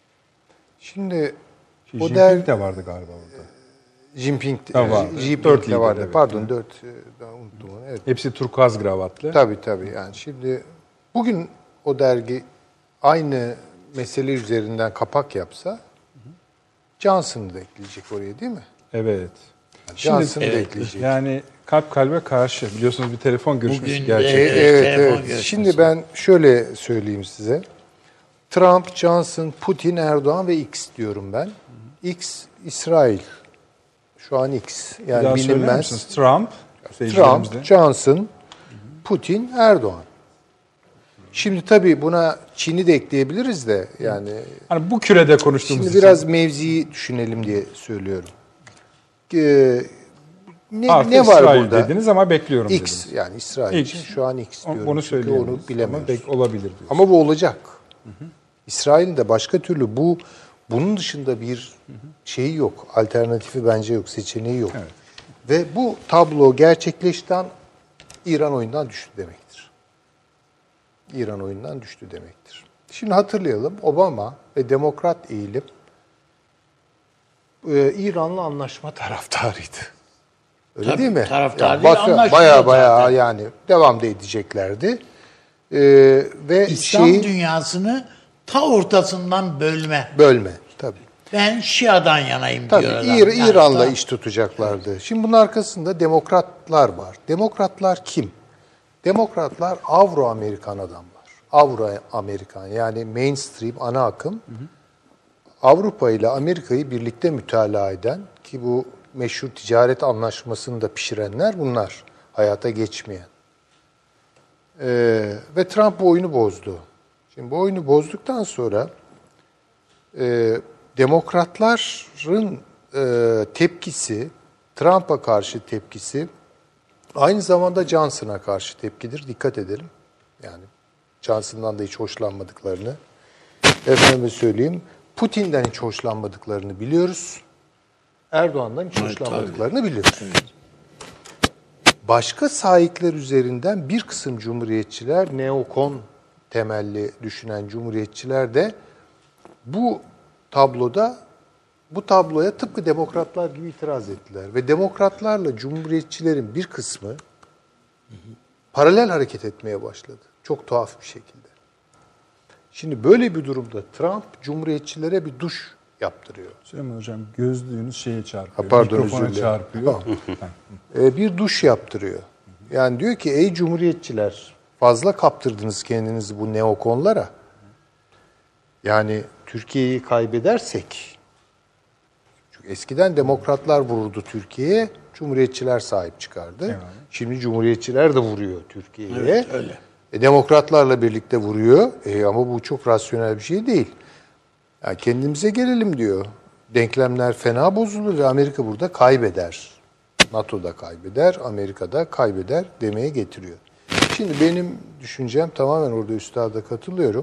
Şimdi Xi o Jinping der de vardı galiba orada. Jinping, Ha, vardı. Jinping Dört de lider, vardı. evet. Pardon, dört. e, daha unuttum onu. Evet. Hepsi turkuaz gravatlı. Tabii tabii. Yani şimdi bugün o dergi aynı mesele üzerinden kapak yapsa Johnson'ı da ekleyecek oraya değil mi? Evet. Johnson'ı da evet, ekleyecek. Yani kalp kalbe karşı. Biliyorsunuz bir telefon görüşmesi Bugün de- E, gerçekleşti. Evet, evet, telefon evet. görüşmesi. Şimdi ben şöyle söyleyeyim size. Trump, Johnson, Putin, Erdoğan ve X diyorum ben. X, İsrail. Şu an X. Bir Yani daha söyler bilinmez. misiniz? Trump. seyircilerimiz de. Trump, Johnson, Putin, Erdoğan. Şimdi tabii buna Çin'i de ekleyebiliriz de yani Hani bu kürede konuştuğumuz şimdi için. biraz mevziyi düşünelim diye söylüyorum. Ee, ne, Artı ne var İsrail burada? dediniz ama bekliyorum X dediniz. yani İsrail X. için şu an X O- diyorum. Onu Çünkü söyleyemiyoruz. onu bilemiyoruz. Ama bek- olabilir diyorsun. Ama bu olacak. İsrail'in de başka türlü bu bunun dışında bir şeyi yok. Alternatifi bence yok, seçeneği yok. Evet. Ve bu tablo gerçekleşti an İran oyundan düştü demektir. İran oyundan düştü demektir. Şimdi hatırlayalım. Obama ve demokrat eğilim e, İran'la anlaşma taraftarıydı. Öyle Tabii, değil mi? taraftar Yani değil, baya- anlaşılıyor Baya baya zaten. yani devam da edeceklerdi. E, ve İslam şeyi dünyasını ta ortasından bölme. bölme tabii. Ben Şia'dan yanayım Tabii diyor adam. İr- Yani İran'la daha- iş tutacaklardı. Şimdi bunun arkasında demokratlar var. Demokratlar kim? Demokratlar Avro-Amerikan adamlar. Avro-Amerikan yani mainstream ana akım. Avrupa ile Amerika'yı birlikte mütalaa eden ki bu meşhur ticaret anlaşmasını da pişirenler bunlar. Hayata geçmeyen. Ee, ve Trump bu oyunu bozdu. Şimdi bu oyunu bozduktan sonra e, demokratların e, tepkisi, Trump'a karşı tepkisi aynı zamanda Johnson'a karşı tepkidir. Dikkat edelim. Yani Johnson'dan da hiç hoşlanmadıklarını, efendime söyleyeyim, Putin'den hiç hoşlanmadıklarını biliyoruz. Erdoğan'dan hiç hoşlanmadıklarını biliyoruz. Başka sahipler üzerinden bir kısım cumhuriyetçiler, neokon temelli düşünen cumhuriyetçiler de bu tabloda, bu tabloya tıpkı demokratlar gibi itiraz ettiler. Ve demokratlarla cumhuriyetçilerin bir kısmı paralel hareket etmeye başladı. Çok tuhaf bir şekilde. Şimdi böyle bir durumda Trump cumhuriyetçilere bir duş yaptırıyor. Süleyman Hocam gözlüğünüz şeye çarpıyor. Ha, pardon, mikrofona özür dilerim. çarpıyor. Ee, bir duş yaptırıyor. Yani diyor ki ey cumhuriyetçiler fazla kaptırdınız kendinizi bu neokonlara. Yani Türkiye'yi kaybedersek, çünkü eskiden demokratlar vururdu Türkiye'ye, cumhuriyetçiler sahip çıkardı. Evet. Şimdi cumhuriyetçiler de vuruyor Türkiye'ye. Evet, öyle. E, demokratlarla birlikte vuruyor. E, ama bu çok rasyonel bir şey değil. Yani kendimize gelelim diyor. Denklemler fena bozulur ve Amerika burada kaybeder. NATO'da kaybeder, Amerika'da kaybeder demeye getiriyor. Şimdi benim düşüncem tamamen orada üstada katılıyorum.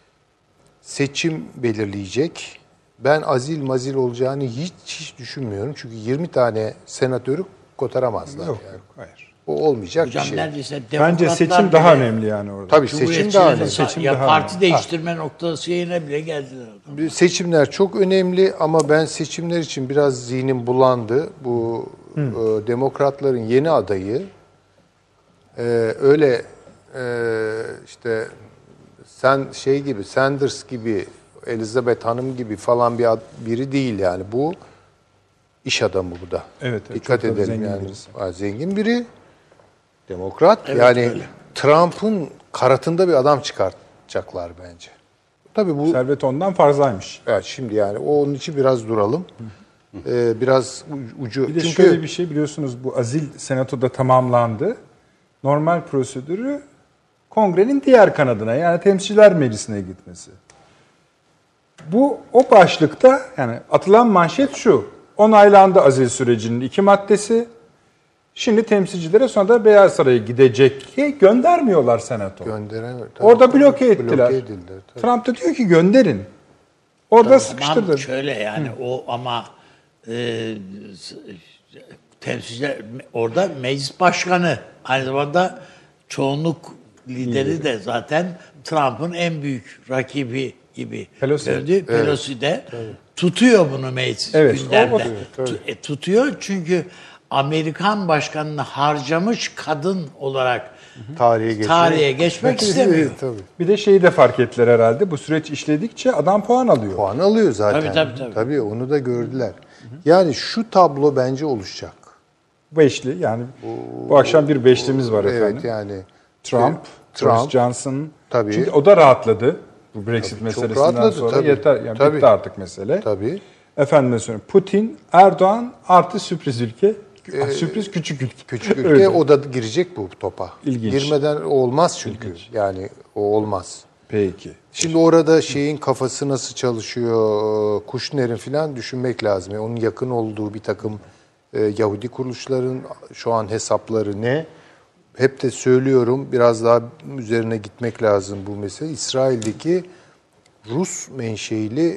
Seçim belirleyecek. Ben azil mazil olacağını hiç, hiç düşünmüyorum. Çünkü yirmi tane senatörü kotaramazlar. Yok yani. yok hayır. O olmayacak Hocam bir şey. neredeyse Bence demokratlar seçim daha bile önemli yani orada. Tabii seçim daha Cumhuriyetçilerin önemli. Seçim ya daha parti önemli. değiştirme noktası yerine bile geldiler. Bir Seçimler çok önemli ama ben seçimler için biraz zihnim bulandı. Bu e, demokratların yeni adayı e, öyle e, işte sen şey gibi Sanders gibi Elizabeth Hanım gibi falan bir ad, biri değil yani. Bu iş adamı bu da. Evet, evet, Dikkat çok da edelim zengin yani. birisi. Ha, Zengin biri. Demokrat. Evet, yani öyle. Trump'ın karatında bir adam çıkartacaklar bence. Tabii bu Servet ondan fazlaymış. evet, şimdi yani o onun için biraz duralım. Ee, biraz u- ucu. Bir de Çünkü şöyle bir şey biliyorsunuz bu azil senatoda tamamlandı. Normal prosedürü kongrenin diğer kanadına yani temsilciler meclisine gitmesi. Bu o başlıkta yani atılan manşet şu. Onaylandı azil sürecinin iki maddesi. Şimdi temsilcilere sonra da Beyaz Saray'a gidecek ki göndermiyorlar senato. gönderemiyor. Tabii, Orada tabii, bloke ettiler. Bloke edildiler. Tabii. Trump da diyor ki gönderin. Orada sıkıştırdı. Tamam şöyle yani o ama e, s- temsilciler orada meclis başkanı aynı zamanda çoğunluk lideri de zaten Trump'ın en büyük rakibi gibi Pelosi. gördü. Pelosi de tutuyor bunu meclis Evet, gündemde. o- o- Tu- e, tutuyor çünkü Amerikan başkanını harcamış kadın olarak Tarihe geçmek. tarihe geçmek istemiyor. Tabii. Bir de şeyi de fark ettiler herhalde. Bu süreç işledikçe adam puan alıyor. Puan alıyor zaten. Tabii, tabii, tabii. Tabii onu da gördüler. Yani şu tablo bence oluşacak. Beşli yani bu akşam bir beşlimiz var efendim. Evet yani Trump, Trump, Boris Johnson. Tabii. Çünkü o da rahatladı. Bu Brexit Tabii, çok meselesinden rahatladı, sonra tabii. yeter. Yani Tabii. bitti artık mesele. tabii. Efendim söyleyeyim. Putin, Erdoğan artı sürpriz ülke. Ee, sürpriz küçük ülke. Küçük ülke Öyle. o da girecek bu topa. İlginç. Girmeden olmaz çünkü. Yani o olmaz. Peki. Şimdi orada şeyin kafası nasıl çalışıyor, Kushner'in falan düşünmek lazım. Yani onun yakın olduğu bir takım e, Yahudi kuruluşların şu an hesapları ne? Hep de söylüyorum, biraz daha üzerine gitmek lazım bu mesele. İsrail'deki Rus menşeili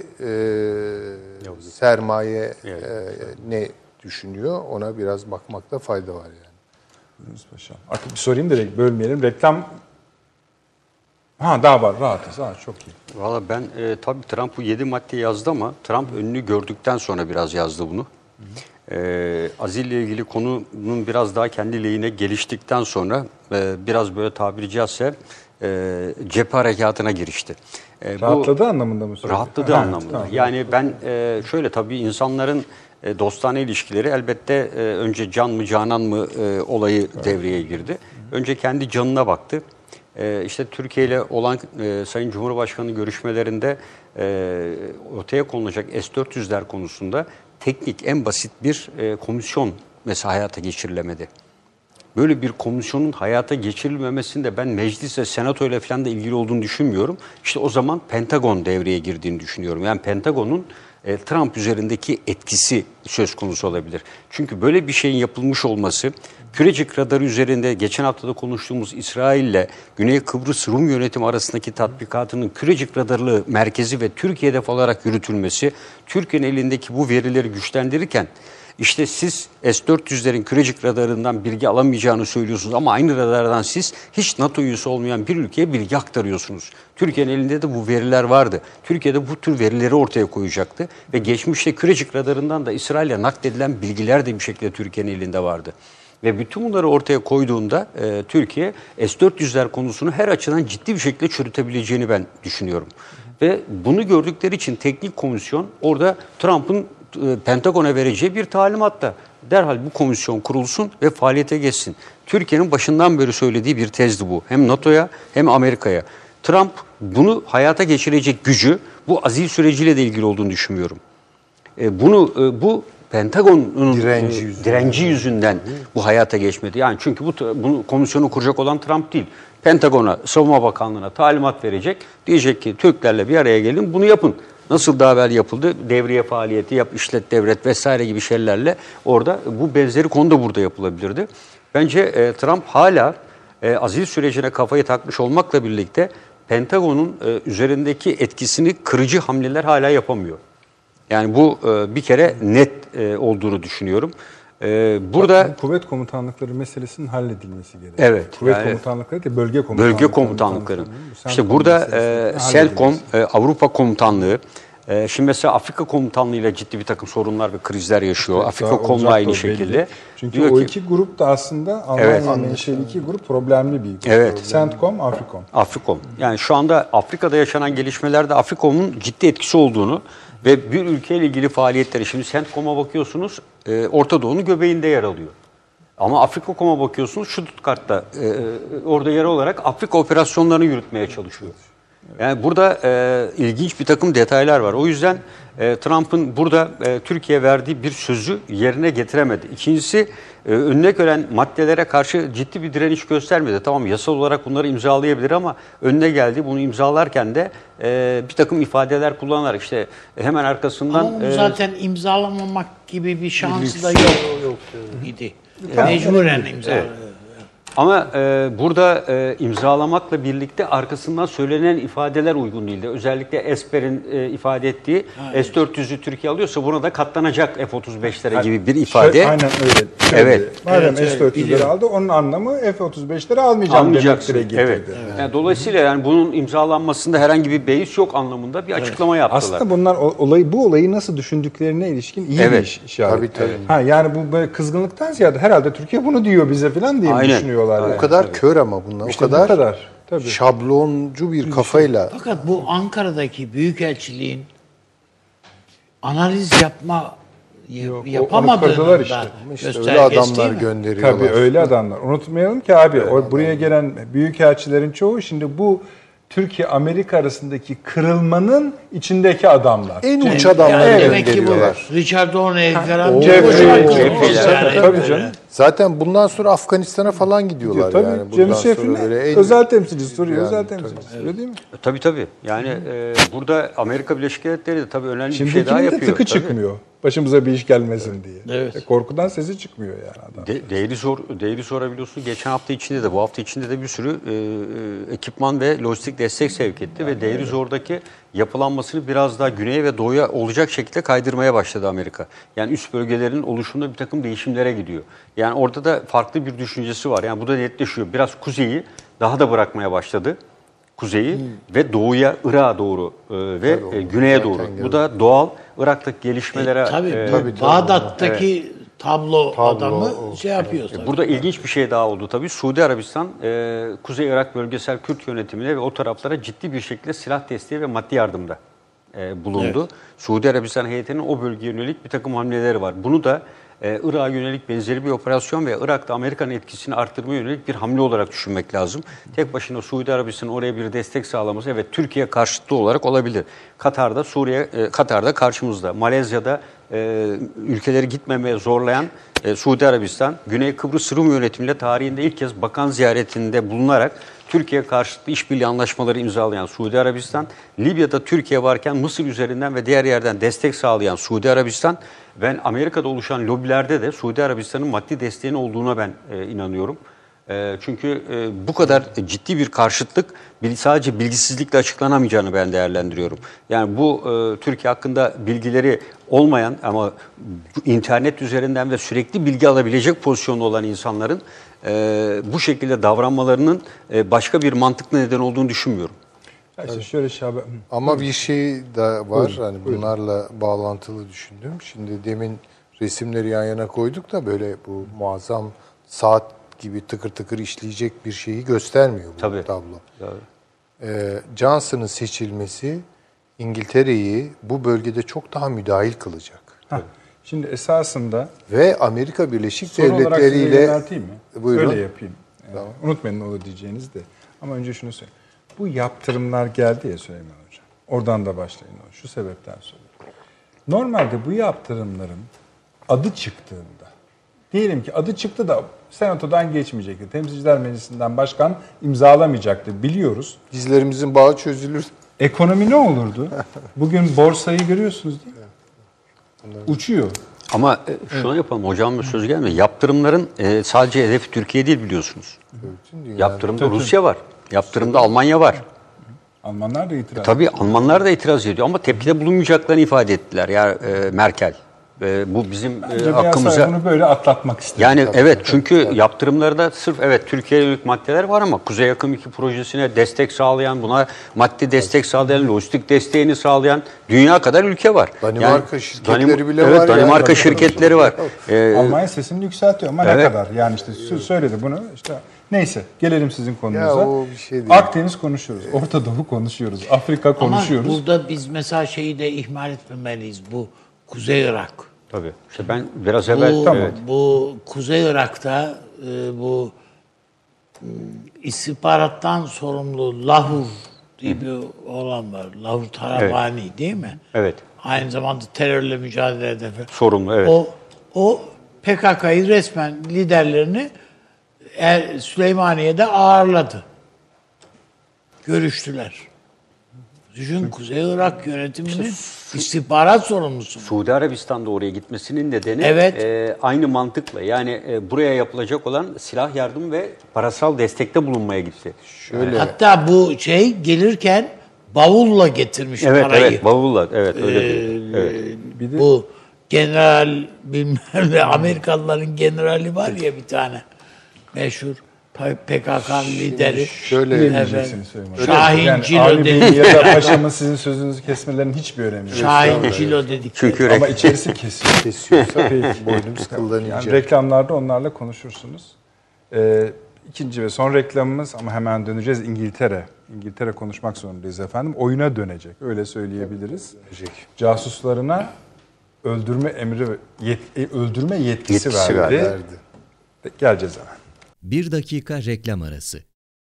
e, sermaye e, ne düşünüyor? Ona biraz bakmakta fayda var yani. Buyurunuz paşam. Artık bir sorayım direkt bölmeyelim. Reklam... Ha daha var rahatız. Ha, çok iyi. Valla ben e, tabii Trump bu yedi maddeyi yazdı ama Trump önünü gördükten sonra biraz yazdı bunu. E, azille ilgili konunun biraz daha kendi lehine geliştikten sonra e, biraz böyle tabiri caizse e, cephe harekatına girişti. E, Rahatladı anlamında mı söylüyorsun? Rahatladı Ha, anlamında. tamam. Yani ben e, şöyle tabii insanların e, dostane ilişkileri elbette e, önce can mı canan mı e, olayı devreye girdi. Önce kendi canına baktı. E, işte Türkiye ile olan e, Sayın Cumhurbaşkanı görüşmelerinde e, ortaya konulacak S dört yüzler konusunda teknik en basit bir e, komisyon mesela hayata geçirilemedi. Böyle bir komisyonun hayata geçirilmemesinde ben meclis ve senato ile falan da ilgili olduğunu düşünmüyorum. İşte o zaman Pentagon devreye girdiğini düşünüyorum. Yani Pentagon'un e, Trump üzerindeki etkisi söz konusu olabilir. Çünkü böyle bir şeyin yapılmış olması, Kürecik radarı üzerinde geçen haftada konuştuğumuz İsrail ile Güney Kıbrıs Rum yönetimi arasındaki tatbikatının Kürecik radarlı merkezi ve Türkiye hedef olarak yürütülmesi, Türkiye'nin elindeki bu verileri güçlendirirken, İşte siz S dört yüzlerin Kürecik radarından bilgi alamayacağını söylüyorsunuz ama aynı radardan siz hiç NATO üyesi olmayan bir ülkeye bilgi aktarıyorsunuz. Türkiye'nin elinde de bu veriler vardı. Türkiye'de bu tür verileri ortaya koyacaktı ve geçmişte Kürecik radarından da İsrail'e nakledilen bilgiler de bir şekilde Türkiye'nin elinde vardı. Ve bütün bunları ortaya koyduğunda e, Türkiye S dört yüzler konusunu her açıdan ciddi bir şekilde çürütebileceğini ben düşünüyorum. Ve bunu gördükleri için teknik komisyon orada Trump'ın Pentagon'a vereceği bir talimatla derhal bu komisyon kurulsun ve faaliyete geçsin. Türkiye'nin başından beri söylediği bir tezdi bu. Hem NATO'ya hem Amerika'ya. Trump bunu hayata geçirecek gücü bu azil süreciyle de ilgili olduğunu düşünmüyorum. E, bunu e, bu Pentagon'un direnci, e, yüzünden. direnci yüzünden bu hayata geçmedi. Yani çünkü bu bunu komisyonu kuracak olan Trump değil. Pentagon'a, Savunma Bakanlığı'na talimat verecek. Diyecek ki Türklerle bir araya gelin, bunu yapın. Nasıl daha evvel yapıldı? Devriye faaliyeti, yap, işlet, devret vesaire gibi şeylerle orada bu benzeri konu da burada yapılabilirdi. Bence e, Trump hala e, azil sürecine kafayı takmış olmakla birlikte Pentagon'un e, üzerindeki etkisini kırıcı hamleler hala yapamıyor. Yani bu e, bir kere net e, olduğunu düşünüyorum. E, burada Bu kuvvet komutanlıkları meselesinin halledilmesi gerekiyor. Evet, Kuvvet yani- komutanlıkları değil, bölge komutanlıkları. bölge komutanlıkları. Komutanlıkları. İşte burada e, meselesinin SELCOM, halledilmesi. e, Avrupa Komutanlığı, e, şimdi mesela Afrika Komutanlığı'yla ciddi bir takım sorunlar ve krizler yaşıyor. Daha Afrika Kom'la olacak aynı da o şekilde. belli. Çünkü Diyor o ki- iki grup da aslında Almanya Evet. menşeli iki grup problemli bir grup. Evet. CENTCOM, Afrikom. Afrikom. Yani şu anda Afrika'da yaşanan gelişmelerde Afrikom'un ciddi etkisi olduğunu ve bir ülkeyle ilgili faaliyetleri, şimdi CENTCOM'a bakıyorsunuz, e, Orta Doğu'nun göbeğinde yer alıyor. Ama Afrika.com'a bakıyorsunuz, Stuttgart'ta e, orada yer olarak Afrika operasyonlarını yürütmeye çalışıyor. Yani burada e, ilginç bir takım detaylar var. O yüzden e, Trump'ın burada e, Türkiye'ye verdiği bir sözü yerine getiremedi. İkincisi, e, önüne gelen maddelere karşı ciddi bir direniş göstermedi. Tamam, yasal olarak bunları imzalayabilir ama önüne geldi. Bunu imzalarken de e, bir takım ifadeler kullanarak işte hemen arkasından... Ama bunu e, zaten imzalamamak gibi bir şansı da yok, yok idi. Mecburen imzaladı. Ama e, burada e, imzalamakla birlikte arkasından söylenen ifadeler uygun değildi. Özellikle Esper'in e, ifade ettiği S dört yüzü Türkiye alıyorsa buna da katlanacak F otuz beşlere gibi bir ifade. Şöyle- aynen öyle. Şöyle, Evet. Madem Evet, evet, S dört yüzleri biliyorum. aldı, onun anlamı F otuz beşleri almayacağım Almayacaksın. demektir getirdi. Evet. Yani dolayısıyla yani bunun imzalanmasında herhangi bir beis yok anlamında bir açıklama yaptılar. Aslında bunlar o- olayı bu olayı nasıl düşündüklerine ilişkin iyi Evet. bir iş- işaret. Tabii, tabii. Ha, yani bu böyle kızgınlıktan ziyade herhalde Türkiye bunu diyor bize falan diye mi Aynen. düşünüyorlar. Aynen. yani. O kadar kör ama bunlar. İşte o bu kadar, kadar, tabii. şabloncu bir kafayla. Fakat bu Ankara'daki büyükelçiliğin analiz yapma Yok, o- yapamadığını onu kırdılar da işte. İşte öyle göstergesi değil adamlar mi? gönderiyorlar. Tabii öyle adamlar. Unutmayalım ki abi o buraya gelen büyükelçilerin çoğu şimdi bu Türkiye-Amerika arasındaki kırılmanın içindeki adamlar. En uç Yani adamları demek ki bu gönderiyorlar. Richard O'Neill falan Jeffrey, boşuna Jeffrey, kırılmış Jeffrey, yani. tabii canım. Zaten bundan sonra Afganistan'a falan gidiyorlar Tabii yani. Bundan James sonra Jeffrey'in böyle en- özel temsilcisi, Suriye Yani, özel tabii. temsilcisi. Öyle değil mi? Tabii tabii. Yani e, burada Amerika Birleşik Devletleri de tabii önemli bir şey daha Şimdikinin de yapıyor. tıkı Tabii. çıkmıyor. Başımıza bir iş gelmesin diye. Evet. E, korkudan sesi çıkmıyor yani adam. De, değeri zor, değeri sorabiliyorsun. Geçen hafta içinde de bu hafta içinde de bir sürü e, e, ekipman ve lojistik destek sevk etti ve değeri zordaki yapılanmasını biraz daha güneye ve doğuya olacak şekilde kaydırmaya başladı Amerika. Yani üst bölgelerin oluşumunda bir takım değişimlere gidiyor. Yani orada da farklı bir düşüncesi var. Yani bu da netleşiyor. Biraz kuzeyi daha da bırakmaya başladı. Kuzeyi Hmm. ve doğuya, Irak'a doğru e, ve e, güneye doğru. Bu da doğal Irak'taki gelişmelere E, tabii, e, bu Bağdat'taki tablo, Tablo, adamı o. şey yapıyor. tabii. Burada ilginç bir şey daha oldu tabii. Suudi Arabistan, e, Kuzey Irak Bölgesel Kürt Yönetimi'ne ve o taraflara ciddi bir şekilde silah desteği ve maddi yardımda e, bulundu. Evet. Suudi Arabistan heyetinin o bölgeye yönelik bir takım hamleleri var. Bunu da e, Irak'a yönelik benzeri bir operasyon ve Irak'ta Amerika'nın etkisini arttırmaya yönelik bir hamle olarak düşünmek lazım. Tek başına Suudi Arabistan'ın oraya bir destek sağlaması evet Türkiye karşıtı olarak olabilir. Katar'da Suriye, e, Katar'da karşımızda. Malezya'da e, ülkeleri gitmemeye zorlayan e, Suudi Arabistan, Güney Kıbrıs Rum yönetimiyle tarihinde ilk kez bakan ziyaretinde bulunarak Türkiye karşıtı işbirliği anlaşmaları imzalayan Suudi Arabistan, Libya'da Türkiye varken Mısır üzerinden ve diğer yerden destek sağlayan Suudi Arabistan, ben Amerika'da oluşan lobilerde de Suudi Arabistan'ın maddi desteğinin olduğuna ben e, inanıyorum. E, çünkü e, bu kadar ciddi bir karşıtlık sadece bilgisizlikle açıklanamayacağını ben değerlendiriyorum. Yani bu e, Türkiye hakkında bilgileri olmayan ama internet üzerinden ve sürekli bilgi alabilecek pozisyonda olan insanların e, bu şekilde davranmalarının e, başka bir mantıklı neden olduğunu düşünmüyorum. Ya işte şöyle şey haber... Ama bir şey de var. Buyurun, hani buyurun. bunlarla bağlantılı düşündüm. Şimdi demin resimleri yan yana koyduk da böyle bu muazzam saat gibi tıkır tıkır işleyecek bir şeyi göstermiyor bu Tabii. tablo. Tabii. Ee, Johnson'ın seçilmesi İngiltere'yi bu bölgede çok daha müdahil kılacak. Heh, şimdi esasında Ve Amerika Birleşik soru olarak Devletleri size ile yönelteyim mi? Buyurun. Öyle yapayım. Ee, Tamam. Unutmayın ne olur diyeceğiniz de. Ama önce şunu söyleyeyim. Bu yaptırımlar geldi ya Süleyman Hocam. Oradan da başlayın. Şu sebepten söyleyeyim. Normalde bu yaptırımların adı çıktığında, diyelim ki adı çıktı da Senato'dan geçmeyecekti. Temsilciler Meclisi'nden başkan imzalamayacaktı. Biliyoruz. dizlerimizin bağı çözülür. Ekonomi ne olurdu? Bugün borsayı görüyorsunuz değil mi? Uçuyor. Ama e, şunu yapalım, hocamın söz gelmiyor. Yaptırımların e, sadece hedefi Türkiye değil biliyorsunuz. Bütün dünya- Yaptırımda Tabii. Rusya var. Yaptırımda Almanya var. Almanlar da itiraz. Tabii Almanlar da itiraz ediyor ama tepkide bulunmayacaklarını ifade ettiler. Ya e, Merkel. E, bu bizim e, Bence hakkımıza... Beyaz Saray bunu böyle atlatmak istedi. Yani Tabii, evet tabii, çünkü tabii. yaptırımlarda sırf evet Türkiye'ye yönelik maddeler var ama Kuzey Akım iki projesine destek sağlayan, buna maddi destek sağlayan, lojistik desteğini sağlayan dünya kadar ülke var. Danimarka şirketleri Danim- bile evet, var ya. Danimarka şirketleri var. Ee, Almanya sesini yükseltiyor ama Evet. ne kadar? Yani işte sö- söyledi bunu. İşte neyse gelelim sizin konunuza. Ya o bir şey değil. Akdeniz konuşuyoruz, Orta Doğu konuşuyoruz, Afrika konuşuyoruz. Ama burada biz mesela şeyi de ihmal etmemeliyiz. Bu Kuzey Irak. tabii. İşte ben biraz Bu, evvel evet. bu Kuzey Irak'ta e, bu m, istihbarattan sorumlu Lahur diye bir olan var. Lahur Tarabani değil mi? Evet. Aynı zamanda terörle mücadelede falan. Sorumlu evet. O, o P K K'yı resmen liderlerini er, Süleymaniye'de ağırladı. Görüştüler. Düşün Kuzey Irak yönetiminin istihbarat sorumlusu. Suudi Arabistan'da oraya gitmesinin nedeni Evet. e, aynı mantıkla. Yani e, buraya yapılacak olan silah yardım ve parasal destekte bulunmaya gitti. Şöyle Hatta bu şey gelirken bavulla getirmiş Evet parayı. evet bavulla evet öyle Ee, değil. Evet. Bir de Bu general bilmem ne Amerikalıların generali var ya bir tane meşhur P K K lideri. şöyle diyemeyeceksiniz Süleyman Hocam. Şahin yani Cilo Ali Bey'in dedi. ya da paşamın sizin sözünüzü kesmelerinin hiçbir önemi yok. Şahin Cilo dedik. Çünkü Ama rek- içerisi kesiyor. kesiyorsa boynumuz kıldan Yani ince. reklamlarda onlarla konuşursunuz. Ee, ikinci ve son reklamımız ama hemen döneceğiz İngiltere. İngiltere konuşmak zorundayız efendim. Oyuna dönecek. Öyle söyleyebiliriz. Dönecek. Casuslarına öldürme emri yet, e, öldürme yetkisi, Yetkisi verdi. verdi. Geleceğiz hemen. Bir dakika reklam arası.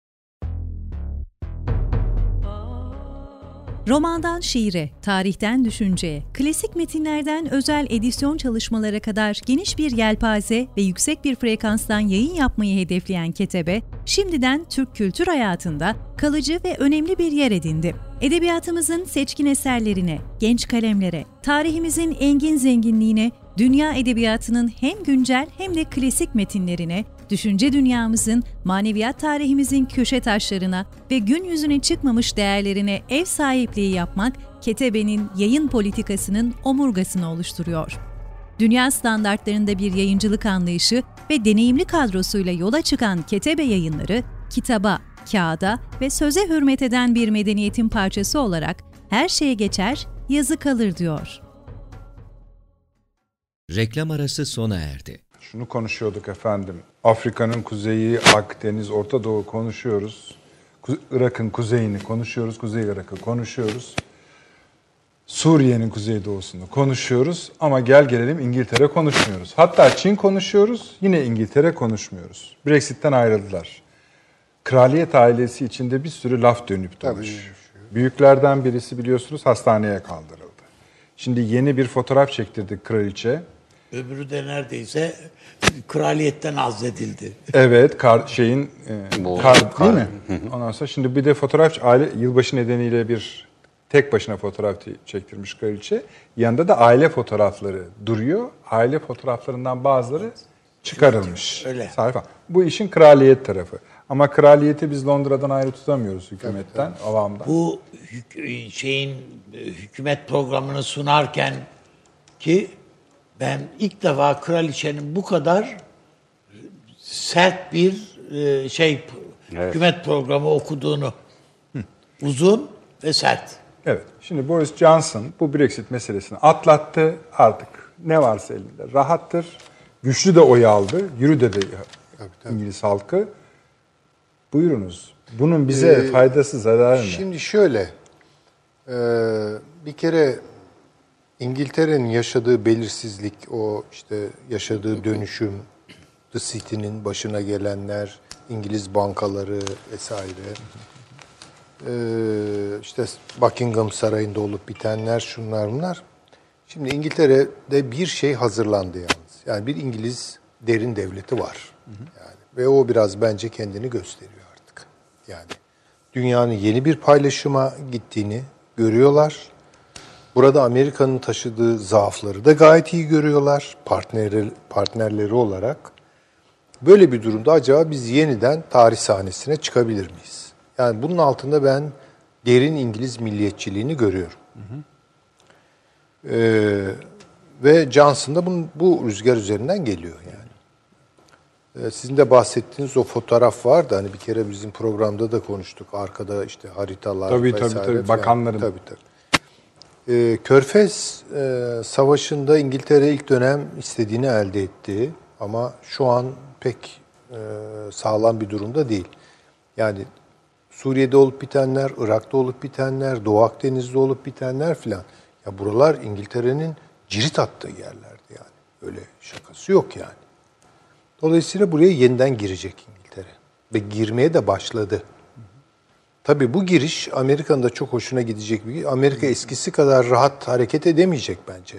Romandan şiire, tarihten düşünceye, klasik metinlerden özel edisyon çalışmalara kadar geniş bir yelpaze ve yüksek bir frekanstan yayın yapmayı hedefleyen Ketebe, şimdiden Türk kültür hayatında kalıcı ve önemli bir yer edindi. Edebiyatımızın seçkin eserlerine, genç kalemlere, tarihimizin engin zenginliğine, dünya edebiyatının hem güncel hem de klasik metinlerine, düşünce dünyamızın, maneviyat tarihimizin köşe taşlarına ve gün yüzüne çıkmamış değerlerine ev sahipliği yapmak, Ketebe'nin yayın politikasının omurgasını oluşturuyor. Dünya standartlarında bir yayıncılık anlayışı ve deneyimli kadrosuyla yola çıkan Ketebe Yayınları, kitaba, kağıda ve söze hürmet eden bir medeniyetin parçası olarak her şeye geçer, yazı kalır diyor. Reklam arası sona erdi. Şunu konuşuyorduk efendim. Afrika'nın kuzeyi, Akdeniz, Orta Doğu konuşuyoruz. Irak'ın kuzeyini konuşuyoruz. Kuzey Irak'ı konuşuyoruz. Suriye'nin kuzeydoğusunu konuşuyoruz. Ama gel gelelim İngiltere konuşmuyoruz. Hatta Çin konuşuyoruz. Yine İngiltere konuşmuyoruz. Brexit'ten ayrıldılar. Kraliyet ailesi içinde bir sürü laf dönüp dolaşıyor. Büyüklerden birisi biliyorsunuz hastaneye kaldırıldı. Şimdi yeni bir fotoğraf çektirdik kraliçe. Öbürü de neredeyse kraliyetten azledildi. Evet, kar, şeyin e, Bu, kar, kar. değil mi? Ondan sonra şimdi bir de fotoğraf aile yılbaşı nedeniyle bir tek başına fotoğraf çektirmiş kraliçe. Yanında da aile fotoğrafları duruyor. Aile fotoğraflarından bazıları çıkarılmış. Öyle. Sayfa. Bu işin kraliyet tarafı. Ama kraliyeti biz Londra'dan ayrı tutamıyoruz hükümetten, tabii, tabii. avamdan. Bu hük- şeyin hükümet programını sunarken ki ben ilk defa kraliçenin bu kadar sert bir e, şey Evet. hükümet programı okuduğunu, Hı. uzun ve sert. Evet. Şimdi Boris Johnson bu Brexit meselesini atlattı. Artık ne varsa elinde rahattır. Güçlü de oy aldı. Yürü dedi Tabii, tabii. İngiliz halkı. Buyurunuz. Bunun bize Ee, faydası, zararı ne? Şimdi şöyle, e, bir kere İngiltere'nin yaşadığı belirsizlik, o işte yaşadığı dönüşüm, The City'nin başına gelenler, İngiliz bankaları vesaire, e, işte Buckingham Sarayı'nda olup bitenler, şunlar bunlar. Şimdi İngiltere'de bir şey hazırlandı yalnız. Yani bir İngiliz derin devleti var. Yani ve o biraz bence kendini gösteriyor artık. Yani dünyanın yeni bir paylaşıma gittiğini görüyorlar. Burada Amerika'nın taşıdığı zaafları da gayet iyi görüyorlar partneri, partnerleri olarak. Böyle bir durumda acaba biz yeniden tarih sahnesine çıkabilir miyiz? Yani bunun altında ben derin İngiliz milliyetçiliğini görüyorum. Hı hı. Ee, ve Johnson da bunun, bu rüzgar üzerinden geliyor yani. Ee, sizin de bahsettiğiniz o fotoğraf vardı. Hani bir kere bizim programda da konuştuk. Arkada işte haritalar tabii, vesaire. Tabii tabii falan. bakanların. Tabii tabii. Ee, Körfez e, Savaşı'nda İngiltere ilk dönem istediğini elde etti. Ama şu an pek e, sağlam bir durumda değil. Yani Suriye'de olup bitenler, Irak'ta olup bitenler, Doğu Akdeniz'de olup bitenler filan. Ya buralar İngiltere'nin cirit attığı yerlerdi yani. Öyle şakası yok yani. Dolayısıyla buraya yeniden girecek İngiltere. Ve girmeye de başladı. Tabii bu giriş Amerika'nın da çok hoşuna gidecek bir. Amerika eskisi kadar rahat hareket edemeyecek bence.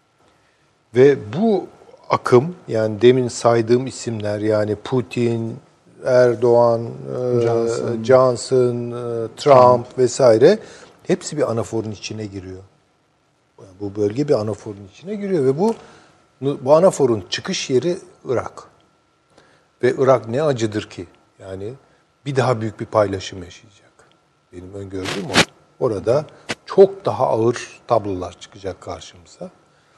Ve bu akım, yani demin saydığım isimler, yani Putin, Erdoğan, Johnson, Johnson Trump, Trump vesaire, hepsi bir anaforun içine giriyor. Bu bölge bir anaforun içine giriyor ve bu bu anaforun çıkış yeri Irak. Ve Irak ne acıdır ki? Yani bir daha büyük bir paylaşım yaşayacak. Benim öngördüğüm o. Orada çok daha ağır tablolar çıkacak karşımıza.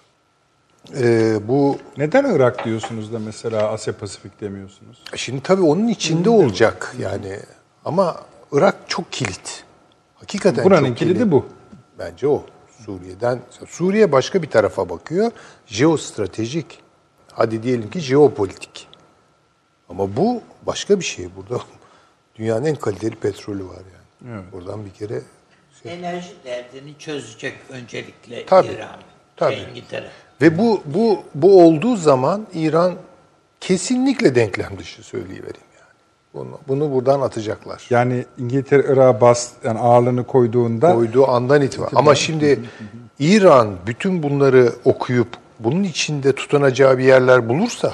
Ee, bu Neden Irak diyorsunuz da mesela Asya Pasifik demiyorsunuz? Şimdi tabii onun içinde olacak yani. Ama Irak çok kilit. Hakikaten Buranın çok kilidi kilit. bu. Bence o. Suriye'den. Suriye başka bir tarafa bakıyor. Jeostratejik. Hadi diyelim ki jeopolitik. Ama bu başka bir şey. Burada dünyanın en kaliteli petrolü var yani. Evet. Buradan bir kere... Şey... Enerji derdini çözecek öncelikle tabii, İran, tabii. Şey, İngiltere. Ve bu bu bu olduğu zaman İran kesinlikle denklem dışı, söyleyivereyim yani. Bunu, bunu buradan atacaklar. Yani İngiltere Irak'a bas, yani ağırlığını koyduğunda... Koyduğu andan itibaren. Ama şimdi İran bütün bunları okuyup bunun içinde tutanacağı bir yerler bulursa,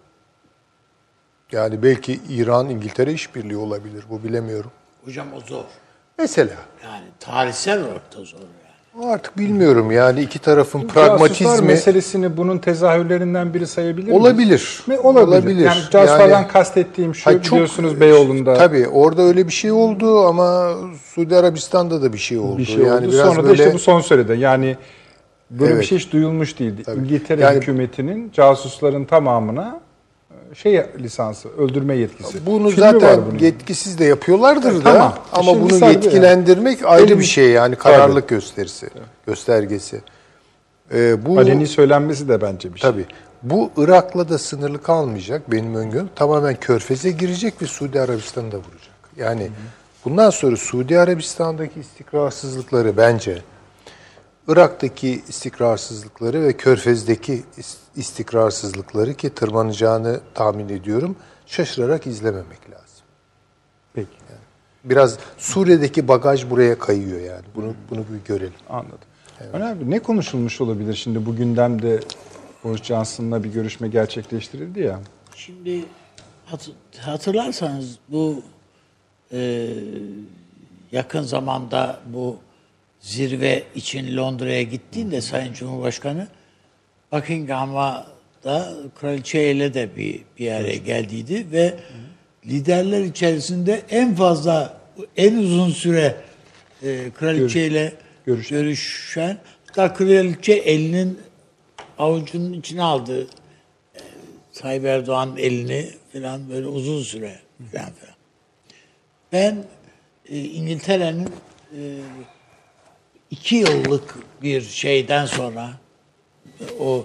yani belki İran-İngiltere işbirliği olabilir. Bu bilemiyorum. Hocam o zor. Mesela. Yani tarihsel olarak da zor yani. Artık bilmiyorum yani iki tarafın pragmatizmi... Casuslar meselesini bunun tezahürlerinden biri sayabilir miyiz? Olabilir. Mi? Olabilir. Olabilir. Yani casuslardan Yani, kastettiğim şu, hayır, çok, biliyorsunuz Beyoğlu'nda. Tabii orada öyle bir şey oldu ama Suudi Arabistan'da da bir şey oldu. Bir şey yani oldu. biraz Sonra böyle... da işte bu son sürede yani böyle Evet. bir şey hiç duyulmuş değildi. Tabii. İngiltere Yani- hükümetinin casusların tamamına şey lisansı, öldürme yetkisi. Bunu Filmi var zaten bunun. yetkisiz de yapıyorlardır Evet, da tamam. ama Şimdi bunu sadece yetkilendirmek ayrı Benim- bir şey yani kararlılık gösterisi, göstergesi. Ee, bu Aleni söylenmesi de bence bir şey. tabii. Bu Irak'la da sınırlı kalmayacak benim öngörüm. Tamamen Körfez'e girecek ve Suudi Arabistan'ı da vuracak. Yani hı hı. bundan sonra Suudi Arabistan'daki istikrarsızlıkları bence Irak'taki istikrarsızlıkları ve Körfez'deki istikrarsızlıkları ki tırmanacağını tahmin ediyorum şaşırarak izlememek lazım. Peki. Yani biraz Suriye'deki bagaj buraya kayıyor yani. Bunu bunu bir görelim. Anladım. Evet. Önemli. Ne konuşulmuş olabilir şimdi bu gündemde? Boris Johnson'la bir görüşme gerçekleştirildi ya. Şimdi hatırlarsanız bu e, yakın zamanda bu zirve için Londra'ya gittiğinde Sayın Cumhurbaşkanı Buckingham'a da kraliçeyle de bir bir araya geldiydi ve liderler içerisinde en fazla en uzun süre e, kraliçeyle Görüş. görüşen, hatta kraliçe elinin avucunun içine aldı e, Tayyip Erdoğan'ın elini falan böyle uzun süre falan falan. Ben e, İngiltere'nin e, iki yıllık bir şeyden sonra o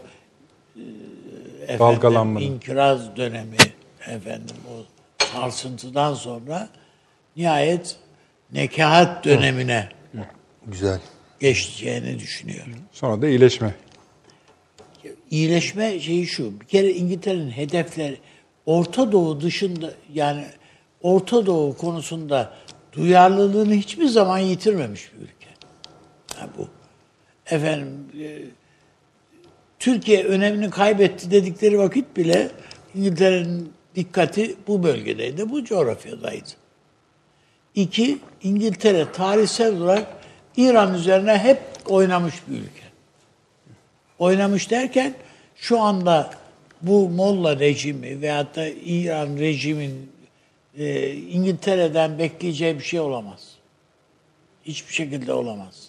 e, efendim, inkiraz dönemi efendim o sarsıntıdan sonra nihayet nekahat dönemine güzel geçeceğini düşünüyorum. Sonra da iyileşme. İyileşme şeyi şu. Bir kere İngiltere'nin hedefleri Orta Doğu dışında yani Orta Doğu konusunda duyarlılığını hiçbir zaman yitirmemiş bir ülke. Yani bu. Efendim e, Türkiye önemini kaybetti dedikleri vakit bile İngiltere'nin dikkati bu bölgedeydi, bu coğrafyadaydı. İki, İngiltere tarihsel olarak İran üzerine hep oynamış bir ülke. Oynamış derken şu anda bu Molla rejimi veyahut da İran rejimin e, İngiltere'den bekleyeceği bir şey olamaz. Hiçbir şekilde olamaz.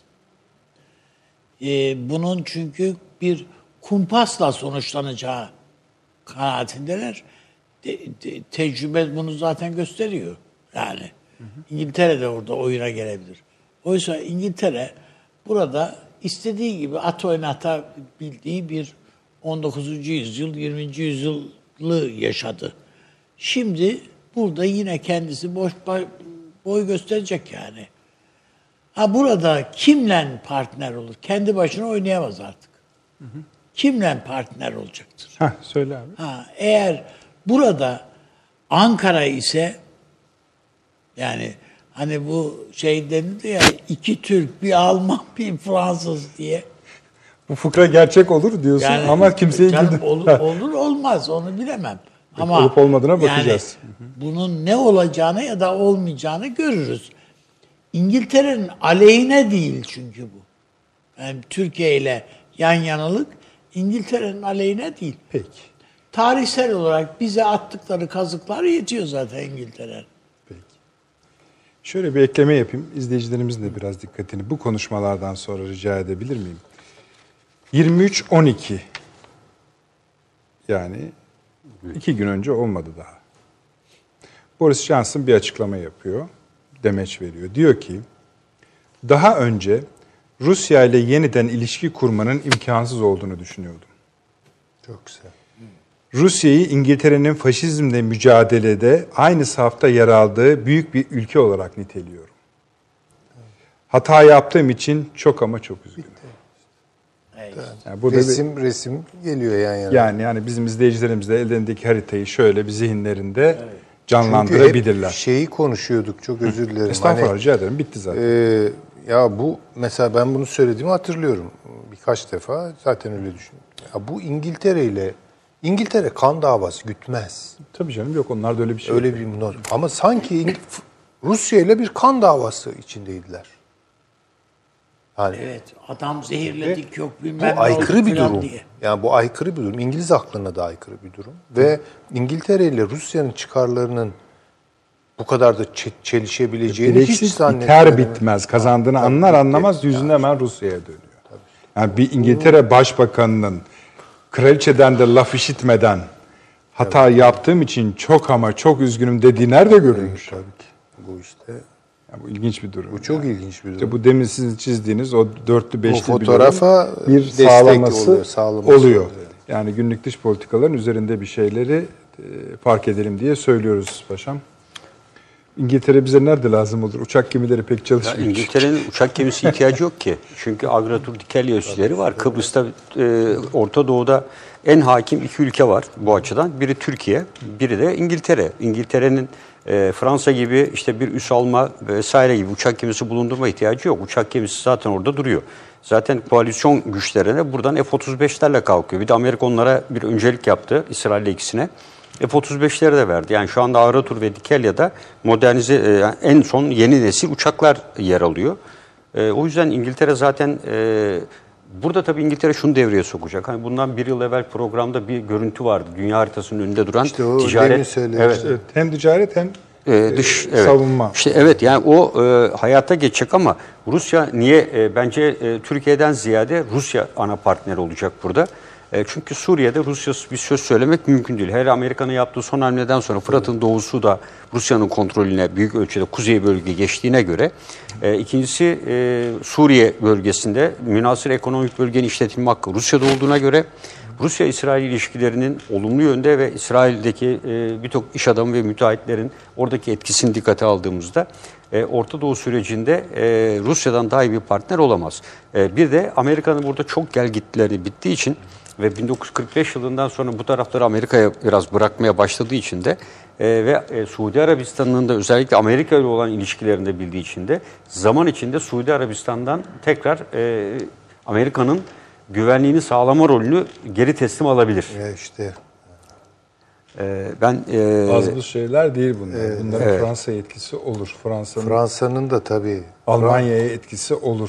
E, bunun çünkü bir kumpasla sonuçlanacağı kanaatindeler. De, de, tecrübe bunu zaten gösteriyor. Yani hı hı. İngiltere de orada oyuna gelebilir. Oysa İngiltere burada istediği gibi at oynatabildiği bir on dokuzuncu yüzyıl, yirminci yüzyılı yaşadı. Şimdi burada yine kendisi boş boy gösterecek yani. Ha burada kimle partner olur? Kendi başına oynayamaz artık. Hı hı. Kimle partner olacaktır? Heh, söyle abi. Ha, eğer burada Ankara ise yani hani bu şey denildi ya iki Türk, bir Alman, bir Fransız diye. Bu fıkra gerçek olur diyorsun yani, ama kimseyi canım, olur, olur olmaz onu bilemem. Ama olup olmadığına bakacağız. Yani bunun ne olacağını ya da olmayacağını görürüz. İngiltere'nin aleyhine değil çünkü bu. Yani Türkiye ile yan yanalık İngiltere'nin aleyhine değil. Peki. Tarihsel olarak bize attıkları kazıklar yetiyor zaten İngiltere. Peki. Şöyle bir ekleme yapayım. İzleyicilerimizin de biraz dikkatini bu konuşmalardan sonra rica edebilir miyim? yirmi üç on iki yani iki gün önce olmadı daha. Boris Johnson bir açıklama yapıyor. Demeç veriyor. Diyor ki daha önce Rusya ile yeniden ilişki kurmanın imkansız olduğunu düşünüyordum. Çok güzel. Rusya'yı İngiltere'nin faşizmle mücadelede aynı safta yer aldığı büyük bir ülke olarak niteliyorum. Hata yaptığım için çok ama çok üzgünüm. Yani burada resim bir, resim geliyor yan yana. Yani yani bizim izleyicilerimiz de ellerindeki haritayı şöyle bir zihinlerinde evet. canlandırabilirler. Çünkü hep şeyi konuşuyorduk. Çok özür dilerim. Estağfurullah hani, rica ederim. Bitti zaten. E, ya bu mesela ben bunu söylediğimi hatırlıyorum. Birkaç defa zaten öyle düşünüyorum. Ya bu İngiltere ile İngiltere kan davası gütmez. Tabii canım yok onlarda öyle bir şey. Öyle bir not. Ama sanki Rusya ile bir kan davası içindeydiler. Yani, evet, adam zehirledik yok bilmem bu aykırı bir durum. Diye. Yani bu aykırı bir durum. İngiliz aklına da aykırı bir durum. Ve İngiltere ile Rusya'nın çıkarlarının bu kadar da çelişebileceğini Brexit hiç zannetmiyorum. Biter bitmez kazandığını tabii, anlar anlamaz tabii, yüzünü hemen Rusya'ya dönüyor. Tabii. Yani bir İngiltere Başbakanı'nın kraliçeden de laf işitmeden hata tabii. yaptığım için çok ama çok üzgünüm dediği nerede görülmüş? Tabii ki. Bu işte. Yani bu ilginç bir durum. Bu çok yani. ilginç bir durum. İşte bu demin sizin çizdiğiniz o dörtlü beşli Bu fotoğrafa bir destek sağlaması oluyor, sağlaması oluyor. oluyor. Yani günlük dış politikaların üzerinde bir şeyleri e, fark edelim diye söylüyoruz paşam. İngiltere bize nerede lazım olur? Uçak gemileri pek Ya çalışmıyor. İngiltere'nin uçak gemisi ihtiyacı yok ki. Çünkü Agratur Dikelya üsleri var. Kıbrıs'ta, e, Orta Doğu'da en hakim iki ülke var bu açıdan. Biri Türkiye, biri de İngiltere. İngiltere'nin e, Fransa gibi işte bir üs alma vesaire gibi uçak gemisi bulundurma ihtiyacı yok. Uçak gemisi zaten orada duruyor. Zaten koalisyon güçlerine buradan F otuz beşlerle kalkıyor. Bir de Amerika onlara bir öncelik yaptı, İsrail'le ikisine. F otuz beşleri de verdi. Yani şu anda Agratur ve Dikelya'da modernize, e, en son yeni nesil uçaklar yer alıyor. E, o yüzden İngiltere zaten e, burada tabii İngiltere şunu devreye sokacak. Hani bundan bir yıl evvel programda bir görüntü vardı. Dünya haritasının önünde duran İşte o demin ticaret. söylemiştim. Evet, hem ticaret hem Ee, dış evet. savunma. İşte evet yani o e, hayata geçecek ama Rusya niye e, bence e, Türkiye'den ziyade Rusya ana partner olacak burada. E, çünkü Suriye'de Rusya bir söz söylemek mümkün değil. Her Amerika'nın yaptığı son hamleden sonra Fırat'ın doğusu da Rusya'nın kontrolüne büyük ölçüde kuzey bölge geçtiğine göre e, ikincisi e, Suriye bölgesinde münhasır ekonomik bölgenin işletilme hakkı Rusya'da olduğuna göre Rusya-İsrail ilişkilerinin olumlu yönde ve İsrail'deki e, birçok iş adamı ve müteahhitlerin oradaki etkisini dikkate aldığımızda e, Orta Doğu sürecinde e, Rusya'dan daha iyi bir partner olamaz. E, bir de Amerika'nın burada çok gelgitleri bittiği için ve bin dokuz yüz kırk beş yılından sonra bu tarafları Amerika'ya biraz bırakmaya başladığı için de e, ve e, Suudi Arabistan'ın da özellikle Amerika ile olan ilişkilerini de bildiği için de zaman içinde Suudi Arabistan'dan tekrar e, Amerika'nın güvenliğini sağlama rolünü geri teslim alabilir. Ya işte. Ee, ben e, az bu şeyler değil bunlar. Evet, Bunların evet. Fransa'ya etkisi olur. Fransa'nın Fransa'nın da tabii. Almanya'ya etkisi olur.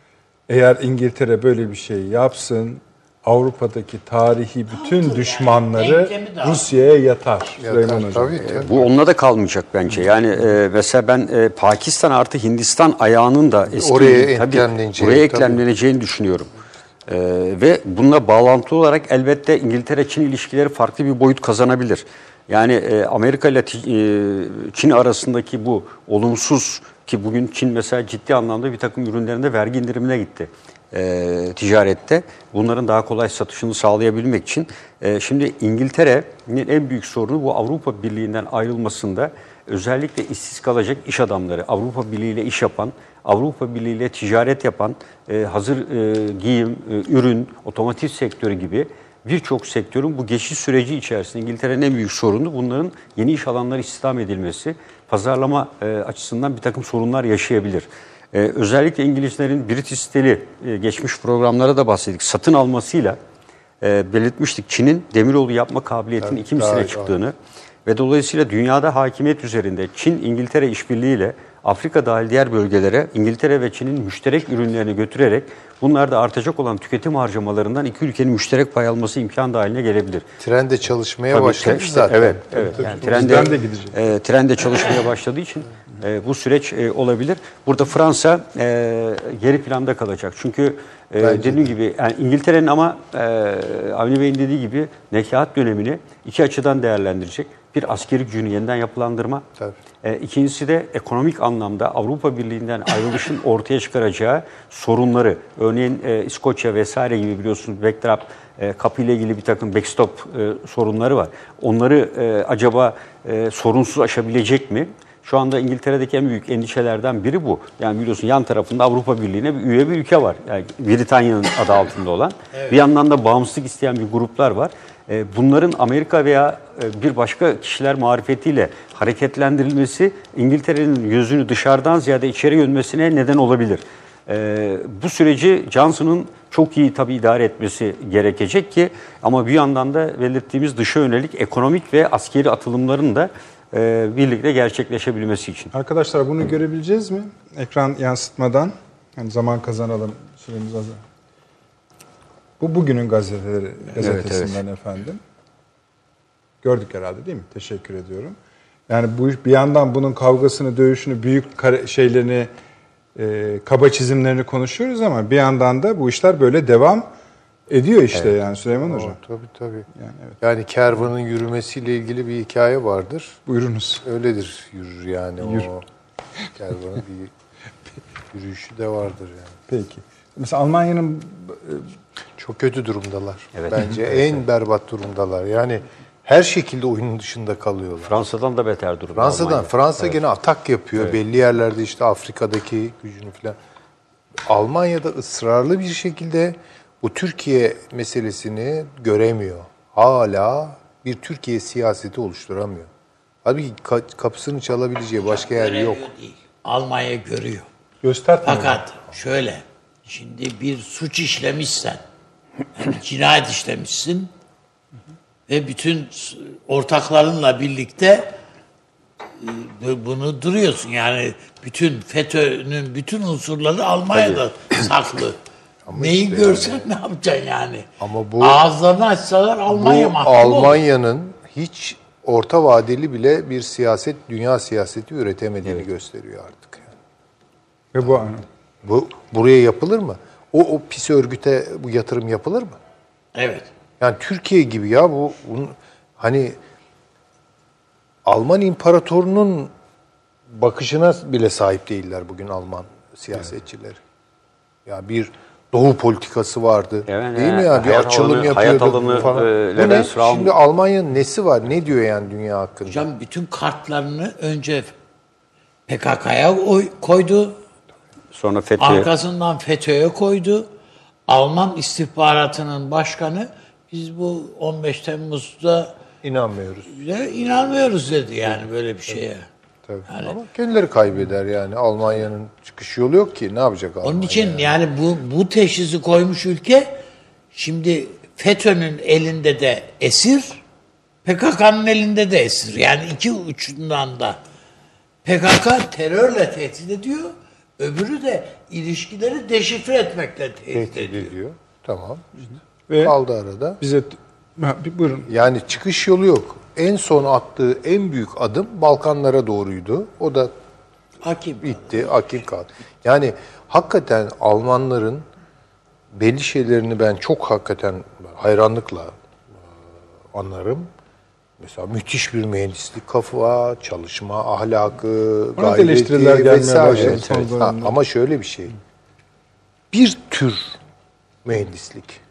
Eğer İngiltere böyle bir şey yapsın, Avrupa'daki tarihi bütün düşmanları Rusya'ya yatar. Ya, Süleyman tabii, Hocam. tabii, tabii. bu onunla da kalmayacak bence. Yani e, mesela ben e, Pakistan artı Hindistan ayağının da eski Oraya tabii, eklemleneceği, buraya tabii. eklemleneceğini düşünüyorum. E, ve bununla bağlantılı olarak elbette İngiltere-Çin ilişkileri farklı bir boyut kazanabilir. Yani e, Amerika ile e, Çin arasındaki bu olumsuz ki bugün Çin mesela ciddi anlamda bir takım ürünlerinde vergi indirimine gitti. E, ticarette bunların daha kolay satışını sağlayabilmek için e, şimdi İngiltere'nin en büyük sorunu bu Avrupa Birliği'nden ayrılmasında özellikle işsiz kalacak iş adamları, Avrupa Birliği ile iş yapan, Avrupa Birliği ile ticaret yapan, e, hazır e, giyim, e, ürün, otomotiv sektörü gibi birçok sektörün bu geçiş süreci içerisinde İngiltere'nin en büyük sorunu bunların yeni iş alanları istihdam edilmesi, pazarlama e, açısından bir takım sorunlar yaşayabilir. Ee, özellikle İngilizlerin British Steel'i e, geçmiş programlara da bahsettik. Satın almasıyla e, belirtmiştik. Çin'in demiryolu yapma kabiliyetinin Evet, iki misline evet, çıktığını ve dolayısıyla dünyada hakimiyet üzerinde Çin-İngiltere işbirliğiyle Afrika dahil diğer bölgelere İngiltere ve Çin'in müşterek ürünlerini götürerek bunlarda artacak olan tüketim harcamalarından iki ülkenin müşterek pay alması imkan dahiline gelebilir. Tren de çalışmaya Tabii, başladı işte, zaten. Evet, evet. Yani trende, Bizden de gidecek. e, trende çalışmaya başladığı için e, bu süreç e, olabilir. Burada Fransa e, geri planda kalacak. Çünkü e, dediğim gibi yani İngiltere'nin ama e, Avni Bey'in dediği gibi nekaat dönemini iki açıdan değerlendirecek. Bir askeri gücünü yeniden yapılandırma. Tabii. E, ikincisi de ekonomik anlamda Avrupa Birliği'nden ayrılışın ortaya çıkaracağı sorunları. Örneğin e, İskoçya vesaire gibi biliyorsunuz backstop e, kapı ile ilgili bir takım backstop e, sorunları var. Onları e, acaba e, sorunsuz aşabilecek mi? Şu anda İngiltere'deki en büyük endişelerden biri bu. Yani biliyorsun yan tarafında Avrupa Birliği'ne bir üye bir ülke var. Yani Britanya'nın adı altında olan. Evet. Bir yandan da bağımsızlık isteyen bir gruplar var. Bunların Amerika veya bir başka kişiler marifetiyle hareketlendirilmesi İngiltere'nin yüzünü dışarıdan ziyade içeri yönmesine neden olabilir. Bu süreci Johnson'ın çok iyi tabii idare etmesi gerekecek ki ama bir yandan da belirttiğimiz dışa yönelik ekonomik ve askeri atılımların da birlikte gerçekleşebilmesi için. Arkadaşlar bunu görebileceğiz mi? Ekran yansıtmadan. Yani zaman kazanalım. Süremiz az. Bu bugünün gazeteleri, gazetesinden evet, evet. efendim. Gördük herhalde değil mi? Teşekkür ediyorum. Yani bu bir yandan bunun kavgasını, dövüşünü, büyük kare, şeylerini, e, kaba çizimlerini konuşuyoruz ama bir yandan da bu işler böyle devam ediyor işte evet. yani Süleyman Hocam. Oh, tabii tabii. Yani, evet. yani kervanın yürümesiyle ilgili bir hikaye vardır. Buyurunuz. Öyledir yürür yani Yürü. o. Kervanın bir yürüyüşü de vardır yani. Peki. Mesela Almanya'nın Çok kötü durumdalar. Evet. Bence en berbat durumdalar. Yani her şekilde oyunun dışında kalıyorlar. Fransa'dan da beter durumda. Fransa'dan, Almanya. Fransa gene atak yapıyor. Belli yerlerde işte Afrika'daki gücünü falan. Almanya'da ısrarlı bir şekilde bu Türkiye meselesini göremiyor. Hala bir Türkiye siyaseti oluşturamıyor. Halbuki ka- kapısını çalabileceği başka yer yok. Göremiyor değil. Almanya görüyor. göstermiyor. Fakat şöyle, şimdi bir suç işlemişsen, yani cinayet işlemişsin ve bütün ortaklarınla birlikte e, bunu duruyorsun. Yani bütün FETÖ'nün bütün unsurları Almanya'da saklı. Neyi işte görsen ne yapacaksın yani? Ama bu- Ağızlarını açsalar Almanya Bu mahkum olur. Almanya'nın hiç orta vadeli bile bir siyaset, dünya siyaseti üretemediğini gösteriyor artık. Yani. Ve bu Bu buraya yapılır mı? O, o pis örgüte bu yatırım yapılır mı? Evet. Yani Türkiye gibi ya bu bunun, hani Alman imparatorunun bakışına bile sahip değiller bugün Alman siyasetçileri. Ya bir Doğu politikası vardı. Evet, değil mi evet. ya? Bir Hayat açılım alanı- yapıyordu hayat alanı, falan. e, Bu ne? Levens Raum- Şimdi Almanya'nın nesi var? Ne diyor yani dünya hakkında? Hocam bütün kartlarını önce P K K'ya oy- koydu. Sonra FETÖ. Arkasından FETÖ'ye koydu. Alman istihbaratının başkanı biz bu on beş Temmuz'da İnanmıyoruz. bize inanmıyoruz dedi yani böyle bir şeye. Tabii. Ama kendileri kaybeder yani. Almanya'nın çıkış yolu yok ki. Ne yapacak Almanya? Onun için yani bu bu teşhisi koymuş ülke şimdi FETÖ'nün elinde de esir, P K K'nın elinde de esir. Yani iki uçundan da P K K terörle tehdit ediyor, öbürü de ilişkileri deşifre etmekle tehdit, Tehdit ediyor. ediyor. Tamam. ve Kaldı arada. bize ha, bir buyurun. Yani çıkış yolu yok. En son attığı en büyük adım Balkanlara doğruydu. O da Hakim. bitti, akil kaldı. Yani hakikaten Almanların belli şeylerini ben çok hakikaten hayranlıkla e, anlarım. Mesela müthiş bir mühendislik kafa, çalışma ahlakı, Ona da eleştiriler gayreti gelmeye vesaire. başladı son Evet, ha, dönemde. ama şöyle bir şey. Bir tür mühendislik.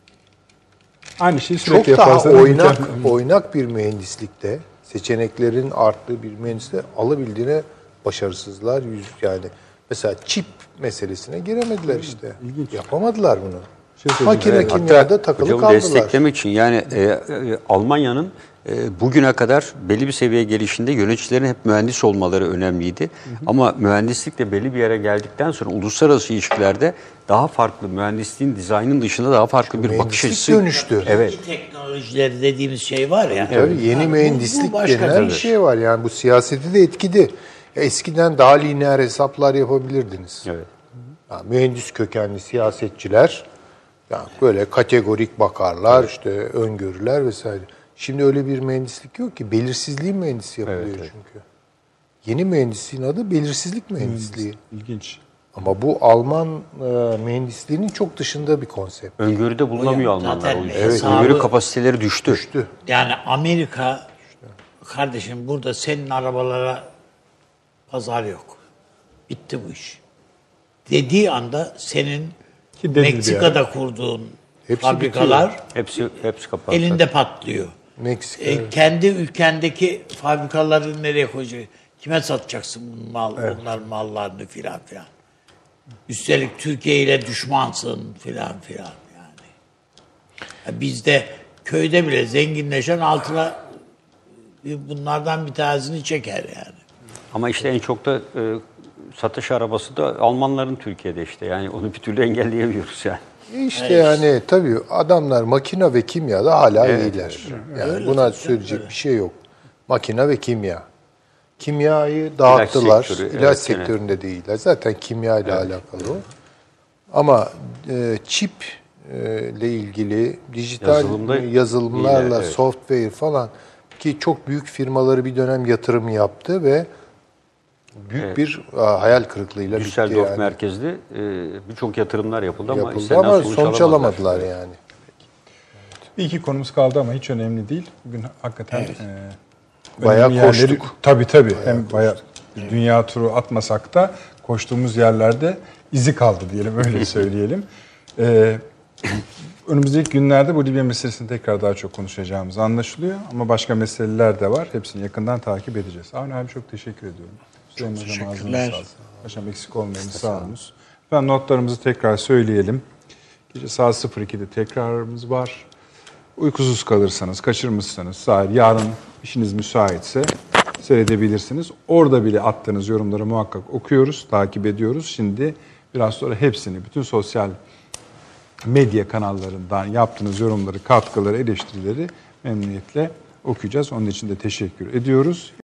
Aynı şeyi sürekli Çok daha yaparsanız oynak, mükemmel. oynak bir mühendislikte, seçeneklerin arttığı bir mühendislikte alabildiğine başarısızlar. Yüz, yani mesela çip meselesine giremediler işte. Yapamadılar bunu. Şey söyleyeyim, Makine Evet, kimyada takılı hocamı kaldılar. desteklemek için yani e, e, Almanya'nın e, bugüne kadar belli bir seviyeye gelişinde yöneticilerin hep mühendis olmaları önemliydi. Hı hı. Ama mühendislik de belli bir yere geldikten sonra uluslararası ilişkilerde daha farklı mühendisliğin dizaynın dışında daha farklı bir bakış Mühendislik açısı. dönüştü. Evet. Yeni teknolojileri dediğimiz şey var ya. Tabii yeni Yani bu- mühendislik bu başka denilen bir bir şey. şey var. Yani bu siyaseti de etkidi. Eskiden daha lineer hesaplar yapabilirdiniz. Evet. Yani mühendis kökenli siyasetçiler yani böyle kategorik bakarlar, işte öngörüler vesaire. Şimdi öyle bir mühendislik yok ki. Belirsizliğin mühendisi yapılıyor Evet, evet. çünkü. Yeni mühendisliğin adı belirsizlik mühendisliği. İlginç. Ama bu Alman e, mühendisliğinin çok dışında bir konsept. Öngörüde bulunamıyor Hocam, Almanlar. zaten o yüzden. hesabı- Öngörü kapasiteleri düştü. Düştü. Yani Amerika kardeşim burada senin arabalara pazar yok. Bitti bu iş. Dediği anda senin Ki dedi Meksika'da kurduğun Hepsi fabrikalar Hepsi hepsi kapattı. elinde patlıyor. Meksika. E, kendi ülkendeki fabrikaları nereye koyacaksın? Kime satacaksın bunun mal, onların mallarını filan filan. Üstelik Türkiye ile düşmansın filan filan yani. Ya bizde köyde bile zenginleşen altına bunlardan bir tanesini çeker yani. Ama işte en çok da e, satış arabası da Almanların Türkiye'de işte. Yani onu bir türlü engelleyemiyoruz yani. E İşte yani tabii adamlar makina ve kimyada hala Evet, iyiler. Yani buna söyleyecek bir şey yok. Makina ve kimya. Kimyayı dağıttılar. İlaç, sektörü, evet, sektöründe de iyiler. Zaten kimya ile alakalı o. Ama e, çip e, ile ilgili dijital Yazılımda yazılımlarla, iyiler, evet. software falan ki çok büyük firmaları bir dönem yatırım yaptı ve büyük Evet. bir a, hayal kırıklığıyla bitti Düsseldorf yani. merkezli e, birçok yatırımlar yapıldı, ama Yapıldı istenilen ama sonuç, sonuç alamadılar. alamadılar yani. Bir iki konumuz kaldı ama hiç önemli değil. Bugün hakikaten e, Bayağı önemli yerleri- koştuk. Tabii tabii. Hem bayağı Bir dünya turu atmasak da koştuğumuz yerlerde izi kaldı diyelim, öyle söyleyelim. Ee, önümüzdeki günlerde bu Libya meselesini tekrar daha çok konuşacağımız anlaşılıyor. Ama başka meseleler de var. Hepsini yakından takip edeceğiz. Avni abi çok teşekkür ediyorum. Süleyman Hocam ağzınıza sağlık. Paşam eksik olmayın, sağ olunuz. Ben notlarımızı tekrar söyleyelim. Gece saat sıfır ikide tekrarımız var. Uykusuz kalırsanız, kaçırmışsanız, sahil yarın işiniz müsaitse seyredebilirsiniz. Orada bile attığınız yorumları muhakkak okuyoruz, takip ediyoruz. Şimdi biraz sonra hepsini, bütün sosyal medya kanallarından yaptığınız yorumları, katkıları, eleştirileri memnuniyetle okuyacağız. Onun için de teşekkür ediyoruz.